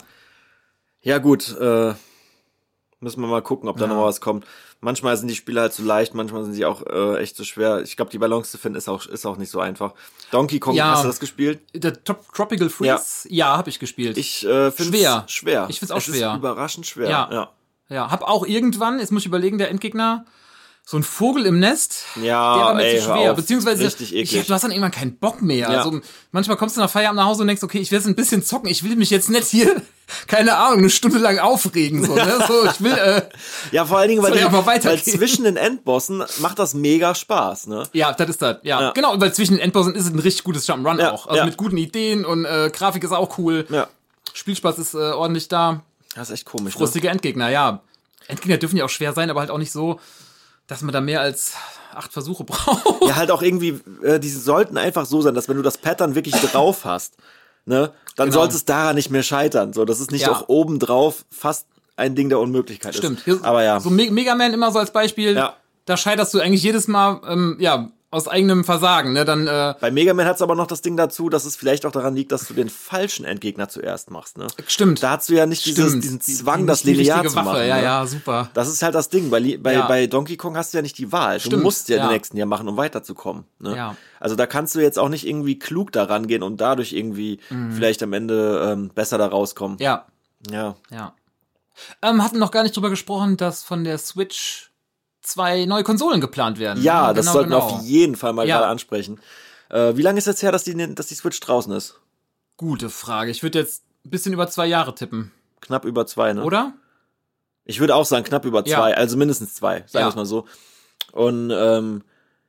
Ja, gut, äh, müssen wir mal gucken, ob da Ja. noch mal was kommt. Manchmal sind die Spiele halt zu leicht, manchmal sind sie auch äh, echt zu schwer. Ich glaube, die Balance zu finden ist auch, ist auch nicht so einfach. Donkey Kong, Ja. hast du das gespielt? Der Top Tropical Freeze? Ja, ja habe ich gespielt. Ich äh, finde Schwer. es schwer. Ich find's auch es schwer. Ist überraschend schwer. Ja. Ja. Ja, hab auch irgendwann, jetzt muss ich überlegen, der Endgegner, so ein Vogel im Nest, Ja, der war mir ey, zu hör schwer. auf. Beziehungsweise, Richtig eklig. ich, du hast dann irgendwann keinen Bock mehr. Ja. Also, manchmal kommst du nach Feierabend nach Hause und denkst, okay, ich will jetzt ein bisschen zocken, ich will mich jetzt nicht hier, keine Ahnung, eine Stunde lang aufregen. So, ne? so ich will, äh, Ja, vor allen Dingen, weil, Soll die, ja mal weil weitergehen. zwischen den Endbossen macht das mega Spaß, ne? ja, das ist das. Ja, Ja. genau, weil zwischen den Endbossen ist es ein richtig gutes Jump'n'Run Ja, auch. Also ja. mit guten Ideen und äh, Grafik ist auch cool. Ja. Spielspaß ist äh, ordentlich da. Das ist echt komisch. Ne? Frustige Endgegner, ja. Endgegner dürfen ja auch schwer sein, aber halt auch nicht so, dass man da mehr als acht Versuche braucht. Ja, halt auch irgendwie, äh, die sollten einfach so sein, dass wenn du das Pattern wirklich drauf hast, ne, dann Genau. sollte es daran nicht mehr scheitern. So, dass es nicht Ja. auch obendrauf fast ein Ding der Unmöglichkeit Stimmt. ist. Aber ja. So Me Mega Man immer so als Beispiel, Ja. da scheiterst du eigentlich jedes Mal, ähm, ja, aus eigenem Versagen, ne, dann, äh, Bei Mega Man hat es aber noch das Ding dazu, dass es vielleicht auch daran liegt, dass du den falschen Endgegner zuerst machst, ne? stimmt. Da hast du ja nicht dieses, Stimmt. diesen Die- Zwang, die- das die linear richtige zu Waffe. machen. Ja, ne? ja, super. Das ist halt das Ding. Bei, Li- bei, Ja. bei Donkey Kong hast du ja nicht die Wahl. Du Stimmt, musst ja, ja. den nächsten ja machen, um weiterzukommen. Ne? Ja. Also da kannst du jetzt auch nicht irgendwie klug da rangehen und dadurch irgendwie vielleicht am Ende ähm, besser da rauskommen. Mhm. Ja, Ja. ja. Ähm, hatten noch gar nicht drüber gesprochen, dass von der Switch zwei neue Konsolen geplant werden. Ja, ne? das Genau, sollten wir genau. auf jeden Fall mal Ja. gerade ansprechen. Äh, wie lange ist jetzt her, dass die, dass die Switch draußen ist? Gute Frage. Ich würde jetzt ein bisschen über zwei Jahre tippen, Knapp über zwei, ne? oder? Ich würde auch sagen, knapp über Ja. zwei, also mindestens zwei, sagen wir Ja. es mal so. Und ähm,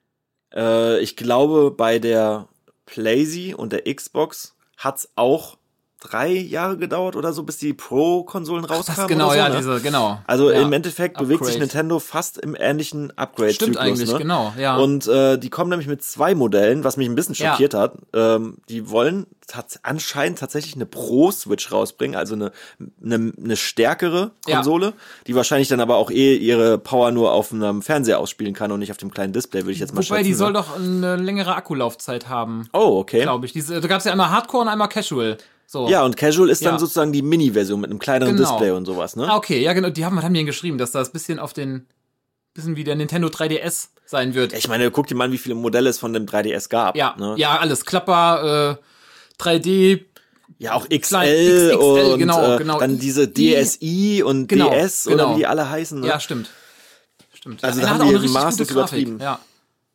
äh, ich glaube, bei der PlayStation und der Xbox hat's auch drei Jahre gedauert oder so, bis die Pro-Konsolen rauskamen. Das genau, oder so, ja, ne? diese, genau. Also ja. im Endeffekt bewegt sich Upgrade. Nintendo fast im ähnlichen Upgrade-Zyklus. Stimmt eigentlich, ne? genau, ja. Und äh, die kommen nämlich mit zwei Modellen, was mich ein bisschen Ja. schockiert hat. Ähm, die wollen tats anscheinend tatsächlich eine Pro-Switch rausbringen, also eine, eine, eine stärkere Ja. Konsole, die wahrscheinlich dann aber auch eh ihre Power nur auf einem Fernseher ausspielen kann und nicht auf dem kleinen Display, würde ich jetzt mal Wobei, schätzen. die soll ne? doch eine längere Akkulaufzeit haben, Oh, okay. glaube ich. Diese, da gab es ja einmal Hardcore und einmal Casual. So. Ja, und Casual ist dann Ja. sozusagen die Mini-Version mit einem kleineren Genau. Display und sowas, ne? Ah, okay, ja, genau. Die haben, was haben die denn geschrieben, dass das bisschen auf den, bisschen wie der Nintendo drei D S sein wird. Ja, ich meine, guck dir mal an, wie viele Modelle es von dem drei D S gab. Ja, ne? ja, alles. Klapper, äh, drei D, Ja, auch X Klein- L X X L, und genau, äh, genau. dann diese D S I und Genau, D S oder genau. wie die alle heißen. Ne? ja, stimmt. Stimmt. Also Ja, da einer haben hat die auch eine richtig maßlos gute Grafik. übertrieben. Ja.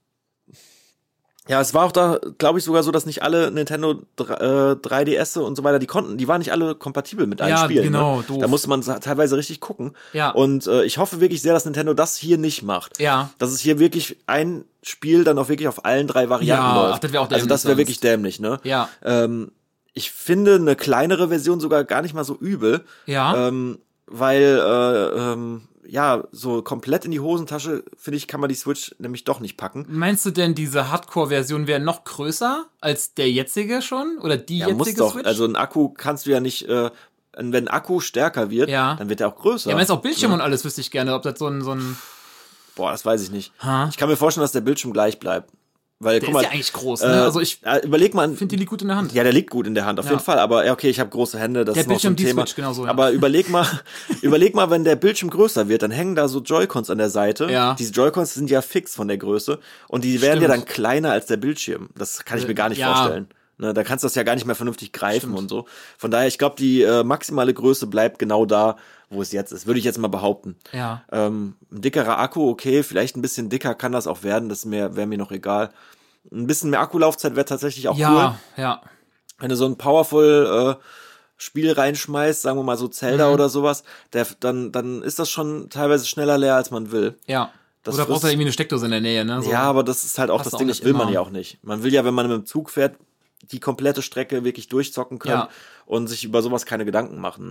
Ja, es war auch da, glaube ich, sogar so, dass nicht alle Nintendo drei D S und so weiter, die konnten, die waren nicht alle kompatibel mit allen Ja, Spielen. genau, ne? doof. Da musste man sa- teilweise richtig gucken. Ja. Und äh, ich hoffe wirklich sehr, dass Nintendo das hier nicht macht. Ja. Dass es hier wirklich ein Spiel dann auch wirklich auf allen drei Varianten Ja, läuft. ach, das wär auch also das dämlich wäre sonst. wirklich dämlich, ne? Ja. Ähm, ich finde eine kleinere Version sogar gar nicht mal so übel. Ja. Ähm, weil, äh, ähm, ja, so komplett in die Hosentasche, finde ich, kann man die Switch nämlich doch nicht packen. Meinst du denn, diese Hardcore-Version wäre noch größer als der jetzige schon? Oder die Ja, jetzige muss doch. Switch? Also ein Akku kannst du ja nicht, äh, wenn ein Akku stärker wird, Ja. dann wird er auch größer. ja, meinst du auch Bildschirm und alles, wüsste ich gerne, ob das so ein, so ein, Boah, das weiß ich nicht. Ha? Ich kann mir vorstellen, dass der Bildschirm gleich bleibt. Weil, der guck mal, ist ja eigentlich groß, äh, ne? Also ich äh, überleg mal, finde, die liegt gut in der Hand. ja, der liegt gut in der Hand, auf Ja. jeden Fall. Aber ja, okay, ich habe große Hände, das Der ist noch so Bildschirm, ein die Thema. Switch, genau so, ja. Aber überleg mal, überleg mal, wenn der Bildschirm größer wird, dann hängen da so Joy-Cons an der Seite. Ja. Diese Joy-Cons sind ja fix von der Größe und die werden ja Stimmt. dann kleiner als der Bildschirm. Das kann ich mir gar nicht Ja. vorstellen. Ne, da kannst du das ja gar nicht mehr vernünftig greifen Stimmt. und so. Von daher, ich glaube, die äh, maximale Größe bleibt genau da, wo es jetzt ist. Würde ich jetzt mal behaupten. Ja. Ähm, ein dickerer Akku, okay, vielleicht ein bisschen dicker kann das auch werden, das wäre wär mir noch egal. Ein bisschen mehr Akkulaufzeit wäre tatsächlich auch cool. Ja, ja. Wenn du so ein Powerful äh, Spiel reinschmeißt, sagen wir mal so Zelda Mhm. oder sowas, der, dann, dann ist das schon teilweise schneller leer, als man will. Ja. Das Oder brauchst du frisst- irgendwie eine Steckdose in der Nähe, ne? So. Ja, aber das ist halt auch Passt das auch Ding, das nicht will man immer. ja auch nicht. Man will ja, wenn man mit dem Zug fährt, die komplette Strecke wirklich durchzocken können Ja. und sich über sowas keine Gedanken machen. Ne?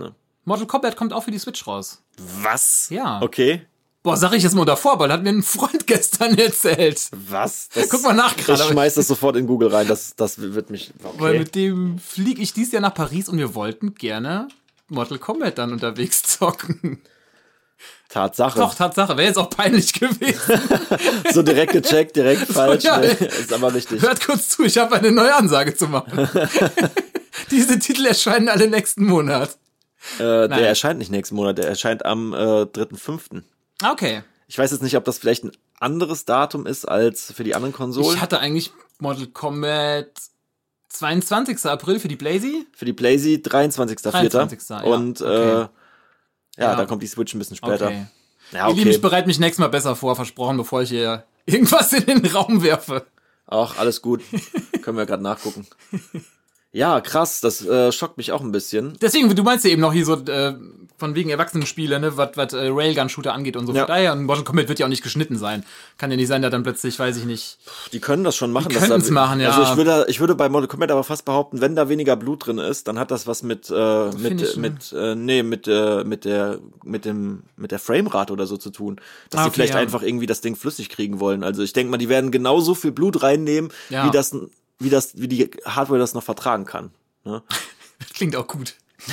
Mortal Kombat kommt auch für die Switch raus. Was? Ja. Okay. Boah, sag ich jetzt mal davor, weil hat mir ein Freund gestern erzählt. Was? Das, Guck mal nach gerade. Ich schmeiß das sofort in Google rein, das, das wird mich... Okay. Weil mit dem fliege ich dieses Jahr nach Paris und wir wollten gerne Mortal Kombat dann unterwegs zocken. Tatsache. Doch, Tatsache. Wäre jetzt auch peinlich gewesen. So direkt gecheckt, direkt falsch. ja, nee, ist aber richtig. Hört kurz zu, ich habe eine neue Ansage zu machen. Diese Titel erscheinen alle nächsten Monat. Äh, der erscheint nicht nächsten Monat, der erscheint am äh, dritten fünften Okay. Ich weiß jetzt nicht, ob das vielleicht ein anderes Datum ist als für die anderen Konsolen. Ich hatte eigentlich Mortal Kombat zweiundzwanzigsten April für die Blazy. Für die Blazy dreiundzwanzigsten vierten dreiundzwanzigsten Ja. Und Okay. äh, ja, Ja. da kommt die Switch ein bisschen später. Okay. Ja, Ihr Lieben, okay. ich bereite mich nächstes Mal besser vor, versprochen, bevor ich hier irgendwas in den Raum werfe. Ach, alles gut. Können wir gerade nachgucken. Ja, krass, das äh, schockt mich auch ein bisschen. Deswegen, du meinst ja eben noch hier so, äh, von wegen Erwachsenenspiele, ne, was was äh, Railgun-Shooter angeht und so. Ja. Von daher, und Mortal Kombat wird ja auch nicht geschnitten sein. Kann ja nicht sein, dass dann plötzlich, weiß ich nicht. Die können das schon machen. Die dass da- können's machen, ja. Also ich würde, ich würde bei Mortal Kombat aber fast behaupten, wenn da weniger Blut drin ist, dann hat das was mit, äh, mit, Finishen. mit, äh, nee, mit, äh, mit der, mit dem, mit der Framerate oder so zu tun. Dass Ah, die okay, vielleicht ja. einfach irgendwie das Ding flüssig kriegen wollen. Also ich denke mal, die werden genauso viel Blut reinnehmen, Ja. wie das, wie das, wie die Hardware das noch vertragen kann. Ne? Klingt auch gut.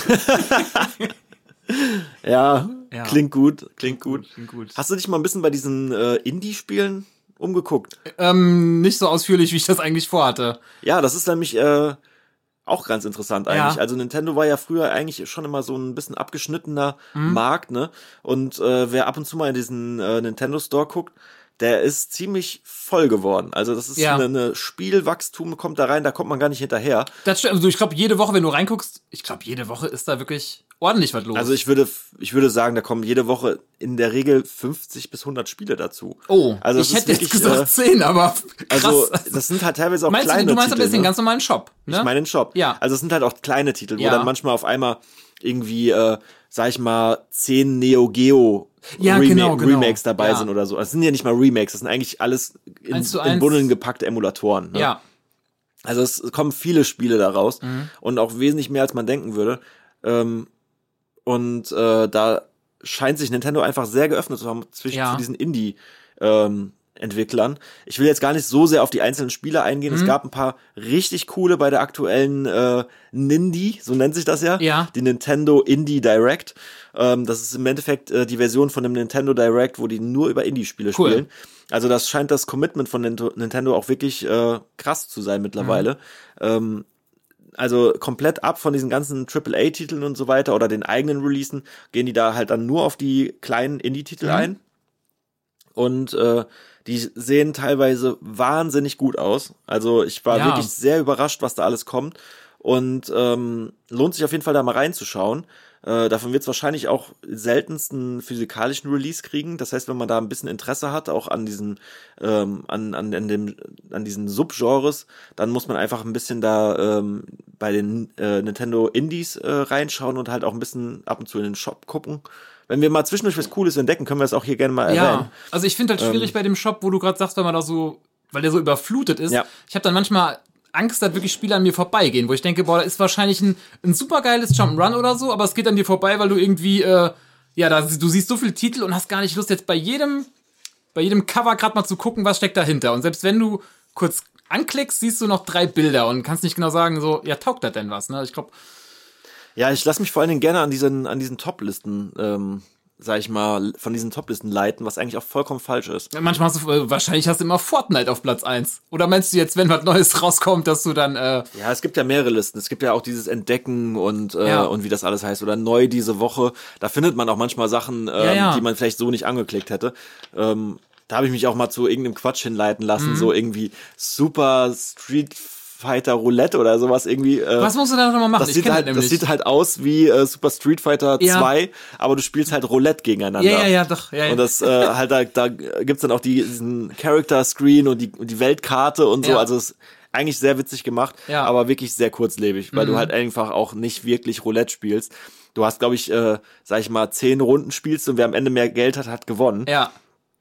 Ja, Ja. klingt gut, klingt gut. Klingt gut. Hast du dich mal ein bisschen bei diesen äh, Indie-Spielen umgeguckt? Ähm, nicht so ausführlich, wie ich das eigentlich vorhatte. Ja, das ist nämlich äh, auch ganz interessant eigentlich. Ja. Also Nintendo war ja früher eigentlich schon immer so ein bisschen abgeschnittener Mhm. Markt, ne? Und äh, wer ab und zu mal in diesen äh, Nintendo Store guckt, der ist ziemlich voll geworden. Also das ist Ja. eine, eine Spielwachstum kommt da rein, da kommt man gar nicht hinterher. Das stimmt. Also ich glaube, jede Woche, wenn du reinguckst, ich glaube, jede Woche ist da wirklich ordentlich was los. Also ich würde ich würde sagen, da kommen jede Woche in der Regel fünfzig bis hundert Spiele dazu. oh, also es ich ist hätte jetzt wirklich, gesagt äh, zehn, aber krass. Also das sind halt teilweise auch meinst kleine du, du meinst Titel. aber jetzt den ne? ganz normalen Shop, ne? Ich meine den Shop. Ja. Also es sind halt auch kleine Titel, wo Ja. dann manchmal auf einmal irgendwie, äh, sag ich mal, zehn Neo Geo Ja, Rema- genau, genau. Remakes dabei Ja. sind oder so. Es sind ja nicht mal Remakes, das sind eigentlich alles in, Eins zu in eins. Bundeln gepackte Emulatoren. Ne? Ja. Also es kommen viele Spiele da raus Mhm. und auch wesentlich mehr, als man denken würde. Ähm, und äh, da scheint sich Nintendo einfach sehr geöffnet zu haben zwischen Ja. zu diesen Indie ähm, Entwicklern. Ich will jetzt gar nicht so sehr auf die einzelnen Spiele eingehen. Mhm. Es gab ein paar richtig coole bei der aktuellen äh, Nindie, so nennt sich das ja. Ja. Die Nintendo Indie Direct. Ähm, das ist im Endeffekt äh, die Version von dem Nintendo Direct, wo die nur über Indie-Spiele Cool. spielen. Also das scheint das Commitment von Nint- Nintendo auch wirklich äh, krass zu sein mittlerweile. Ähm, also komplett ab von diesen ganzen Triple A Titeln und so weiter oder den eigenen Releasen, gehen die da halt dann nur auf die kleinen Indie-Titel Mhm. ein. Und äh, die sehen teilweise wahnsinnig gut aus. Also ich war Ja. wirklich sehr überrascht, was da alles kommt. Und ähm, lohnt sich auf jeden Fall da mal reinzuschauen. Äh, davon wird es wahrscheinlich auch seltensten physikalischen Release kriegen. Das heißt, wenn man da ein bisschen Interesse hat, auch an diesen, ähm, an, an, an, dem, an diesen Subgenres, dann muss man einfach ein bisschen da ähm, bei den äh, Nintendo Indies äh, reinschauen und halt auch ein bisschen ab und zu in den Shop gucken. Wenn wir mal zwischendurch was Cooles entdecken, können wir das auch hier gerne mal erwähnen. Ja, also ich finde halt schwierig bei dem Shop, wo du gerade sagst, weil man da so, weil der so überflutet ist. Ja. Ich habe dann manchmal Angst, dass wirklich Spiele an mir vorbeigehen, wo ich denke, boah, da ist wahrscheinlich ein, ein supergeiles Jump'n'Run oder so, aber es geht an dir vorbei, weil du irgendwie, äh, ja, da, du siehst so viele Titel und hast gar nicht Lust, jetzt bei jedem, bei jedem Cover gerade mal zu gucken, was steckt dahinter. Und selbst wenn du kurz anklickst, siehst du noch drei Bilder und kannst nicht genau sagen, so, ja, taugt das denn was, ne? Ich glaube, Ja, ich lasse mich vor allen Dingen gerne an diesen, an diesen Top-Listen, ähm, sag ich mal, von diesen Top-Listen leiten, was eigentlich auch vollkommen falsch ist. manchmal hast du, äh, wahrscheinlich hast du immer Fortnite auf Platz eins. Oder meinst du jetzt, wenn was Neues rauskommt, dass du dann, äh, Ja, es gibt ja mehrere Listen. Es gibt ja auch dieses Entdecken und, äh, Ja. und wie das alles heißt. Oder neu diese Woche. Da findet man auch manchmal Sachen, ähm, Ja, ja. die man vielleicht so nicht angeklickt hätte. Ähm, da habe ich mich auch mal zu irgendeinem Quatsch hinleiten lassen. Mhm. So irgendwie Super Street Fighter Roulette oder sowas irgendwie. Äh, was musst du da nochmal machen? Das Ich sieht, kenn halt, das das nämlich. sieht halt aus wie äh, Super Street Fighter Ja. zwei, aber du spielst halt Roulette gegeneinander. Ja, ja, ja, doch. Ja, ja. Und das äh, halt da, da gibt's dann auch die, diesen Character Screen und die, und die Weltkarte und so. Ja. Also es ist eigentlich sehr witzig gemacht, Ja. aber wirklich sehr kurzlebig, weil Mhm. du halt einfach auch nicht wirklich Roulette spielst. Du hast, glaube ich, äh, sag ich mal, zehn Runden spielst und wer am Ende mehr Geld hat, hat gewonnen. ja.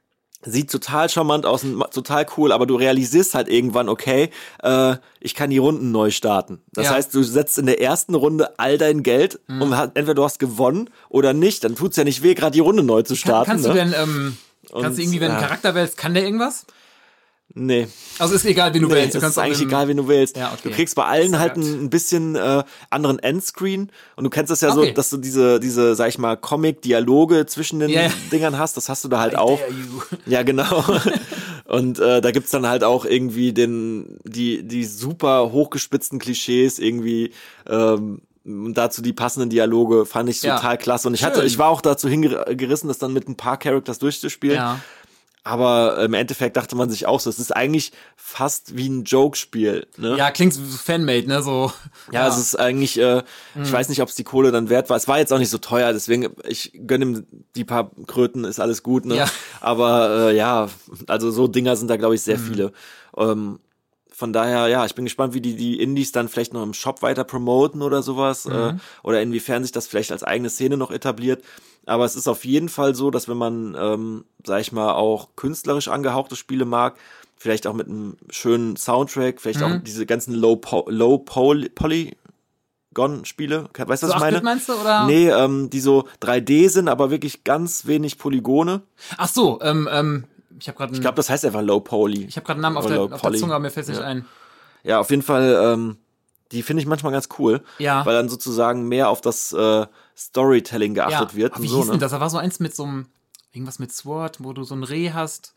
sieht total charmant aus und total cool, aber du realisierst halt irgendwann, okay, äh, ich kann die Runden neu starten. Das Ja. heißt, du setzt in der ersten Runde all dein Geld Mhm. und hat, entweder du hast gewonnen oder nicht, dann tut's ja nicht weh, gerade die Runde neu zu Kann, starten. kannst ne? du denn, ähm, kannst Und, du irgendwie, wenn du einen ja. Charakter wählst, kann der irgendwas? Nee. Also ist egal, wen du Nee, wählst. Du es kannst ist auch eigentlich im- egal, wen du wählst. Ja, okay. Du kriegst bei allen halt Sagt. ein, ein bisschen äh, anderen Endscreen und du kennst das ja so, Okay. dass du diese, diese, sag ich mal, Comic-Dialoge zwischen den Ja, ja. Dingern hast, das hast du da halt I auch. dare you. Ja, genau. Und äh, da gibt's dann halt auch irgendwie den, die, die super hochgespitzten Klischees irgendwie, ähm, dazu die passenden Dialoge fand ich Ja. total klasse. Und ich hatte, Schön. ich war auch dazu hingerissen, das dann mit ein paar Characters durchzuspielen. Ja. Aber im Endeffekt dachte man sich auch so, es ist eigentlich fast wie ein Joke-Spiel. Ne? Ja, klingt so Fanmade, ne? So. Ja, es ist eigentlich, äh, ich weiß nicht, ob es die Kohle dann wert war. Es war jetzt auch nicht so teuer, deswegen, ich gönne ihm die paar Kröten, ist alles gut, ne? Ja. Aber äh, ja, also so Dinger sind da, glaube ich, sehr viele. Ähm, von daher, ja, ich bin gespannt, wie die die Indies dann vielleicht noch im Shop weiter promoten oder sowas. Äh, oder inwiefern sich das vielleicht als eigene Szene noch etabliert. Aber es ist auf jeden Fall so, dass wenn man, ähm, sag ich mal, auch künstlerisch angehauchte Spiele mag, vielleicht auch mit einem schönen Soundtrack, vielleicht auch diese ganzen Low, po Low Poly Polygon-Spiele, weißt du, was So ich acht meine? Bit meinst du, oder? Nee, ähm, die so drei D sind, aber wirklich ganz wenig Polygone. Ach so, ähm, ähm, ich habe gerade Ich glaube, das heißt einfach Low Poly. ich habe gerade einen Namen auf Oder der, Low auf der Poly. Zunge, aber mir fällt es nicht Ja. ein. Ja, auf jeden Fall, ähm, die finde ich manchmal ganz cool, Ja. weil dann sozusagen mehr auf das äh, Storytelling geachtet Ja. wird. Aber und wie so, hieß ne? denn das? Da war so eins mit so einem, irgendwas mit Sword, wo du so ein Reh hast.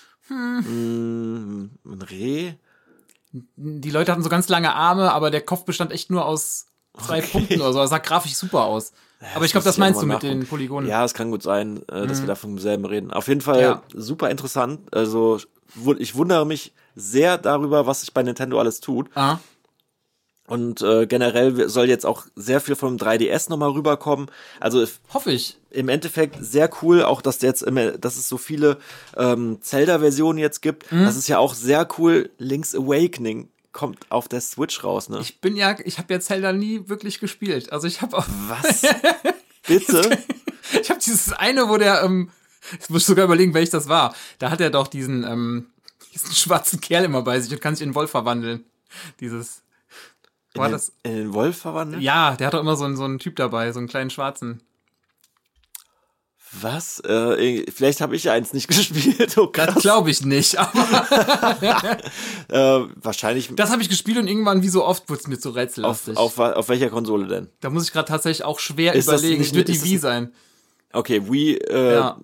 Mm, ein Reh? Die Leute hatten so ganz lange Arme, aber der Kopf bestand echt nur aus zwei Punkten oder so. Das sah grafisch super aus. aber ich glaube, muss das ich auch meinst du mal mit nachgucken. den Polygonen. Ja, es kann gut sein, äh, dass wir da vom selben reden. Auf jeden Fall Mhm. Ja. super interessant. Also wu- ich wundere mich sehr darüber, was sich bei Nintendo alles tut. Ah. Und äh, generell soll jetzt auch sehr viel vom drei D S nochmal rüberkommen. Also Hoffe ich. im Endeffekt sehr cool, auch dass jetzt immer, dass es so viele ähm, Zelda-Versionen jetzt gibt. Mhm. Das ist ja auch sehr cool. Link's Awakening kommt auf der Switch raus, ne? Ich bin ja, ich habe ja Zelda nie wirklich gespielt. Also ich habe auch, Was? Bitte? ich habe dieses eine, wo der, ähm, ich muss sogar überlegen, welches das war. Da hat er doch diesen, ähm, diesen schwarzen Kerl immer bei sich und kann sich in einen Wolf verwandeln. Dieses, In war den, das? in den Wolf verwandeln? Ja, der hat doch immer so einen, so einen Typ dabei, so einen kleinen schwarzen. Was? Äh, vielleicht habe ich eins nicht gespielt. Oh, Das krass. glaube ich nicht, aber Äh, wahrscheinlich das habe ich gespielt und irgendwann, wie so oft, wurde es mir zu auf, rätsellastig. auf, wa- auf welcher Konsole denn? Da muss ich gerade tatsächlich auch schwer Ist das überlegen. nicht- Es wird die ist das- Wii sein. Okay, Wii, äh, Ja.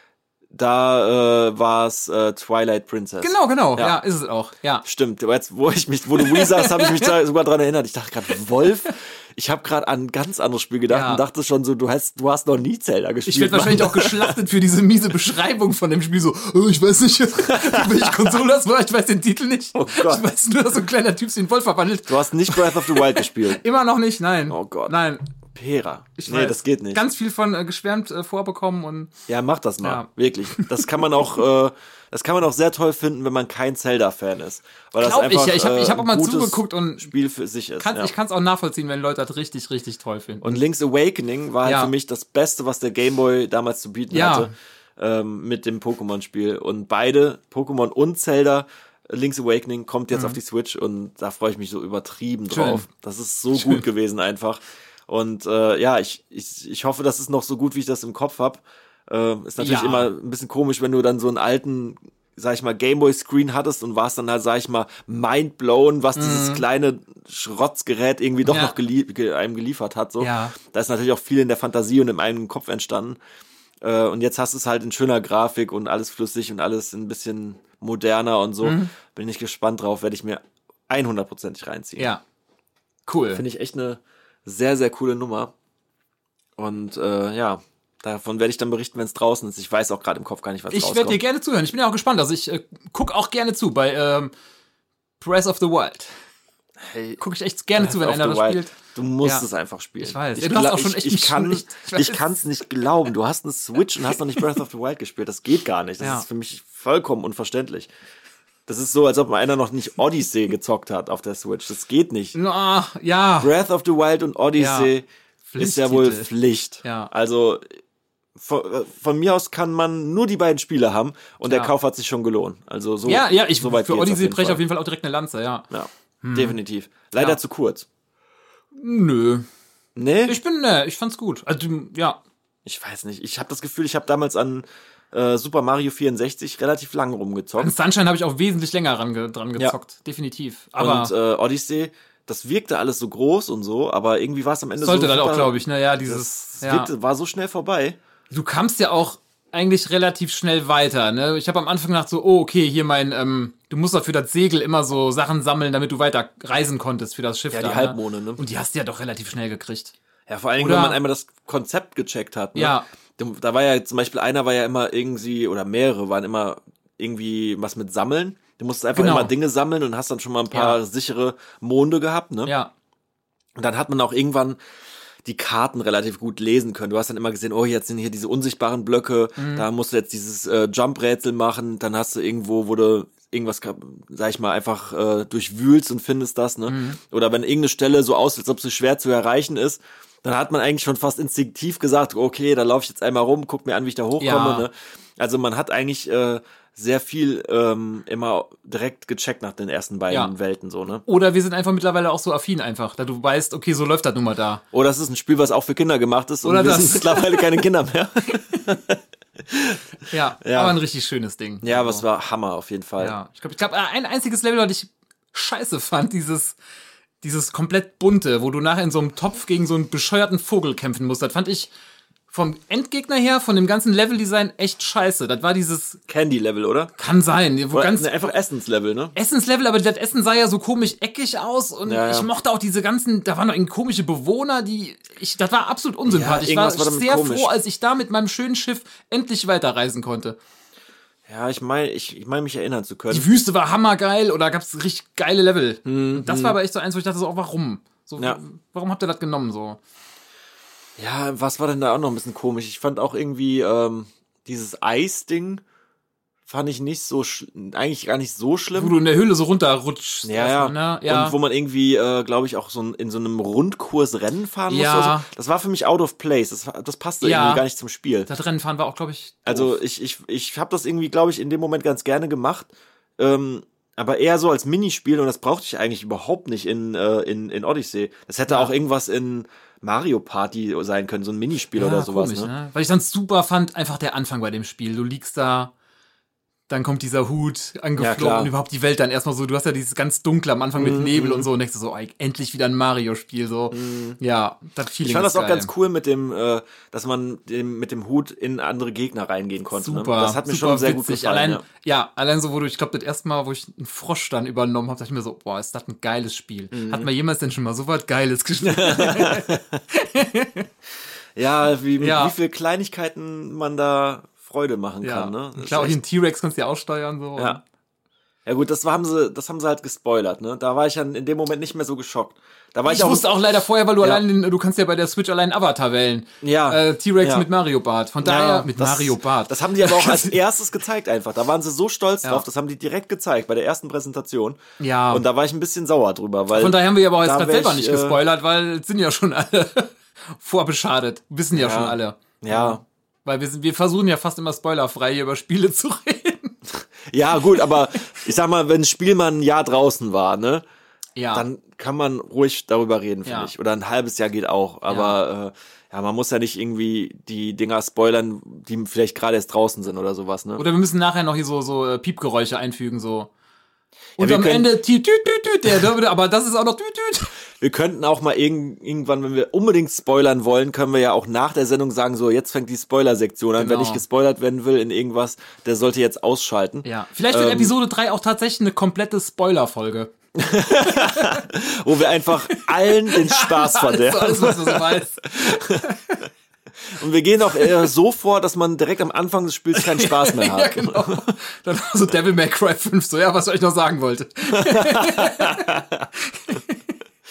da äh, war es äh, Twilight Princess. Genau, genau. Ja. Ja. ist es auch. Ja. Stimmt, aber jetzt, wo ich mich, wo du Wii sagst, habe ich mich da sogar dran erinnert. Ich dachte gerade, Wolf? Ich habe gerade an ein ganz anderes Spiel gedacht Ja. und dachte schon so, du hast, du hast noch nie Zelda gespielt. Ich werde wahrscheinlich auch geschlachtet für diese miese Beschreibung von dem Spiel. So, oh, ich weiß nicht, welche Konsole das war, ich weiß den Titel nicht. Oh Gott. Ich weiß nur, dass so ein kleiner Typ sich in Wolf verwandelt. Du hast nicht Breath of the Wild gespielt. Immer noch nicht, nein. Oh Gott. Nein. Pera. Ich nee, weiß. das geht nicht. Ganz viel von äh, geschwärmt äh, vorbekommen und Ja, mach das mal. Ja. Wirklich. Das kann man auch, äh, das kann man auch sehr toll finden, wenn man kein Zelda-Fan ist. Weil das Glaub ich, einfach, ja. Ich hab- ich hab äh, auch mal ein gutes zugeguckt und Spiel für sich ist. kann, ja. ich kann es auch nachvollziehen, wenn Leute das richtig, richtig toll finden. Und Link's Awakening war halt Ja. für mich das Beste, was der Game Boy damals zu bieten Ja. hatte, ähm, mit dem Pokémon-Spiel. Und beide, Pokémon und Zelda, Link's Awakening kommt jetzt auf die Switch und da freue ich mich so übertrieben Mhm. Schön. drauf. Das ist so gut gewesen einfach. Und äh, ja, ich, ich, ich hoffe, das ist noch so gut, wie ich das im Kopf hab. Äh, ist natürlich Ja. immer ein bisschen komisch, wenn du dann so einen alten, sag ich mal, Gameboy-Screen hattest und warst dann halt, sag ich mal, mindblown, was dieses kleine Schrotzgerät irgendwie doch Mhm. Ja. noch gelie ge einem geliefert hat. So. Ja. Da ist natürlich auch viel in der Fantasie und im eigenen Kopf entstanden. Äh, und jetzt hast du es halt in schöner Grafik und alles flüssig und alles ein bisschen moderner und so. Mhm. Bin ich gespannt drauf, werde ich mir hundertprozentig reinziehen. Ja. Cool. Finde ich echt eine sehr, sehr coole Nummer. Und äh, ja, davon werde ich dann berichten, wenn es draußen ist. Ich weiß auch gerade im Kopf gar nicht, was Ich rauskommt. werde dir gerne zuhören. Ich bin ja auch gespannt. Also ich äh, guck auch gerne zu bei ähm, Breath of the Wild. Hey, Gucke ich echt gerne zu, wenn Breath einer of das the Wild. spielt. Du musst Ja. es einfach spielen. Ich weiß. Ich, Ja, du hast gla- auch schon ich, echt ich mich kann, schon echt- ich weiß. ich kann es nicht glauben. Du hast eine Switch und hast noch nicht Breath of the Wild gespielt. Das geht gar nicht. Das Ja. ist für mich vollkommen unverständlich. Das ist so, als ob einer noch nicht Odyssey gezockt hat auf der Switch. Das geht nicht. Na, ja. Breath of the Wild und Odyssey Ja. ist ja wohl Pflichttitel. Pflicht. Ja. Also von, von mir aus kann man nur die beiden Spiele haben und ja. der Kauf hat sich schon gelohnt. Also so, ja, ja, ich so weit für geht's Odyssey auf breche jeden auf jeden Fall auch direkt eine Lanze, ja. Ja, hm. definitiv. Leider ja. zu kurz. Nö. Nee? Ich bin, ne, ich fand's gut. Also, ja. Ich weiß nicht. Ich habe das Gefühl, ich habe damals an äh, Super Mario vierundsechzig relativ lang rumgezockt. An Sunshine habe ich auch wesentlich länger ran, ge dran gezockt. Ja. Definitiv. Aber und äh, Odyssey, das wirkte alles so groß und so, aber irgendwie war es am Ende sollte so. Sollte dann auch, glaube ich, ne, ja, dieses. Das ja. wirkte, war so schnell vorbei. Du kamst ja auch eigentlich relativ schnell weiter, ne? Ich habe am Anfang gedacht so, oh, okay, hier mein, ähm, du musst doch für das Segel immer so Sachen sammeln, damit du weiter reisen konntest für das Schiff ja, da. Die Halbmonde, ne? Und die hast du ja doch relativ schnell gekriegt. Ja, vor allen Dingen, wenn man einmal das Konzept gecheckt hat, ne? Ja. Da war ja zum Beispiel, einer war ja immer irgendwie, oder mehrere waren immer irgendwie was mit Sammeln. Du musstest einfach genau. immer Dinge sammeln und hast dann schon mal ein paar ja. sichere Monde gehabt, ne? Ja. Und dann hat man auch irgendwann die Karten relativ gut lesen können. Du hast dann immer gesehen, oh, jetzt sind hier diese unsichtbaren Blöcke, mhm. da musst du jetzt dieses äh, Jump-Rätsel machen, dann hast du irgendwo, wo du irgendwas, sag ich mal, einfach äh, durchwühlst und findest das, ne? Mhm. Oder wenn irgendeine Stelle so aussieht, als ob sie schwer zu erreichen ist, dann hat man eigentlich schon fast instinktiv gesagt, okay, da laufe ich jetzt einmal rum, guck mir an, wie ich da hochkomme, ja. ne? Also man hat eigentlich äh, sehr viel ähm, immer direkt gecheckt nach den ersten beiden ja. Welten, so, ne? Oder wir sind einfach mittlerweile auch so affin einfach, da du weißt, okay, so läuft das nun mal da. Oder es ist ein Spiel, was auch für Kinder gemacht ist und Oder wir das. sind mittlerweile keine Kinder mehr. ja, ja, aber ein richtig schönes Ding. Ja, aber es war Hammer auf jeden Fall. Ja, ich glaube, ich glaub, ein einziges Level, das ich scheiße fand, dieses dieses komplett bunte, wo du nachher in so einem Topf gegen so einen bescheuerten Vogel kämpfen musst. Das fand ich vom Endgegner her, von dem ganzen Leveldesign echt scheiße. Das war dieses Candy-Level, oder? Kann sein. Wo oder ganz ne, einfach Essenslevel, ne? Essenslevel, aber das Essen sah ja so komisch eckig aus und ja, ja. ich mochte auch diese ganzen, da waren noch irgendwie komische Bewohner, die, ich, das war absolut unsympathisch. Ja, ich war, war sehr komisch. froh, als ich da mit meinem schönen Schiff endlich weiterreisen konnte. Ja, ich meine, ich, ich meine, mich erinnern zu können. Die Wüste war hammergeil oder gab's richtig geile Level. Hm, das hm. war aber echt so eins, wo ich dachte so, oh, warum? So, ja. Warum habt ihr das genommen, so? Ja, was war denn da auch noch ein bisschen komisch? Ich fand auch irgendwie, ähm, dieses Eis-Ding fand ich nicht so, sch- eigentlich gar nicht so schlimm. Wo du in der Höhle so runterrutschst. Ja, ja. Ne? ja. Und wo man irgendwie, äh, glaube ich, auch so ein, in so einem Rundkurs Rennen fahren ja. musste. Also, das war für mich out of place. Das, das passte ja. irgendwie gar nicht zum Spiel. Das Rennenfahren war auch, glaube ich, doof. Also ich, ich, ich habe das irgendwie, glaube ich, in dem Moment ganz gerne gemacht. Ähm, aber eher so als Minispiel und das brauchte ich eigentlich überhaupt nicht in, äh, in, in Odyssey. Das hätte ja. auch irgendwas in Mario Party sein können, so ein Minispiel ja, oder sowas. Komisch, ne? ne? Weil ich dann super fand, einfach der Anfang bei dem Spiel. Du liegst da, dann kommt dieser Hut angeflogen ja, und überhaupt die Welt dann erstmal so, du hast ja dieses ganz Dunkle am Anfang mit mm, Nebel mm. und so und denkst du so, ey, endlich wieder ein Mario-Spiel, so. Mm. Ja, das Feeling Ich fand das geil. auch ganz cool mit dem, äh, dass man dem, mit dem Hut in andere Gegner reingehen konnte. Super, ne? Das hat mir super schon sehr witzig. gut gefallen. Allein, ja. ja, allein so, wo du, ich glaube, das erste Mal, wo ich einen Frosch dann übernommen habe, dachte ich mir so, boah, ist das ein geiles Spiel. Mm. Hat man jemals denn schon mal so was Geiles gespielt? ja, wie, ja, wie viele Kleinigkeiten man da Freude machen ja. kann, ne? Klar, auch den T-Rex kannst du ja auch steuern, so. Ja. Ja gut, das haben sie, das haben sie halt gespoilert, ne? Da war ich dann in dem Moment nicht mehr so geschockt. Da war ich, ich auch wusste auch leider vorher, weil du ja. allein, den, du kannst ja bei der Switch allein Avatar wählen. Ja. Äh, T-Rex ja. mit Mario Bart. Von daher, ja, mit das, Mario Bart. Das haben die aber auch als erstes gezeigt einfach. Da waren sie so stolz ja. drauf, das haben die direkt gezeigt bei der ersten Präsentation. Ja. Und da war ich ein bisschen sauer drüber, weil. Von daher haben wir aber auch jetzt gerade selber ich, nicht gespoilert, weil es sind ja schon alle vorbeschadet. Wissen ja, ja schon alle. Ja. Weil wir, sind, wir versuchen ja fast immer spoilerfrei hier über Spiele zu reden. Ja, gut, aber ich sag mal, wenn ein Spiel mal ein Jahr draußen war, ne? Ja. Dann kann man ruhig darüber reden, finde ja. ich. Oder ein halbes Jahr geht auch. Aber ja. Äh, ja, man muss ja nicht irgendwie die Dinger spoilern, die vielleicht gerade erst draußen sind oder sowas, ne? Oder wir müssen nachher noch hier so, so äh, Piepgeräusche einfügen, so. Und ja, am können, Ende, tü, tü, tü, tü, der, aber das ist auch noch tü, tü. Wir könnten auch mal irg- irgendwann, wenn wir unbedingt spoilern wollen, können wir ja auch nach der Sendung sagen, so, jetzt fängt die Spoiler-Sektion an. Genau. Wenn ich gespoilert werden will in irgendwas, der sollte jetzt ausschalten. Ja, vielleicht wird ähm, Episode drei auch tatsächlich eine komplette Spoiler-Folge. Wo wir einfach allen den Spaß verderben. Alles, was du so weißt. Und wir gehen auch eher so vor, dass man direkt am Anfang des Spiels keinen Spaß mehr hat. Ja, genau. Dann so Devil May Cry fünf, so, ja, was ich noch sagen wollte.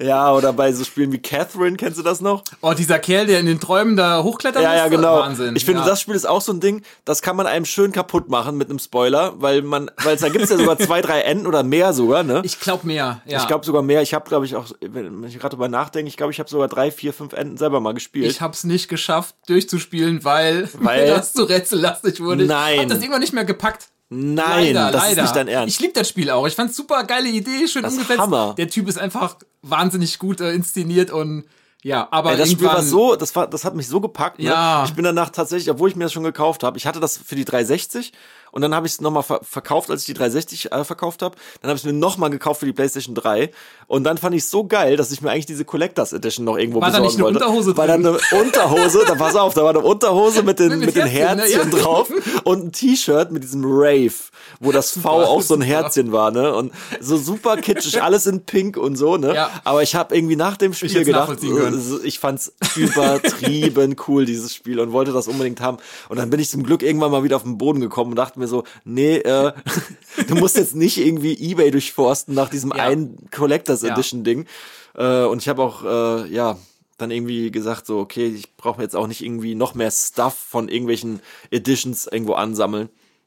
Ja, oder bei so Spielen wie Catherine, kennst du das noch? Oh, dieser Kerl, der in den Träumen da hochklettern Ja, ja, musste? genau. Wahnsinn. Ich finde, ja. das Spiel ist auch so ein Ding, das kann man einem schön kaputt machen mit einem Spoiler, weil man, weil da gibt's ja sogar zwei, drei Enden oder mehr sogar, ne? Ich glaube mehr, ja. Ich glaube sogar mehr. Ich habe, glaube ich, auch, wenn ich gerade drüber nachdenke, ich glaube, ich habe sogar drei, vier, fünf Enden selber mal gespielt. Ich habe es nicht geschafft, durchzuspielen, weil, Weil? mir das zu rätsellastig wurde. Nein. Ich habe das irgendwann nicht mehr gepackt. Nein, leider, das leider. ist nicht dein Ernst. Ich liebe das Spiel auch. Ich fand's super geile Idee, schön Das ist umgesetzt. Hammer. Der Typ ist einfach wahnsinnig gut äh, inszeniert und ja, aber Ey, das Spiel irgendwann war so, das war, das hat mich so gepackt. Ne? Ja. Ich bin danach tatsächlich, obwohl ich mir das schon gekauft habe, ich hatte das für die dreihundertsechzig und dann habe ich es nochmal ver- verkauft, als ich die dreihundertsechzig äh, verkauft habe. Dann habe ich es mir nochmal gekauft für die PlayStation drei und dann fand ich es so geil, dass ich mir eigentlich diese Collectors Edition noch irgendwo War da besorgen nicht eine wollte. Unterhose War da drin? eine Unterhose, da pass auf, da war eine Unterhose mit den, Mit mit den Herzchen, ne? Herzchen Ja. drauf und ein T-Shirt mit diesem Rave, wo das V auch so ein Herzchen war, ne? Und so super kitschig, alles in Pink und so, ne? Ja. Aber ich habe irgendwie nach dem Spiel hätt's gedacht, nachvollziehen können. so, ich fand's übertrieben cool, dieses Spiel, und wollte das unbedingt haben. Und dann bin ich zum Glück irgendwann mal wieder auf den Boden gekommen und dachte mir so, nee, äh, du musst jetzt nicht irgendwie eBay durchforsten nach diesem Ja. einen Collectors Ja. Edition Ding. Äh, und ich habe auch, äh, ja, dann irgendwie gesagt so, okay, ich brauche jetzt auch nicht irgendwie noch mehr Stuff von irgendwelchen Editions irgendwo ansammeln.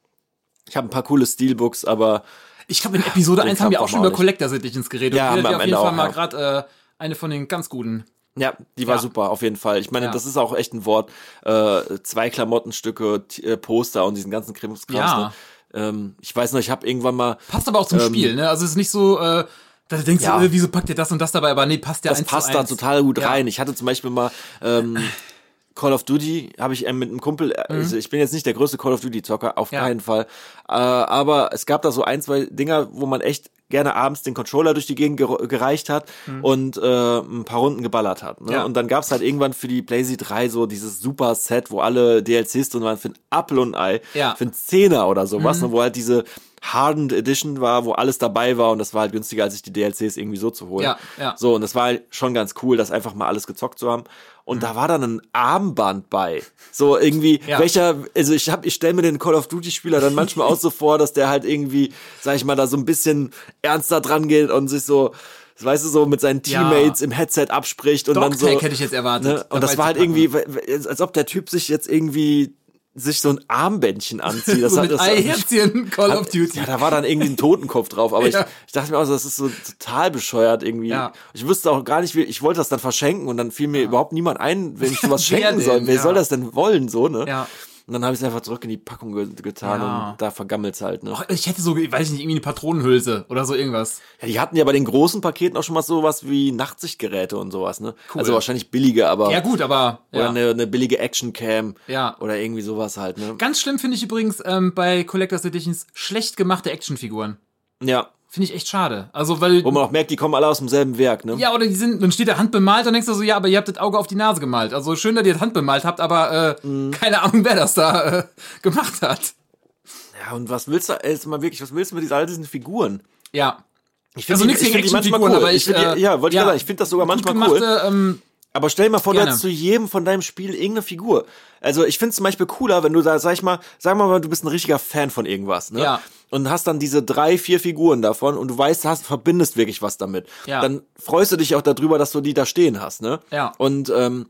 Ich habe ein paar coole Steelbooks, aber ich glaube, in Episode Den eins haben wir Kampf auch schon haben wir über auch Collectors Editions geredet. Ja, und haben wir wir auf am jeden Ende Fall auch, mal ja. gerade äh, eine von den ganz guten. ja, die war Ja. super, auf jeden Fall. Ich meine, Ja. das ist auch echt ein Wort. Äh, zwei Klamottenstücke, T- äh, Poster und diesen ganzen Krimskrams. Ja. Ne? Ähm, ich weiß noch, ich habe irgendwann mal, Passt aber auch zum Ähm, Spiel, ne? Also es ist nicht so, äh, da denkst Ja. du, äh, wieso packt ihr das und das dabei? Aber nee, passt ja das eins passt zu da eins. total gut Ja. rein. Ich hatte zum Beispiel mal ähm, Call of Duty, habe ich ähm, mit einem Kumpel, äh, also ich bin jetzt nicht der größte Call of Duty-Zocker, auf Ja. keinen Fall. Äh, aber es gab da so ein, zwei Dinger, wo man echt gerne abends den Controller durch die Gegend ger- gereicht hat und äh, ein paar Runden geballert hat. Ne? Ja. Und dann gab's halt irgendwann für die PlayStation drei so dieses super Set, wo alle D L Cs drin waren für ein Apfel und ein Ei, Ja. für ein Zehner oder sowas, ne? Wo halt diese Hardened Edition war, wo alles dabei war und das war halt günstiger, als sich die D L Cs irgendwie so zu holen. Ja, ja. So, und das war halt schon ganz cool, das einfach mal alles gezockt zu haben. Und da war dann ein Armband bei. So irgendwie, Ja. welcher, also ich hab, ich stelle mir den Call of Duty Spieler dann manchmal auch so vor, dass der halt irgendwie, sag ich mal, da so ein bisschen ernster dran geht und sich so, weißt du, so mit seinen Ja. Teammates im Headset abspricht und dann so. Dogtag hätte ich jetzt erwartet. Ne? Und das dabei war zu halt packen. irgendwie, als ob der Typ sich jetzt irgendwie sich so ein Armbändchen anzieht. Das so hat, mit das Ei-Herzchen Call of Duty. ja, da war dann irgendwie ein Totenkopf drauf, aber Ja. ich, ich dachte mir auch, so, das ist so total bescheuert irgendwie. Ja. Ich wusste auch gar nicht, wie, ich wollte das dann verschenken und dann fiel mir überhaupt niemand ein, wenn ich sowas Wer schenken denn? soll. Wer Ja. soll das denn wollen, so, ne? Ja. Und dann habe ich es einfach zurück in die Packung ge getan Ja. und da vergammelt's halt, ne? Ich hätte so, weiß ich nicht, irgendwie eine Patronenhülse oder so irgendwas. Ja, die hatten ja bei den großen Paketen auch schon mal sowas wie Nachtsichtgeräte und sowas, ne? Cool. Also wahrscheinlich billige, aber Ja gut, aber oder ja. eine, eine billige Actioncam Ja. oder irgendwie sowas halt, ne? Ganz schlimm finde ich übrigens ähm, bei Collectors Editions schlecht gemachte Actionfiguren. Ja, Finde ich echt schade. Also, weil. wo man auch merkt, die kommen alle aus demselben Werk, ne? Ja, oder die sind, dann steht der Hand bemalt, dann denkst du so, ja, aber ihr habt das Auge auf die Nase gemalt. Also schön, dass ihr das Hand bemalt habt, aber äh, Mhm. keine Ahnung, wer das da äh, gemacht hat. Ja, und was willst du, ey, jetzt mal wirklich, was willst du mit diesen, all diesen Figuren? Ja. Ich Also die- nichts ich gegen find die manchmal Actionfiguren, cool. aber ich, find die, äh, ja, wollte ich ja, gerade sagen, ich finde das sogar Gut manchmal cool. gemachte, ähm, Aber stell dir mal vor, du Gerne. hast zu jedem von deinem Spiel irgendeine Figur. Also ich finde es zum Beispiel cooler, wenn du da, sag ich mal, sag mal, du bist ein richtiger Fan von irgendwas, ne? Ja. Und hast dann diese drei, vier Figuren davon und du weißt, hast, verbindest wirklich was damit. Ja. Dann freust du dich auch darüber, dass du die da stehen hast, ne? Ja. Und ähm,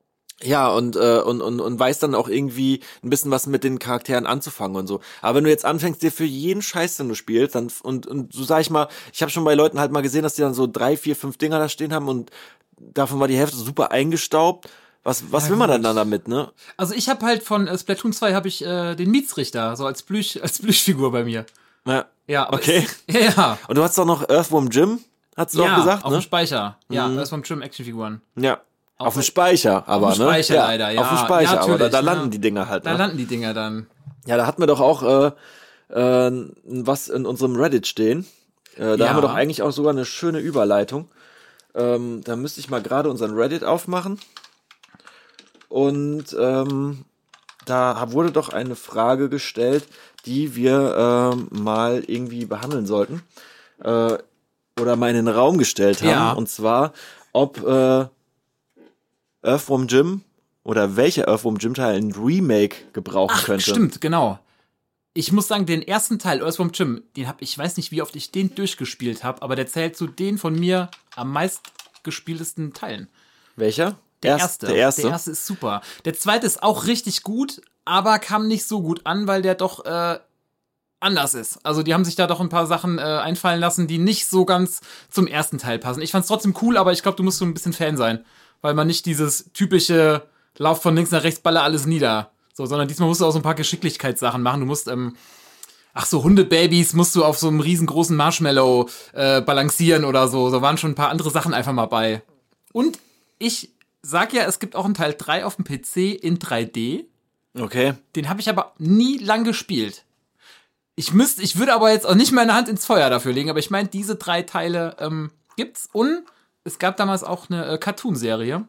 ja, und, äh, und, und, und weiß dann auch irgendwie ein bisschen was mit den Charakteren anzufangen und so. Aber wenn du jetzt anfängst, dir für jeden Scheiß, den du spielst, dann, und, und so sag ich mal, ich habe schon bei Leuten halt mal gesehen, dass die dann so drei, vier, fünf Dinger da stehen haben und davon war die Hälfte super eingestaubt. Was, was Ja, will man gut. dann, dann damit, ne? Also ich habe halt von äh, Splatoon zwei habe ich äh, den Mietsrichter, so als Plüsch, als Plüschfigur bei mir. Ja. Ja, aber Okay. Es, ja, ja. Und du hast doch noch Earthworm Jim, hast du ja, auch gesagt, auf ne? dem Speicher. Ja, Mhm. das ist vom Trim Actionfiguren. Ja. Auf Auf dem Speicher, aber, dem ne? Speicher leider, ja. Auf dem Speicher, Ja, aber da, da natürlich, landen ja. die Dinger halt, Da ne? landen die Dinger dann. Ja, da hatten wir doch auch äh, äh, was in unserem Reddit stehen. Äh, da Ja. haben wir doch eigentlich auch sogar eine schöne Überleitung. Ähm, da müsste ich mal gerade unseren Reddit aufmachen. Und ähm, da wurde doch eine Frage gestellt, die wir ähm, mal irgendwie behandeln sollten. Äh, oder mal in den Raum gestellt haben. Ja. Und zwar, ob äh, Earthworm Jim oder welcher Earthworm Jim Teil ein Remake gebrauchen Ach, könnte. stimmt, genau. Ich muss sagen, den ersten Teil, Earthworm Jim, den hab ich weiß nicht, wie oft ich den durchgespielt habe, aber der zählt zu den von mir am meist meistgespieltesten Teilen. Welcher? Der Erst, erste. Der erste? Der erste ist super. Der zweite ist auch richtig gut, aber kam nicht so gut an, weil der doch äh, anders ist. Also die haben sich da doch ein paar Sachen äh, einfallen lassen, die nicht so ganz zum ersten Teil passen. Ich fand's trotzdem cool, aber ich glaube, du musst so ein bisschen Fan sein, weil man nicht dieses typische Lauf von links nach rechts, baller alles nieder. So, sondern diesmal musst du auch so ein paar Geschicklichkeitssachen machen. Du musst, ähm, ach so, Hundebabys musst du auf so einem riesengroßen Marshmallow äh, balancieren oder so. Da waren schon ein paar andere Sachen einfach mal bei. Und ich sag ja, es gibt auch einen Teil drei auf dem P C in drei D. Okay. Den habe ich aber nie lang gespielt. Ich müsste, ich würde aber jetzt auch nicht meine Hand ins Feuer dafür legen, aber ich meine, diese drei Teile ähm, gibt's. Und es gab damals auch eine äh, Cartoon-Serie.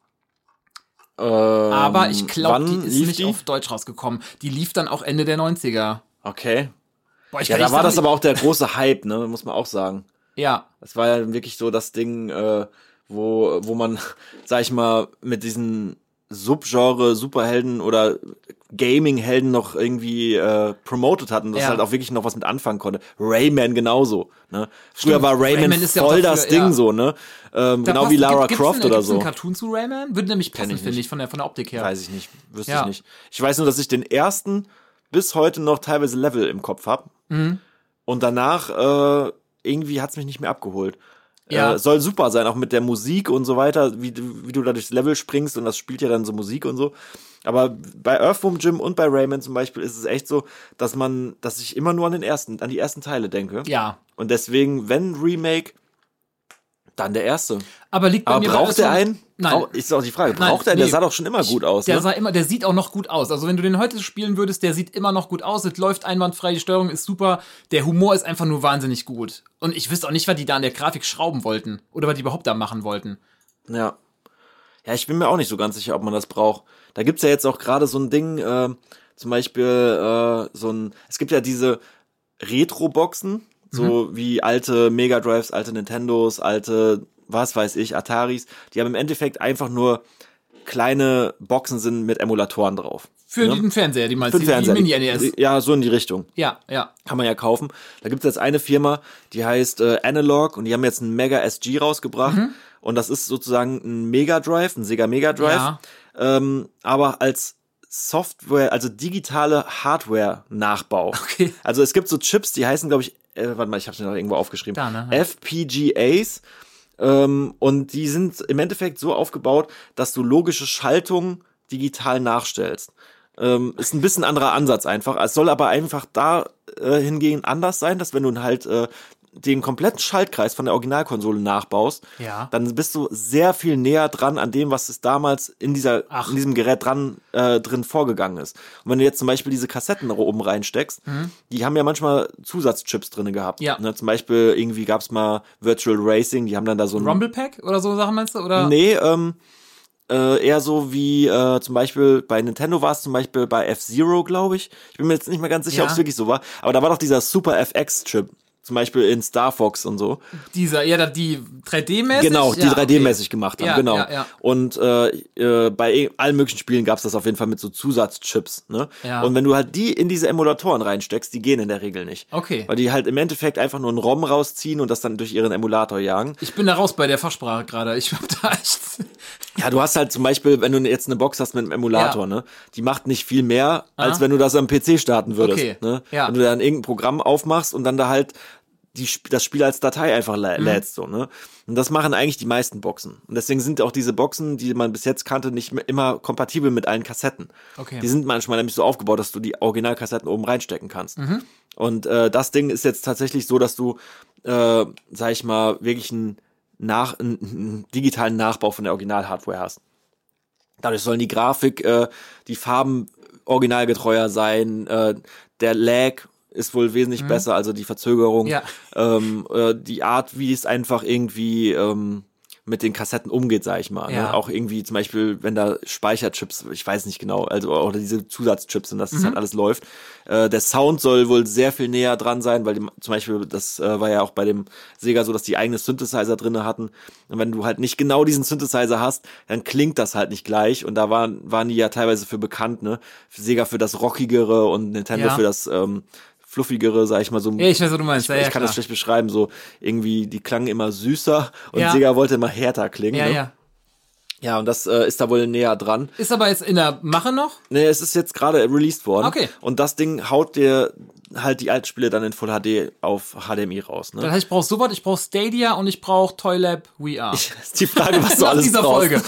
Ähm, aber ich glaube, die ist nicht die? auf Deutsch rausgekommen. Die lief dann auch Ende der neunziger. Okay. Boah, ich Ja, kann da nicht war sagen, das aber auch der große Hype, ne, muss man auch sagen. Ja, Das war ja wirklich so das Ding, äh, wo, wo man, sag ich mal, mit diesen Subgenre Superhelden oder Gaming-Helden noch irgendwie äh, promoted hatten, dass Ja. halt auch wirklich noch was mit anfangen konnte. Rayman genauso. Ne? Früher Stimmt. war Rayman, Rayman ist ja auch voll dafür, das Ding ja. so, ne? Ähm, Da genau passt- wie Lara gibt- gibt's Croft eine, oder gibt's so. einen Cartoon zu Rayman? Würde nämlich Kenn passen, ich finde nicht. ich, von der, von der Optik her. Weiß ich nicht, wüsste Ja. ich nicht. Ich weiß nur, dass ich den ersten bis heute noch teilweise Level im Kopf hab. Mhm. Und danach äh, irgendwie hat's mich nicht mehr abgeholt. Ja. Äh, soll super sein, auch mit der Musik und so weiter, wie du, wie du da durchs Level springst und das spielt ja dann so Musik und so. Aber bei Earthworm Jim und bei Rayman zum Beispiel ist es echt so, dass man, dass ich immer nur an den ersten, an die ersten Teile denke. Ja. Und deswegen, wenn Remake, dann der erste. Aber liegt bei Aber mir braucht der einen? Nein. Brauch, ist auch die Frage. Nein, Braucht der einen? Der nee. sah doch schon immer gut aus, Der ne? sah immer, der sieht auch noch gut aus. Also wenn du den heute spielen würdest, der sieht immer noch gut aus. Es läuft einwandfrei, die Steuerung ist super. Der Humor ist einfach nur wahnsinnig gut. Und ich wüsste auch nicht, was die da an der Grafik schrauben wollten. Oder was die überhaupt da machen wollten. Ja. Ja, ich bin mir auch nicht so ganz sicher, ob man das braucht. Da gibt's ja jetzt auch gerade so ein Ding, äh, zum Beispiel äh, so ein, es gibt ja diese Retro-Boxen, so Mhm. wie alte Mega Drives, alte Nintendos, alte, was weiß ich, Ataris, die haben im Endeffekt einfach nur kleine Boxen sind mit Emulatoren drauf. Für Ne? den Fernseher, die meinst Für du? den Fernseher. Die Mini-N E S. Ja, so in die Richtung. Ja, ja. Kann man ja kaufen. Da gibt's jetzt eine Firma, die heißt äh, Analog und die haben jetzt einen Mega S G rausgebracht. Mhm. Und das ist sozusagen ein Mega Drive, ein Sega Mega Drive, Ja. ähm, aber als Software, also digitale Hardware-Nachbau. Okay. Also es gibt so Chips, die heißen, glaube ich, äh, warte mal, ich habe es noch irgendwo aufgeschrieben. Da, ne? Ja. F P G As. Ähm, und die sind im Endeffekt so aufgebaut, dass du logische Schaltungen digital nachstellst. Ähm, ist ein bisschen anderer Ansatz einfach. Es soll aber einfach da äh, hingehen anders sein, dass wenn du halt äh, den kompletten Schaltkreis von der Originalkonsole nachbaust, Ja. dann bist du sehr viel näher dran an dem, was es damals in dieser Ach. in diesem Gerät dran äh, drin vorgegangen ist. Und wenn du jetzt zum Beispiel diese Kassetten da oben reinsteckst, die haben ja manchmal Zusatzchips drinne gehabt. Ja. Ne, zum Beispiel irgendwie gab's mal Virtual Racing, die haben dann da so ein Rumble Pack oder so Sachen meinst du? Oder? Nee, ähm, äh, eher so wie äh, zum Beispiel bei Nintendo war es zum Beispiel bei F-Zero, glaube ich. Ich bin mir jetzt nicht mehr ganz sicher, Ja. ob es wirklich so war. Aber da war doch dieser Super F X-Chip. Zum Beispiel in Star Fox und so. Dieser, ja, da- die drei D-mäßig? Genau, die ja, drei D-mäßig gemacht haben, Ja, genau. ja, ja. Und äh, äh, bei allen möglichen Spielen gab's das auf jeden Fall mit so Zusatzchips. Ne? Ja. Und wenn du halt die in diese Emulatoren reinsteckst, die gehen in der Regel nicht. Okay. Weil die halt im Endeffekt einfach nur einen ROM rausziehen und das dann durch ihren Emulator jagen. Ich bin da raus bei der Fachsprache gerade. Ich hab da echt. Ja, du hast halt zum Beispiel, wenn du jetzt eine Box hast mit einem Emulator, Ja. ne, die macht nicht viel mehr, als Ah. wenn du das am P C starten würdest. Okay. Ne? Ja. Wenn du dann irgendein Programm aufmachst und dann da halt die, Sp- das Spiel als Datei einfach lä- Mhm. lädst, so, ne? Und das machen eigentlich die meisten Boxen. Und deswegen sind auch diese Boxen, die man bis jetzt kannte, nicht mehr immer kompatibel mit allen Kassetten. Okay. Die sind manchmal nämlich so aufgebaut, dass du die Originalkassetten oben reinstecken kannst. Mhm. Und äh, das Ding ist jetzt tatsächlich so, dass du, äh, sag ich mal, wirklich einen, nach, einen, einen digitalen Nachbau von der Original-Hardware hast. Dadurch sollen die Grafik, äh, die Farben originalgetreuer sein, äh, der Lag ist wohl wesentlich besser, also die Verzögerung, Ja. ähm, äh, die Art, wie es einfach irgendwie ähm, mit den Kassetten umgeht, sag ich mal. Ja. Ne? Auch irgendwie zum Beispiel, wenn da Speicherchips, ich weiß nicht genau, also oder diese Zusatzchips sind, dass das halt alles läuft. Äh, der Sound soll wohl sehr viel näher dran sein, weil die, zum Beispiel, das äh, war ja auch bei dem Sega so, dass die eigene Synthesizer drinne hatten. Und wenn du halt nicht genau diesen Synthesizer hast, dann klingt das halt nicht gleich. Und da waren, waren die ja teilweise für bekannt, ne? Sega für das Rockigere und Nintendo Ja. für das ähm, fluffigere, sag ich mal so. Ja, ich weiß, was du meinst. Ich, ja, ja, ich kann klar. das schlecht beschreiben, so irgendwie, die klangen immer süßer und Ja. Sega wollte immer härter klingen. Ja, ne? ja. Ja, und das äh, ist da wohl näher dran. Ist aber jetzt in der Mache noch? Nee, es ist jetzt gerade released worden. Okay. Und das Ding haut dir halt die alten Spiele dann in Full H D auf H D M I raus. Ne? Das heißt, ich brauche sowas, ich brauche Stadia und ich brauche Toylab V R. Ich, ist die Frage, was du Nach alles dieser brauchst. Folge.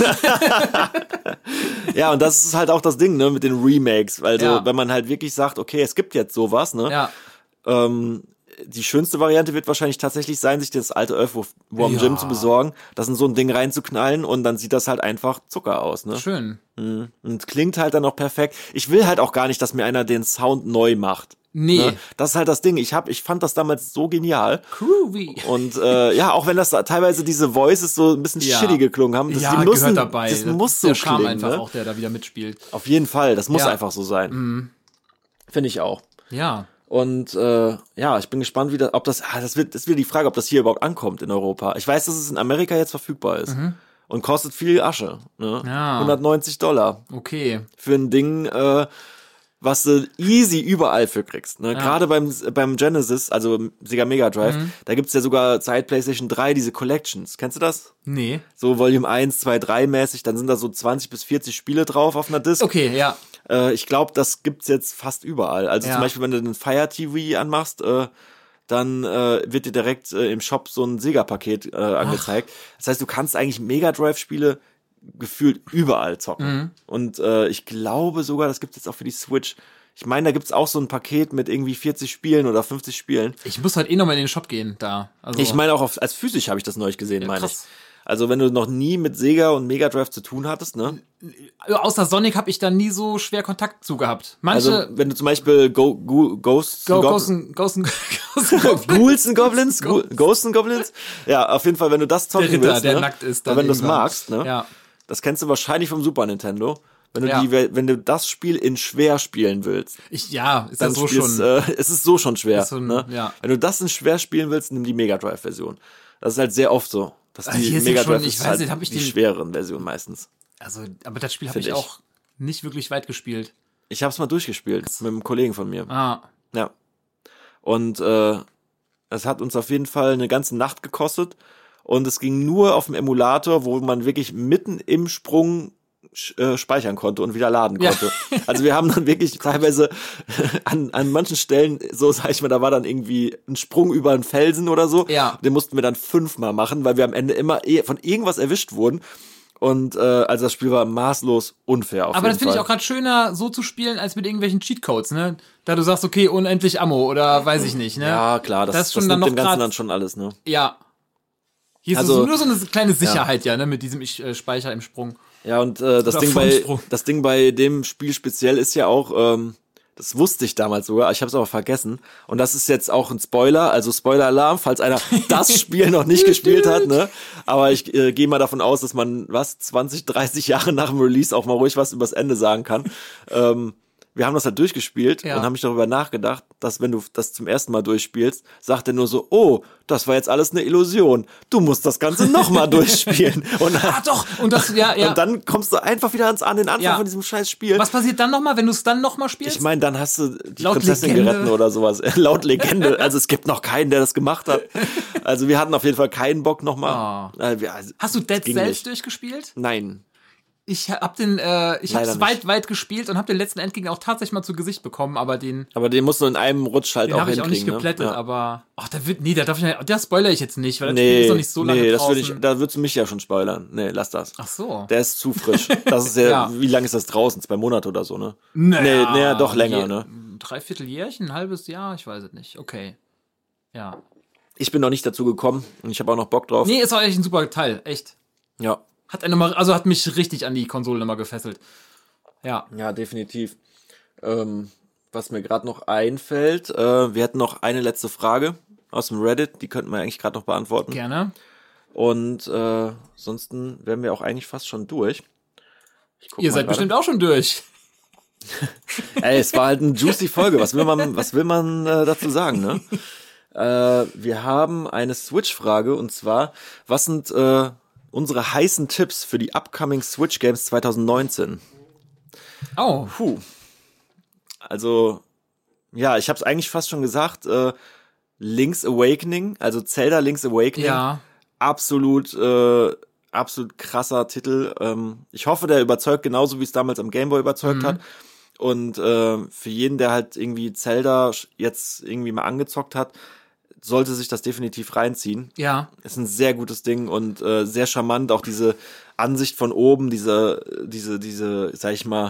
Ja, und das ist halt auch das Ding, ne, mit den Remakes. Also, Ja. wenn man halt wirklich sagt, okay, es gibt jetzt sowas, ne, Ja. ähm, die schönste Variante wird wahrscheinlich tatsächlich sein, sich das alte Earthworm Ja. Jim zu besorgen, das in so ein Ding reinzuknallen und dann sieht das halt einfach Zucker aus, ne? Schön. Mhm. Und klingt halt dann auch perfekt. Ich will halt auch gar nicht, dass mir einer den Sound neu macht. Nee. Ne? Das ist halt das Ding. Ich hab, ich fand das damals so genial. Groovy. Und äh, ja, auch wenn das da teilweise diese Voices so ein bisschen Ja. shitty geklungen haben, das, ja, die müssen, gehört dabei. das muss so der Charme klingen. einfach Ne? auch, der da wieder mitspielt. Auf jeden Fall, das muss Ja. einfach so sein. Mhm. Finde ich auch. Ja. Und äh, ja, ich bin gespannt, wie das, ob das, ah, das wird, das ist wieder die Frage, ob das hier überhaupt ankommt in Europa. Ich weiß, dass es in Amerika jetzt verfügbar ist und kostet viel Asche, ne? Mhm. Ja. hundertneunzig Dollar Okay. für ein Ding, äh, was du easy überall für kriegst. Ne? Ja. Gerade beim beim Genesis, also Sega Mega Drive, Mhm. da gibt's ja sogar seit PlayStation drei diese Collections. Kennst du das? Nee. So Volume eins, zwei, drei mäßig, dann sind da so zwanzig bis vierzig Spiele drauf auf einer Disc. Okay, ja. Äh, ich glaube, das gibt's jetzt fast überall. Also Ja. zum Beispiel, wenn du den Fire T V anmachst, äh, dann äh, wird dir direkt äh, im Shop so ein Sega-Paket äh, angezeigt. Das heißt, du kannst eigentlich Mega Drive-Spiele gefühlt überall zocken. Mhm. Und äh, ich glaube sogar, das gibt's jetzt auch für die Switch. Ich meine, da gibt's auch so ein Paket mit irgendwie vierzig Spielen oder fünfzig Spielen. Ich muss halt eh nochmal in den Shop gehen, da. Also, Ich meine auch auf, als physisch habe ich das neulich gesehen, Ja, meine ich. krass. Also wenn du noch nie mit Sega und Mega Drive zu tun hattest, ne? außer Sonic habe ich da nie so schwer Kontakt zu gehabt. Manche. Also wenn du zum Beispiel Go, Go, Ghosts, Go, Gob- Ghosts and- Ghosts and- Ghosts and Goblins. Ghouls and Goblins, Gu- Ghosts and Goblins. Ja, auf jeden Fall, wenn du das zocken Der Ritter, willst, der ne? nackt ist. Oder dann wenn du es irgendwann. magst, ne? Ja. Das kennst du wahrscheinlich vom Super Nintendo. Wenn du Ja. die, wenn du das Spiel in schwer spielen willst, Ich, ja, ist dann ja so spielst, schon. äh, es ist so schon schwer. Ist so ein- ne? ja. Wenn du das in schwer spielen willst, nimm die Mega Drive Version. Das ist halt sehr oft so. Dass Ah, die hier ist Mega ja schon- Drive ich ist weiß halt nicht, hab ich die den- schwereren Version meistens. Also, aber das Spiel habe Find ich ich. auch nicht wirklich weit gespielt. Ich habe es mal durchgespielt mit einem Kollegen von mir. Ah, Ja. Und äh, es hat uns auf jeden Fall eine ganze Nacht gekostet. Und es ging nur auf dem Emulator, wo man wirklich mitten im Sprung sch- äh, speichern konnte und wieder laden Ja. konnte. Also wir haben dann wirklich teilweise an, an manchen Stellen, so sag ich mal, da war dann irgendwie ein Sprung über einen Felsen oder so. Ja. Den mussten wir dann fünfmal machen, weil wir am Ende immer eh von irgendwas erwischt wurden. Und äh, also das Spiel war maßlos unfair auf aber jeden das finde ich Fall. auch gerade schöner, so zu spielen, als mit irgendwelchen Cheatcodes, ne? Da du sagst, okay, unendlich Ammo oder weiß ich nicht, ne? Ja, klar, das, Das das, ist schon das dann nimmt dem noch Ganzen grad- dann schon alles, ne? Ja. Hier ist Also- so, nur so eine kleine Sicherheit, ja, ne? Mit diesem ich äh, Speicher im Sprung. Ja, und äh, das Oder Ding bei Frontsprung. das Ding bei dem Spiel speziell ist ja auch, ähm, das wusste ich damals sogar, ich habe es aber vergessen. Und das ist jetzt auch ein Spoiler, also Spoiler-Alarm, falls einer das Spiel noch nicht gespielt hat, ne? Aber ich äh, gehe mal davon aus, dass man, was, zwanzig, dreißig Jahre nach dem Release auch mal ruhig was übers Ende sagen kann. ähm, wir haben das halt durchgespielt Ja. und haben mich darüber nachgedacht, dass wenn du das zum ersten Mal durchspielst, sagt er nur so, oh, das war jetzt alles eine Illusion. Du musst das Ganze nochmal durchspielen. Und dann, Ah, doch! Und das, ja, ja. und dann kommst du einfach wieder ans, an den Anfang Ja. von diesem scheiß Spiel. Was passiert dann nochmal, wenn du es dann nochmal spielst? Ich meine, dann hast du die Laut Prinzessin Legende. geritten oder sowas. Laut Legende. Also es gibt noch keinen, der das gemacht hat. Also wir hatten auf jeden Fall keinen Bock nochmal. Oh. Äh, wir- also, Hast du Dead ging Cells nicht. durchgespielt? Nein. Ich hab den, äh, ich Leider hab's weit, weit gespielt und hab den letzten Endgegner auch tatsächlich mal zu Gesicht bekommen, aber den, Aber den musst du in einem Rutsch halt den auch habe ich auch hinkriegen. nicht geplättet, ne? Ja. aber, ach, da wird, nee, da darf ich nicht, da spoilere ich jetzt nicht, weil das Spiel Nee, ist noch nicht so lange nee, das würde draußen. ich, da würdest du mich ja schon spoilern. Nee, lass das. Ach so. Der ist zu frisch. Das ist ja, Ja. wie lange ist das draußen? Zwei Monate oder so, ne? Naja, nee, nee, doch länger, je- ne? Dreivierteljährchen, ein halbes Jahr, ich weiß es nicht. Okay. Ja. Ich bin noch nicht dazu gekommen und ich habe auch noch Bock drauf. Nee, ist auch echt ein super Teil, echt. Ja. Hat eine mal, also hat mich richtig an die Konsole immer gefesselt. Ja. Ja, definitiv. Ähm, was mir gerade noch einfällt, äh, wir hätten noch eine letzte Frage aus dem Reddit, die könnten wir eigentlich gerade noch beantworten. Gerne. Und äh, ansonsten wären wir auch eigentlich fast schon durch. Ich guck Ihr mal seid gerade. bestimmt auch schon durch. Ey, es war halt eine juicy Folge. Was will man, was will man äh, dazu sagen, ne? Äh, wir haben eine Switch-Frage und zwar, was sind äh, unsere heißen Tipps für die upcoming Switch Games zwanzig neunzehn? Oh. Puh. Also, Ja, ich habe es eigentlich fast schon gesagt, äh, Link's Awakening, also Zelda Link's Awakening. Ja. Absolut, äh, absolut krasser Titel. Ähm, ich hoffe, der überzeugt genauso, wie es damals am Game Boy überzeugt Mhm. hat. Und äh, für jeden, der halt irgendwie Zelda jetzt irgendwie mal angezockt hat, sollte sich das definitiv reinziehen. Ja. Ist ein sehr gutes Ding und äh, sehr charmant. Auch diese Ansicht von oben, diese, diese, diese, sag ich mal,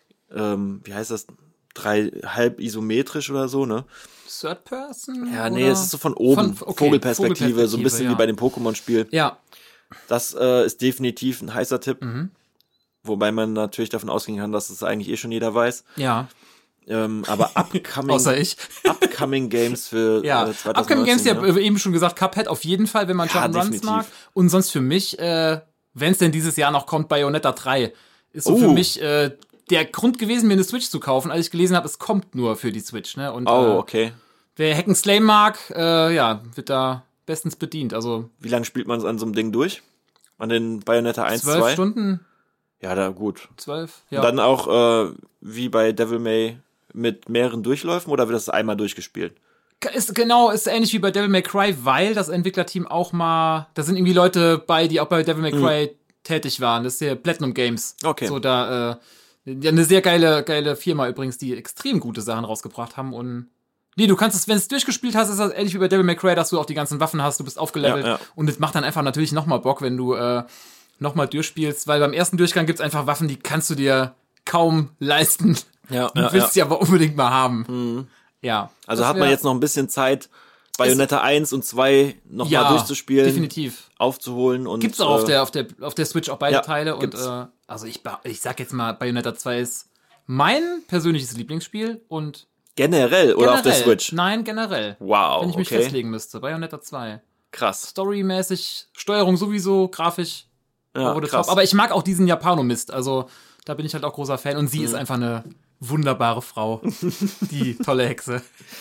ähm, wie heißt das? Drei, halb isometrisch oder so, ne? Third Person? Ja, nee, oder? es ist so von oben, Von- okay, Vogelperspektive, so ein bisschen ja. wie bei dem Pokémon-Spiel. Ja. Das äh, ist definitiv ein heißer Tipp. Mhm. Wobei man natürlich davon ausgehen kann, dass es eigentlich eh schon jeder weiß. Ja. Ähm, aber upcoming, Außer ich. upcoming Games für Ja, äh, zwanzig neunzehn. Upcoming Games, ja, ne? eben schon gesagt, Cuphead auf jeden Fall, wenn man Ja, Jump'n'Runs definitiv. mag. Und sonst für mich, äh, wenn es denn dieses Jahr noch kommt, Bayonetta drei. Ist so Oh. für mich äh, der Grund gewesen, mir eine Switch zu kaufen, als ich gelesen habe, es kommt nur für die Switch. Ne? Und Oh, äh, okay. wer Hack'n'Slay mag, äh, ja, wird da bestens bedient. Also Wie lange spielt man es an so einem Ding durch? An den Bayonetta eins, zwölf zwei? Stunden, Ja, da gut. zwölf, ja. Und dann auch äh, wie bei Devil May mit mehreren Durchläufen oder wird das einmal durchgespielt? Ist genau, ist ähnlich wie bei Devil May Cry, weil das Entwicklerteam auch mal, da sind irgendwie Leute bei, die auch bei Devil May Cry tätig waren. Das ist der Platinum Games. Okay. So da, äh, ja, eine sehr geile, geile Firma übrigens, die extrem gute Sachen rausgebracht haben. Und nee, du kannst es, wenn du es durchgespielt hast, ist das ähnlich wie bei Devil May Cry, dass du auch die ganzen Waffen hast, du bist aufgelevelt Ja, ja. und es macht dann einfach natürlich nochmal Bock, wenn du äh, nochmal durchspielst, weil beim ersten Durchgang gibt's einfach Waffen, die kannst du dir kaum leisten. Ja, Du willst sie aber unbedingt mal haben. Mhm. Ja. Also Das hat man wär- jetzt noch ein bisschen Zeit, Bayonetta eins und zwei noch ja, mal durchzuspielen, definitiv. aufzuholen. Und, Gibt's auch auf äh, der, auf der, auf der Switch auch beide ja, Teile. Und gibt's. äh, also ich, ba- ich sag jetzt mal, Bayonetta zwei ist mein persönliches Lieblingsspiel und generell oder auf der generell- Switch? Nein, generell. Wow, Wenn ich mich okay. festlegen müsste. Bayonetta zwei. Krass. Storymäßig, Steuerung sowieso, grafisch. Ja, over the krass. top. Aber ich mag auch diesen Japanomist. Also da bin ich halt auch großer Fan. Und sie Mhm. ist einfach eine wunderbare Frau. Die tolle Hexe.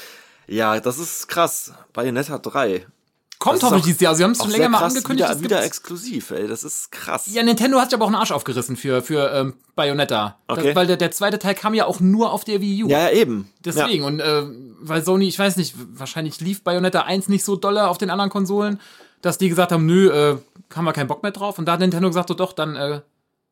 Ja, das ist krass. Bayonetta drei. Kommt Das ist hoffentlich auch- dieses Jahr. Sie haben es Auch schon sehr länger mal krass, angekündigt. wieder, es wieder gibt's- exklusiv, ey. Das ist krass. Ja, Nintendo hat sich aber auch einen Arsch aufgerissen für, für ähm, Bayonetta. Okay. Das, weil der, der zweite Teil kam ja auch nur auf der Wii U. Ja, ja, eben. Deswegen. Und äh, weil Sony, ich weiß nicht, wahrscheinlich lief Bayonetta eins nicht so dolle auf den anderen Konsolen, dass die gesagt haben, nö, äh, haben wir keinen Bock mehr drauf. Und da hat Nintendo gesagt, so doch, dann äh,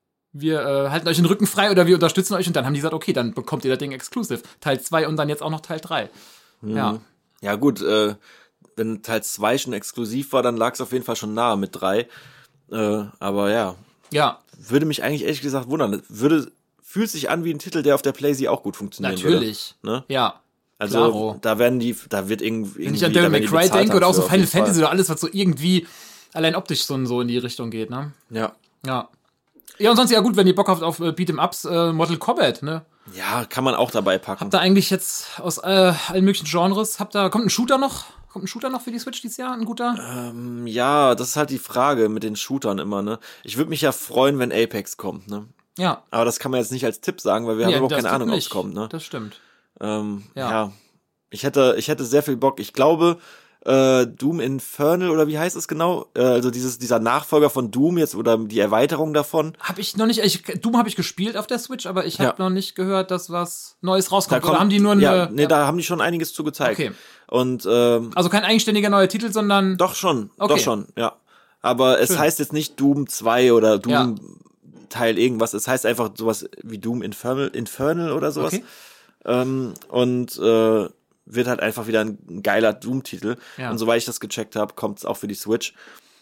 wir äh, halten euch den Rücken frei oder wir unterstützen euch. Und dann haben die gesagt, okay, dann bekommt ihr das Ding exklusiv. Teil zwei und dann jetzt auch noch Teil drei. Ja, Ja. mhm. Ja, gut, äh, wenn Teil zwei schon exklusiv war, dann lag es auf jeden Fall schon nahe mit drei. Äh, aber ja, Ja, würde mich eigentlich ehrlich gesagt wundern. Würde, fühlt sich an wie ein Titel, der auf der PlayStation auch gut funktionieren natürlich. würde. Ne? Ja. Also Klaro. da werden die, da wird irgendwie. Wenn ich an da Devil werden May die Cry bezahlt denke oder auch so dafür, auf Final jeden Fall. Fantasy oder alles, was so irgendwie allein optisch so, so in die Richtung geht, ne? Ja. Ja. Ja, und sonst ja gut, wenn ihr Bock habt auf äh, Beat'em-Ups, äh, Mortal Kombat, ne? Ja, kann man auch dabei packen. Habt ihr eigentlich jetzt aus äh, allen möglichen Genres, habt ihr, kommt ein Shooter noch? Kommt ein Shooter noch für die Switch dieses Jahr? Ein guter? Ähm, ja, das ist halt die Frage mit den Shootern immer, ne? Ich würde mich ja freuen, wenn Apex kommt, ne? Ja. Aber das kann man jetzt nicht als Tipp sagen, weil wir haben Ja, überhaupt das keine tut Ahnung, ob es nicht. kommt, ne? Das stimmt. Ähm, ja. Ja. Ich hätte, ich hätte sehr viel Bock. Ich glaube, äh, Doom Infernal oder wie heißt es genau? Äh, also dieses, dieser Nachfolger von Doom jetzt oder die Erweiterung davon. Hab ich noch nicht, ich, Doom habe ich gespielt auf der Switch, aber ich habe Ja. noch nicht gehört, dass was Neues rauskommt. kommt- Oder haben die nur eine. Ja, nee, da haben die schon einiges zu gezeigt. Okay. Und ähm, Also kein eigenständiger neuer Titel, sondern. doch schon, Okay. doch schon, ja. Aber es Schön. heißt jetzt nicht Doom zwei oder Doom Ja. Teil irgendwas. Es heißt einfach sowas wie Doom Infernal, Infernal oder sowas. Okay. Ähm, und äh, wird halt einfach wieder ein geiler Doom-Titel. Ja. Und soweit ich das gecheckt habe, kommt es auch für die Switch.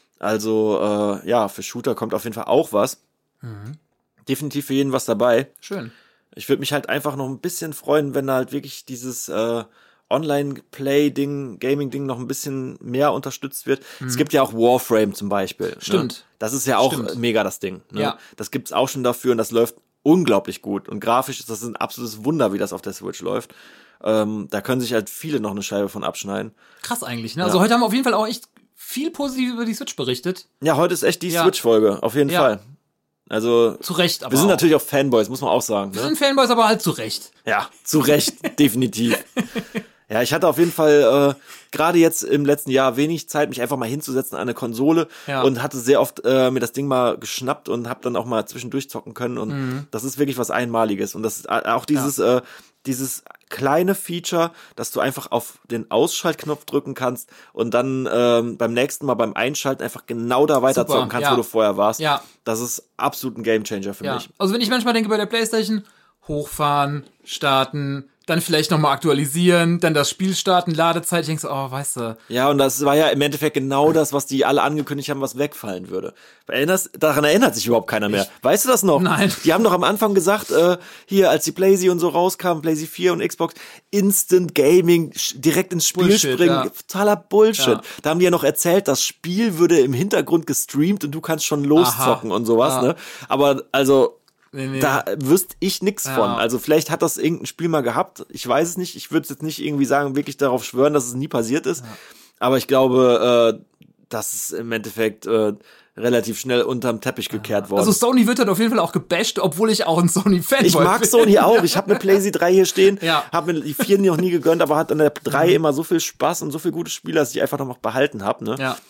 Also äh, ja, für Shooter kommt auf jeden Fall auch was. Mhm. Definitiv für jeden was dabei. Schön. Ich würde mich halt einfach noch ein bisschen freuen, wenn da halt wirklich dieses äh, Online-Play-Ding, Gaming-Ding noch ein bisschen mehr unterstützt wird. Es gibt ja auch Warframe zum Beispiel. Stimmt. Ne? Das ist ja auch Stimmt. mega das Ding. Ne? Ja. Das gibt's auch schon dafür und das läuft unglaublich gut. Und grafisch ist das ein absolutes Wunder, wie das auf der Switch läuft. Ähm, da können sich halt viele noch eine Scheibe von abschneiden. Krass eigentlich, ne? Also heute haben wir auf jeden Fall auch echt viel positiv über die Switch berichtet. Ja, heute ist echt die Ja. Switch-Folge, auf jeden Ja. Fall. Also, Zu Recht, aber. wir sind auch. natürlich auch Fanboys, muss man auch sagen. Wir Ne? sind Fanboys, aber halt zu Recht. Ja, zu Recht, definitiv. Ja, ich hatte auf jeden Fall äh, gerade jetzt im letzten Jahr wenig Zeit, mich einfach mal hinzusetzen an eine Konsole Ja. und hatte sehr oft äh, mir das Ding mal geschnappt und habe dann auch mal zwischendurch zocken können und Mhm. das ist wirklich was Einmaliges und das ist äh, auch dieses äh, dieses kleine Feature, dass du einfach auf den Ausschaltknopf drücken kannst und dann ähm, beim nächsten Mal beim Einschalten einfach genau da weiter Super, zocken kannst, ja. wo du vorher warst. Ja. Das ist absolut ein Gamechanger für Ja. mich. Also wenn ich manchmal denke bei der PlayStation, hochfahren, starten, dann vielleicht nochmal aktualisieren, dann das Spiel starten, Ladezeit, ich denke so, oh, weißt du. Ja, und das war ja im Endeffekt genau das, was die alle angekündigt haben, was wegfallen würde. Erinnerst, daran erinnert sich überhaupt keiner mehr. Weißt du das noch? Nein. Die haben doch am Anfang gesagt, äh, hier, als die PlayStation und so rauskamen, PlayStation vier und Xbox, Instant Gaming, sch- direkt ins Spiel Bullshit, springen, ja. totaler Bullshit. Ja. Da haben die ja noch erzählt, das Spiel würde im Hintergrund gestreamt und du kannst schon loszocken Aha. und sowas, Ja. ne? Aber, also, Nee, nee. da wüsste ich nix Ja. von. Also vielleicht hat das irgendein Spiel mal gehabt. Ich weiß es nicht. Ich würde jetzt nicht irgendwie sagen, wirklich darauf schwören, dass es nie passiert ist. Ja. Aber ich glaube, äh, dass es im Endeffekt äh, relativ schnell unterm Teppich gekehrt worden. Also Sony wird halt auf jeden Fall auch gebasht, obwohl ich auch ein Sony-Fan bin. Ich mag Sony auch. Ich habe eine PlayStation drei hier stehen, Ja. habe mir die vier noch nie gegönnt, aber hat an der drei immer so viel Spaß und so viele gute Spiele, dass ich einfach noch behalten habe. Ne? Ja.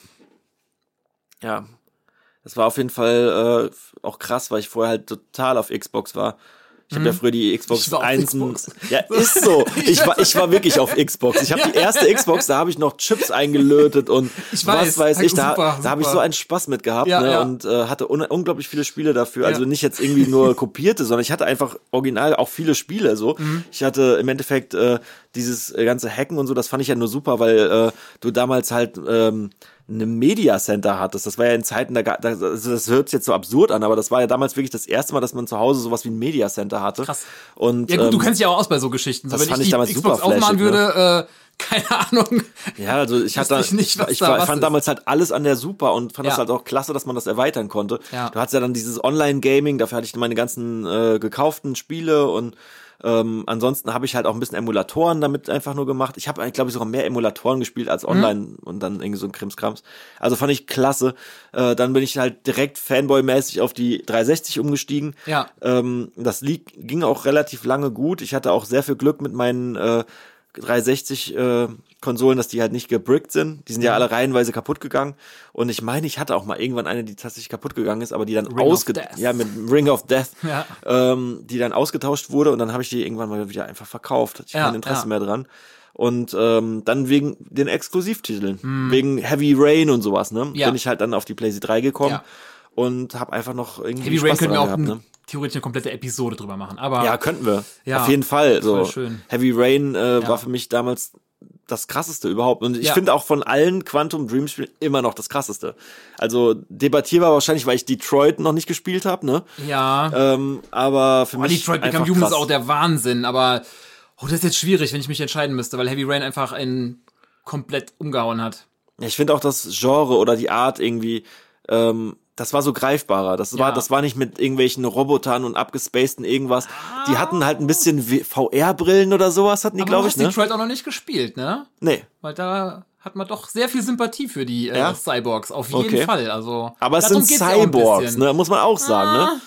Ja. Das war auf jeden Fall äh, auch krass, weil ich vorher halt total auf Xbox war. Ich habe ja früher die Xbox Ich war auf eins. Xbox. Ja, ist so. Ich war, ich war wirklich auf Xbox. Ich habe die erste Xbox, da habe ich noch Chips eingelötet und Ich was weiß. weiß ich. Da, Super, da habe ich super. so einen Spaß mit gehabt, Ja, ne? ja. Und äh, hatte un unglaublich viele Spiele dafür. Also Ja. nicht jetzt irgendwie nur kopierte, sondern ich hatte einfach original auch viele Spiele. So, Mhm. ich hatte im Endeffekt äh, dieses äh, ganze Hacken und so. Das fand ich ja nur super, weil äh, du damals halt ähm, eine Media Center hattest. Das war ja in Zeiten, da, da also das hört sich jetzt so absurd an, aber das war ja damals wirklich das erste Mal, dass man zu Hause sowas wie ein Media Center hatte. Krass. Und, Ja gut, ähm, du kennst dich auch aus bei so Geschichten. So, das wenn fand ich ich die damals Xbox super aufmachen flashig, würde, äh, keine Ahnung. ja, also ich hatte, ich nicht, was ich, da war, was fand ist. damals halt alles an der super und fand Ja. das halt auch klasse, dass man das erweitern konnte. Ja. Du hattest ja dann dieses Online-Gaming, dafür hatte ich meine ganzen äh, gekauften Spiele und ähm, ansonsten habe ich halt auch ein bisschen Emulatoren damit einfach nur gemacht. Ich habe eigentlich, glaube ich, sogar mehr Emulatoren gespielt als online mhm. und dann irgendwie so ein Krimskrams. Also fand ich klasse. Äh, dann bin ich halt direkt Fanboy-mäßig auf die dreihundertsechzig umgestiegen. Ja. Ähm, das lieg, ging auch relativ lange gut. Ich hatte auch sehr viel Glück mit meinen äh, dreihundertsechzig äh, Konsolen, dass die halt nicht gebrickt sind. Die sind ja alle reihenweise kaputt gegangen. Und ich meine, ich hatte auch mal irgendwann eine, die tatsächlich kaputt gegangen ist, aber die dann Ring ausge... of Death. Ja, mit Ring of Death. Ja. Ähm, die dann ausgetauscht wurde und dann habe ich die irgendwann mal wieder einfach verkauft. Hatte ich Ja, kein Interesse ja. mehr dran. Und ähm, dann wegen den Exklusivtiteln, Hm. wegen Heavy Rain und sowas, ne? Ja. Bin ich halt dann auf die PlayStation drei gekommen Ja. und habe einfach noch irgendwie Heavy Spaß Rain können wir auch daran gehabt, ein, ne? theoretisch eine komplette Episode drüber machen. Aber Ja, könnten wir. Ja. Auf jeden Fall. So. Voll schön. Heavy Rain äh, Ja. war für mich damals das krasseste überhaupt. Und ich Ja. finde auch von allen Quantum Dream Spielen immer noch das krasseste. Also debattierbar wahrscheinlich, weil ich Detroit noch nicht gespielt habe, ne? ja. Ähm, aber für Oh, mich Detroit einfach Become Human ist krass. auch der Wahnsinn, aber oh, das ist jetzt schwierig, wenn ich mich entscheiden müsste, weil Heavy Rain einfach einen komplett umgehauen hat. Ja, ich finde auch das Genre oder die Art irgendwie, ähm, das war so greifbarer. Das war, Ja. das war nicht mit irgendwelchen Robotern und abgespaceden irgendwas. Die hatten halt ein bisschen V R-Brillen oder sowas, hatten die, Aber glaube du ich, hast ne? Detroit auch noch nicht gespielt, ne? Nee. Weil da hat man doch sehr viel Sympathie für die äh, Ja? Cyborgs, auf jeden Okay. Fall. Also, Aber es darum sind geht's ja auch ein Cyborgs, bisschen. ne? Muss man auch sagen, ne?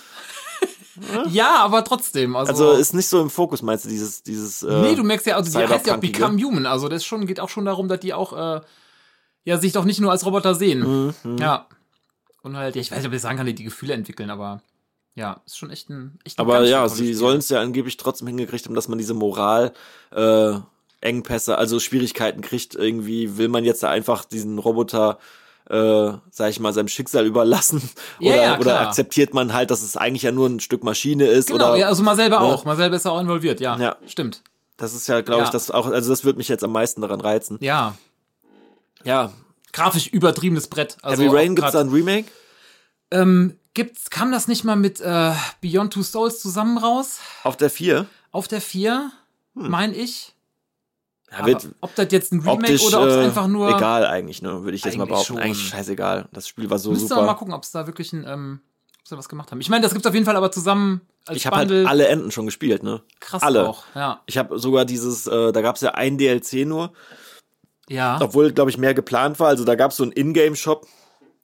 Ja, aber trotzdem. Also, Also ist nicht so im Fokus, meinst du, dieses, dieses. Äh, nee, du merkst ja, also die heißt ja auch Cyberpunkige. Become Human. Also das schon, geht auch schon darum, dass die auch äh, ja sich doch nicht nur als Roboter sehen. Mhm. Ja. Und halt, ja, ich weiß nicht, ob ich sagen kann, die die Gefühle entwickeln, aber ja, ist schon echt ein echt ein Aber ganz ja, tolles sie Spiel. sollen es ja angeblich trotzdem hingekriegt haben, dass man diese Moral äh, Engpässe, also Schwierigkeiten kriegt. Irgendwie will man jetzt da einfach diesen Roboter, äh, sag ich mal, seinem Schicksal überlassen Ja, oder, ja, oder klar. akzeptiert man halt, dass es eigentlich ja nur ein Stück Maschine ist Genau, oder ja, also mal selber ne? auch. Mal selber ist auch involviert, ja. Ja. Stimmt. das ist ja, glaube ich, Ja. das auch, also das wird mich jetzt am meisten daran reizen. Ja. Ja, Grafisch übertriebenes Brett. Also Heavy Rain auch gibt's grad- da ein Remake? Ähm, gibt's, kam das nicht mal mit äh, Beyond Two Souls zusammen raus? Auf der vier? Auf der vier, Hm. mein ich. Ja, Aber wird ob das jetzt ein Remake optisch oder ob es äh, einfach nur. egal eigentlich, ne, würde ich jetzt mal Eigentlich behaupten. schon. Eigentlich scheißegal. Das Spiel war so Müsste super. man mal gucken, ob es da wirklich ein, ähm, ob sie was gemacht haben. Ich meine, das gibt's auf jeden Fall aber zusammen als Ich habe halt Bundle. alle Enden schon gespielt, ne? Krass alle. auch, ja. Ich habe sogar dieses, äh, da gab's ja ein D L C nur, Ja. obwohl, glaube ich, mehr geplant war. Also da gab's so einen Ingame-Shop,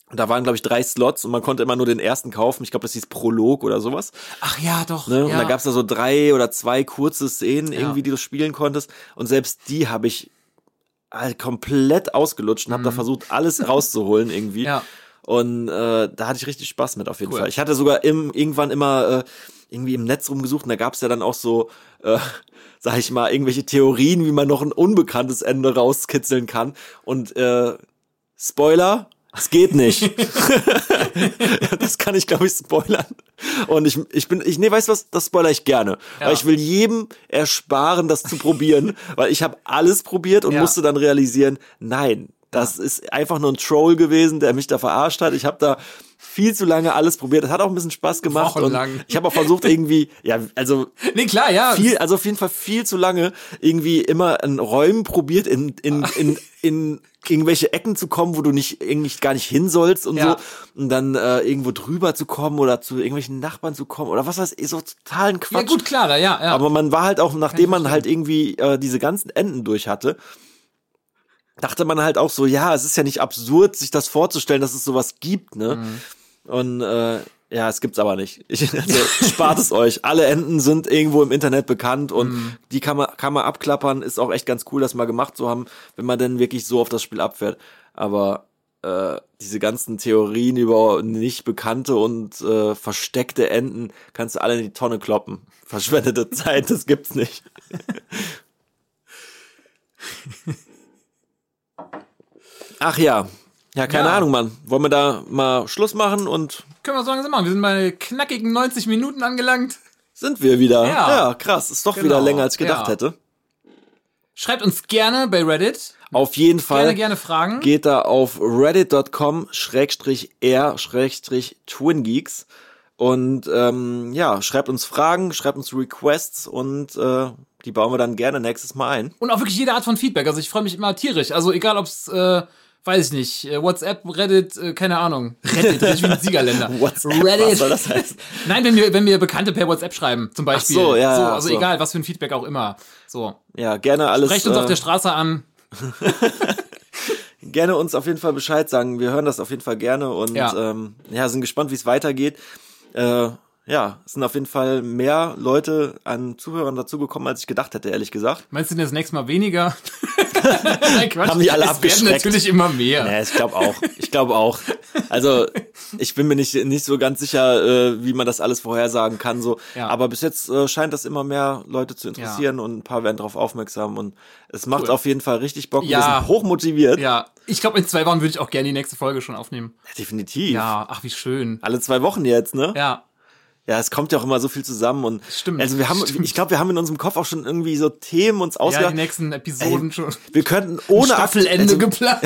Da waren, glaube ich, drei Slots und man konnte immer nur den ersten kaufen. Ich glaube, das hieß Prolog oder sowas. Ach ja, doch. Ne? Ja. Und da gab's da so drei oder zwei kurze Szenen Ja. irgendwie, die du spielen konntest. Und selbst die habe ich halt komplett ausgelutscht und habe da versucht, alles rauszuholen irgendwie. Ja. Und äh, da hatte ich richtig Spaß mit auf jeden Cool. Fall. Ich hatte sogar im, irgendwann immer äh, irgendwie im Netz rumgesucht und da gab's ja dann auch so, äh, sag ich mal, irgendwelche Theorien, wie man noch ein unbekanntes Ende rauskitzeln kann. Und äh, Spoiler, es geht nicht. Das kann ich, glaube ich, spoilern. Und ich, ich bin, ich, nee, weißt du was, das spoilere ich gerne. Ja. Weil ich will jedem ersparen, das zu probieren, weil ich habe alles probiert und Ja. musste dann realisieren, nein, das ist einfach nur ein Troll gewesen, der mich da verarscht hat. Ich habe da viel zu lange alles probiert. Das hat auch ein bisschen Spaß gemacht. Und Wochenlang. ich habe auch versucht irgendwie, ja, also Nee, klar, ja. viel, also auf jeden Fall viel zu lange irgendwie immer in Räumen probiert, in, in, in, in irgendwelche Ecken zu kommen, wo du nicht, eigentlich gar nicht hin sollst und Ja. so. Und dann äh, irgendwo drüber zu kommen oder zu irgendwelchen Nachbarn zu kommen oder was weiß ich, so totalen Quatsch. Ja, gut, klar, da, ja, ja. Aber man war halt auch, nachdem man verstehen. halt irgendwie äh, diese ganzen Enden durch hatte, dachte man halt auch so, ja, es ist ja nicht absurd, sich das vorzustellen, dass es sowas gibt, ne? Mhm. Und äh, ja, es gibt's aber nicht. Ich, also, spart es euch. Alle Enden sind irgendwo im Internet bekannt und Mhm. die kann man, kann man abklappern. Ist auch echt ganz cool, das mal gemacht zu haben, wenn man denn wirklich so auf das Spiel abfährt. Aber äh, diese ganzen Theorien über nicht bekannte und äh, versteckte Enden kannst du alle in die Tonne kloppen. Verschwendete Zeit, das gibt's nicht. Ach ja. Ja, keine Ja. Ahnung, Mann. Wollen wir da mal Schluss machen und Können wir so langsam machen. Wir sind bei knackigen neunzig Minuten angelangt. sind wir wieder? Ja. Ja, krass. Ist doch Genau. wieder länger, als ich gedacht Ja. hätte. Schreibt uns gerne bei Reddit. Auf jeden Fall. Gerne, gerne Fragen. Geht da auf reddit.com schrägstrich r schrägstrich twingeeks und ähm, ja, schreibt uns Fragen, schreibt uns Requests und äh, die bauen wir dann gerne nächstes Mal ein. Und auch wirklich jede Art von Feedback. Also ich freue mich immer tierisch. Also egal, ob's, äh, weiß ich nicht, äh, WhatsApp, Reddit, äh, keine Ahnung. Reddit, richtig wie ein Siegerländer. WhatsApp, Reddit. was soll das heißen? Nein, wenn wir, wenn wir Bekannte per WhatsApp schreiben, zum Beispiel. Ach so, ja, so, ja, also so. egal, was für ein Feedback auch immer. So. Ja, gerne alles. Sprecht uns äh, auf der Straße an. gerne uns auf jeden Fall Bescheid sagen. Wir hören das auf jeden Fall gerne und Ja. ähm, ja, sind gespannt, wie es weitergeht. Äh, ja, es sind auf jeden Fall mehr Leute an Zuhörern dazugekommen, als ich gedacht hätte, ehrlich gesagt. Meinst du denn das nächste Mal weniger? Nein, Quatsch. Haben die alle es werden abgeschreckt? natürlich immer mehr. Ja, ich glaube auch. Ich glaube auch. Also, ich bin mir nicht, nicht so ganz sicher, äh, wie man das alles vorhersagen kann. So. Ja. Aber bis jetzt äh, scheint das immer mehr Leute zu interessieren und ein paar werden darauf aufmerksam. Und es macht Cool. auf jeden Fall richtig Bock. Ja. Wir sind hochmotiviert. Ja, ich glaube, in zwei Wochen würde ich auch gerne die nächste Folge schon aufnehmen. Definitiv. Ja, ach, wie schön. Alle zwei Wochen jetzt, ne? Ja, Ja, es kommt ja auch immer so viel zusammen und Stimmt, also wir haben, stimmt. ich glaube, wir haben in unserem Kopf auch schon irgendwie so Themen uns ja, die ausgedacht. nächsten Episoden Ey, schon. wir könnten ohne Staffelende also, geplant.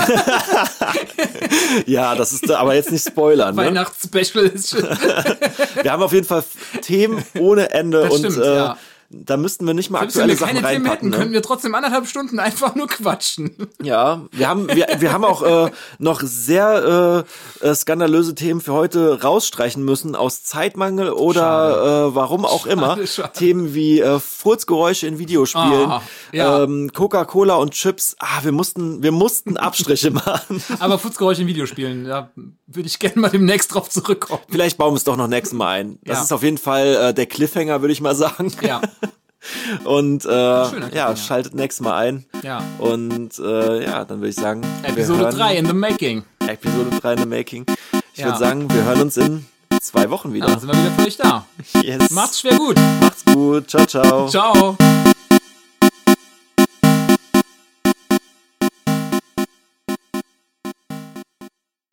ja, das ist aber jetzt nicht spoilern. Ne? Weihnachtsspecial ist schon. Wir haben auf jeden Fall Themen ohne Ende Das und stimmt, äh, ja. da müssten wir nicht mal Selbst wenn aktuelle wir Sachen keine Themen reinpacken. hätten, könnten Ne? wir trotzdem anderthalb Stunden einfach nur quatschen. Ja, wir haben wir, wir haben auch äh, noch sehr äh, äh, skandalöse Themen für heute rausstreichen müssen aus Zeitmangel oder äh, warum auch immer. Schade, schade. Themen wie äh, Furzgeräusche in Videospielen, Ah, ja. ähm, Coca-Cola und Chips. Ah, wir mussten wir mussten Abstriche machen. Aber Futzgeräusche in Videospielen, da würde ich gerne mal demnächst drauf zurückkommen. Vielleicht bauen wir es doch noch nächstes Mal ein. Das Ja. ist auf jeden Fall äh, der Cliffhanger, würde ich mal sagen. Ja, Und äh, Schöner ja, Cliffhanger. schaltet nächstes Mal ein. ja. Und äh, ja, dann würde ich sagen, wir Episode hören- drei in the making. Episode drei in the making. Ich Ja. würde sagen, wir hören uns in zwei Wochen Ja, wieder. dann sind wir wieder für euch da. Yes. Macht's schwer gut. Macht's gut. Ciao, ciao. Ciao.